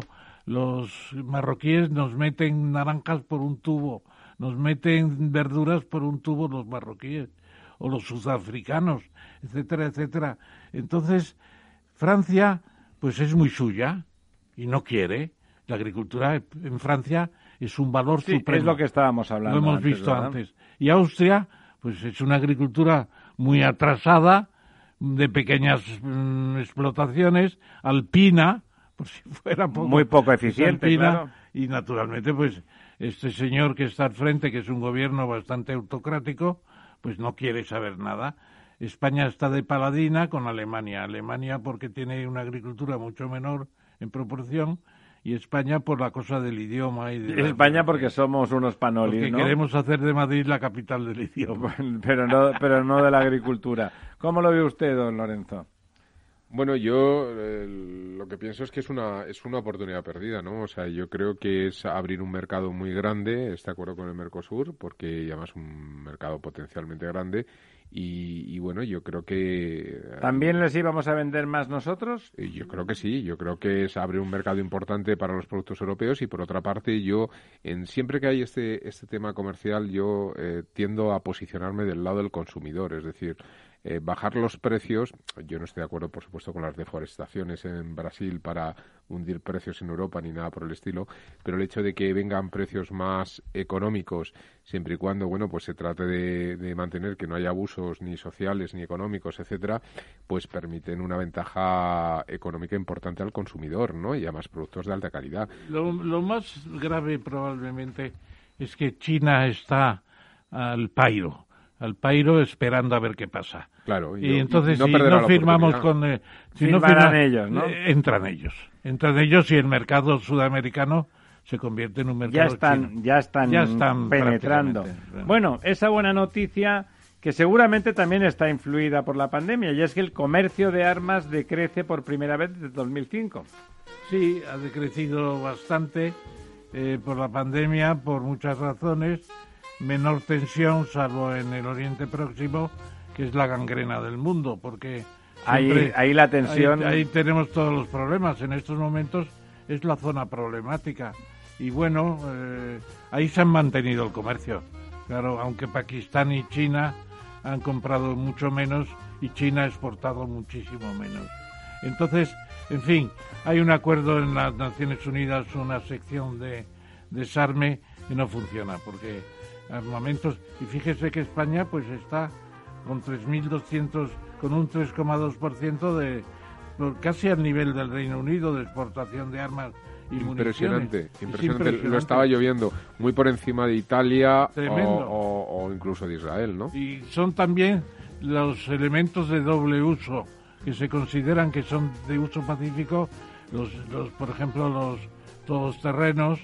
los marroquíes nos meten naranjas por un tubo, nos meten verduras por un tubo los marroquíes, o los sudafricanos, etcétera, etcétera. Entonces, Francia, pues es muy suya y no quiere. La agricultura en Francia es un valor sí, supremo. Es lo que estábamos hablando. Lo hemos antes, visto ¿verdad? antes. Y Austria, pues es una agricultura muy atrasada, de pequeñas mm, explotaciones, alpina, por si fuera poco. Muy poco eficiente, alpina, claro. Y naturalmente, pues este señor que está al frente, que es un gobierno bastante autocrático, pues no quiere saber nada. España está de paladina con Alemania. Alemania porque tiene una agricultura mucho menor en proporción, y España por la cosa del idioma. Y de la... España porque somos unos panolis, porque ¿no? queremos hacer de Madrid la capital del idioma. pero, no, pero no de la agricultura. ¿Cómo lo ve usted, don Lorenzo? Bueno, yo eh, lo que pienso es que es una es una oportunidad perdida, ¿no? O sea, yo creo que es abrir un mercado muy grande, estoy de acuerdo con el Mercosur, porque además es un mercado potencialmente grande, y, y bueno, yo creo que... ¿También les íbamos a vender más nosotros? Eh, yo creo que sí, yo creo que es abrir un mercado importante para los productos europeos, y por otra parte yo, en siempre que hay este, este tema comercial, yo eh, tiendo a posicionarme del lado del consumidor, es decir... Eh, bajar los precios, yo no estoy de acuerdo, por supuesto, con las deforestaciones en Brasil para hundir precios en Europa ni nada por el estilo, pero el hecho de que vengan precios más económicos, siempre y cuando, bueno, pues se trate de, de mantener que no haya abusos ni sociales ni económicos, etcétera, pues permiten una ventaja económica importante al consumidor, ¿no? Y además productos de alta calidad. Lo, lo más grave probablemente es que China está al pairo. al pairo esperando a ver qué pasa. Claro, y, y entonces y no si no firmamos con... Eh, si no firman ellos, ¿no? Eh, entran ellos. Entran ellos y el mercado sudamericano se convierte en un mercado ya están, chino. Ya están, ya están penetrando. Bueno, esa buena noticia que seguramente también está influida por la pandemia, y es que el comercio de armas decrece por primera vez desde dos mil cinco. Sí, ha decrecido bastante eh, por la pandemia, por muchas razones. Menor tensión, salvo en el Oriente Próximo, que es la gangrena del mundo, porque ahí, ahí la tensión... Ahí, ahí tenemos todos los problemas. En estos momentos es la zona problemática. Y bueno, eh, ahí se han mantenido el comercio. Claro, aunque Pakistán y China han comprado mucho menos y China ha exportado muchísimo menos. Entonces, en fin, hay un acuerdo en las Naciones Unidas, una sección de desarme, y no funciona, porque... armamentos, y fíjese que España pues está con tres mil doscientos, con un tres coma dos por ciento de casi al nivel del Reino Unido de exportación de armas y impresionante, municiones. impresionante, impresionante, lo estaba lloviendo muy por encima de Italia o, o, o incluso de Israel, ¿no? Y son también los elementos de doble uso que se consideran que son de uso pacífico, los, los por ejemplo los todoterrenos,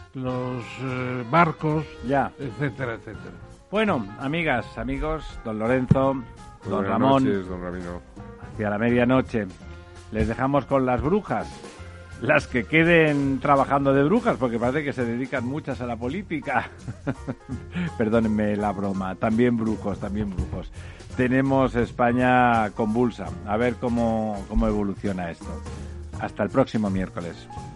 los eh, barcos, ya, etcétera, etcétera. Bueno, amigas, amigos, don Lorenzo, Muy don Ramón, noches, don Ramiro. Hacia la medianoche les dejamos con las brujas, las que queden trabajando de brujas, porque parece que se dedican muchas a la política. Perdónenme la broma, también brujos, también brujos. Tenemos España convulsa, a ver cómo, cómo evoluciona esto. Hasta el próximo miércoles.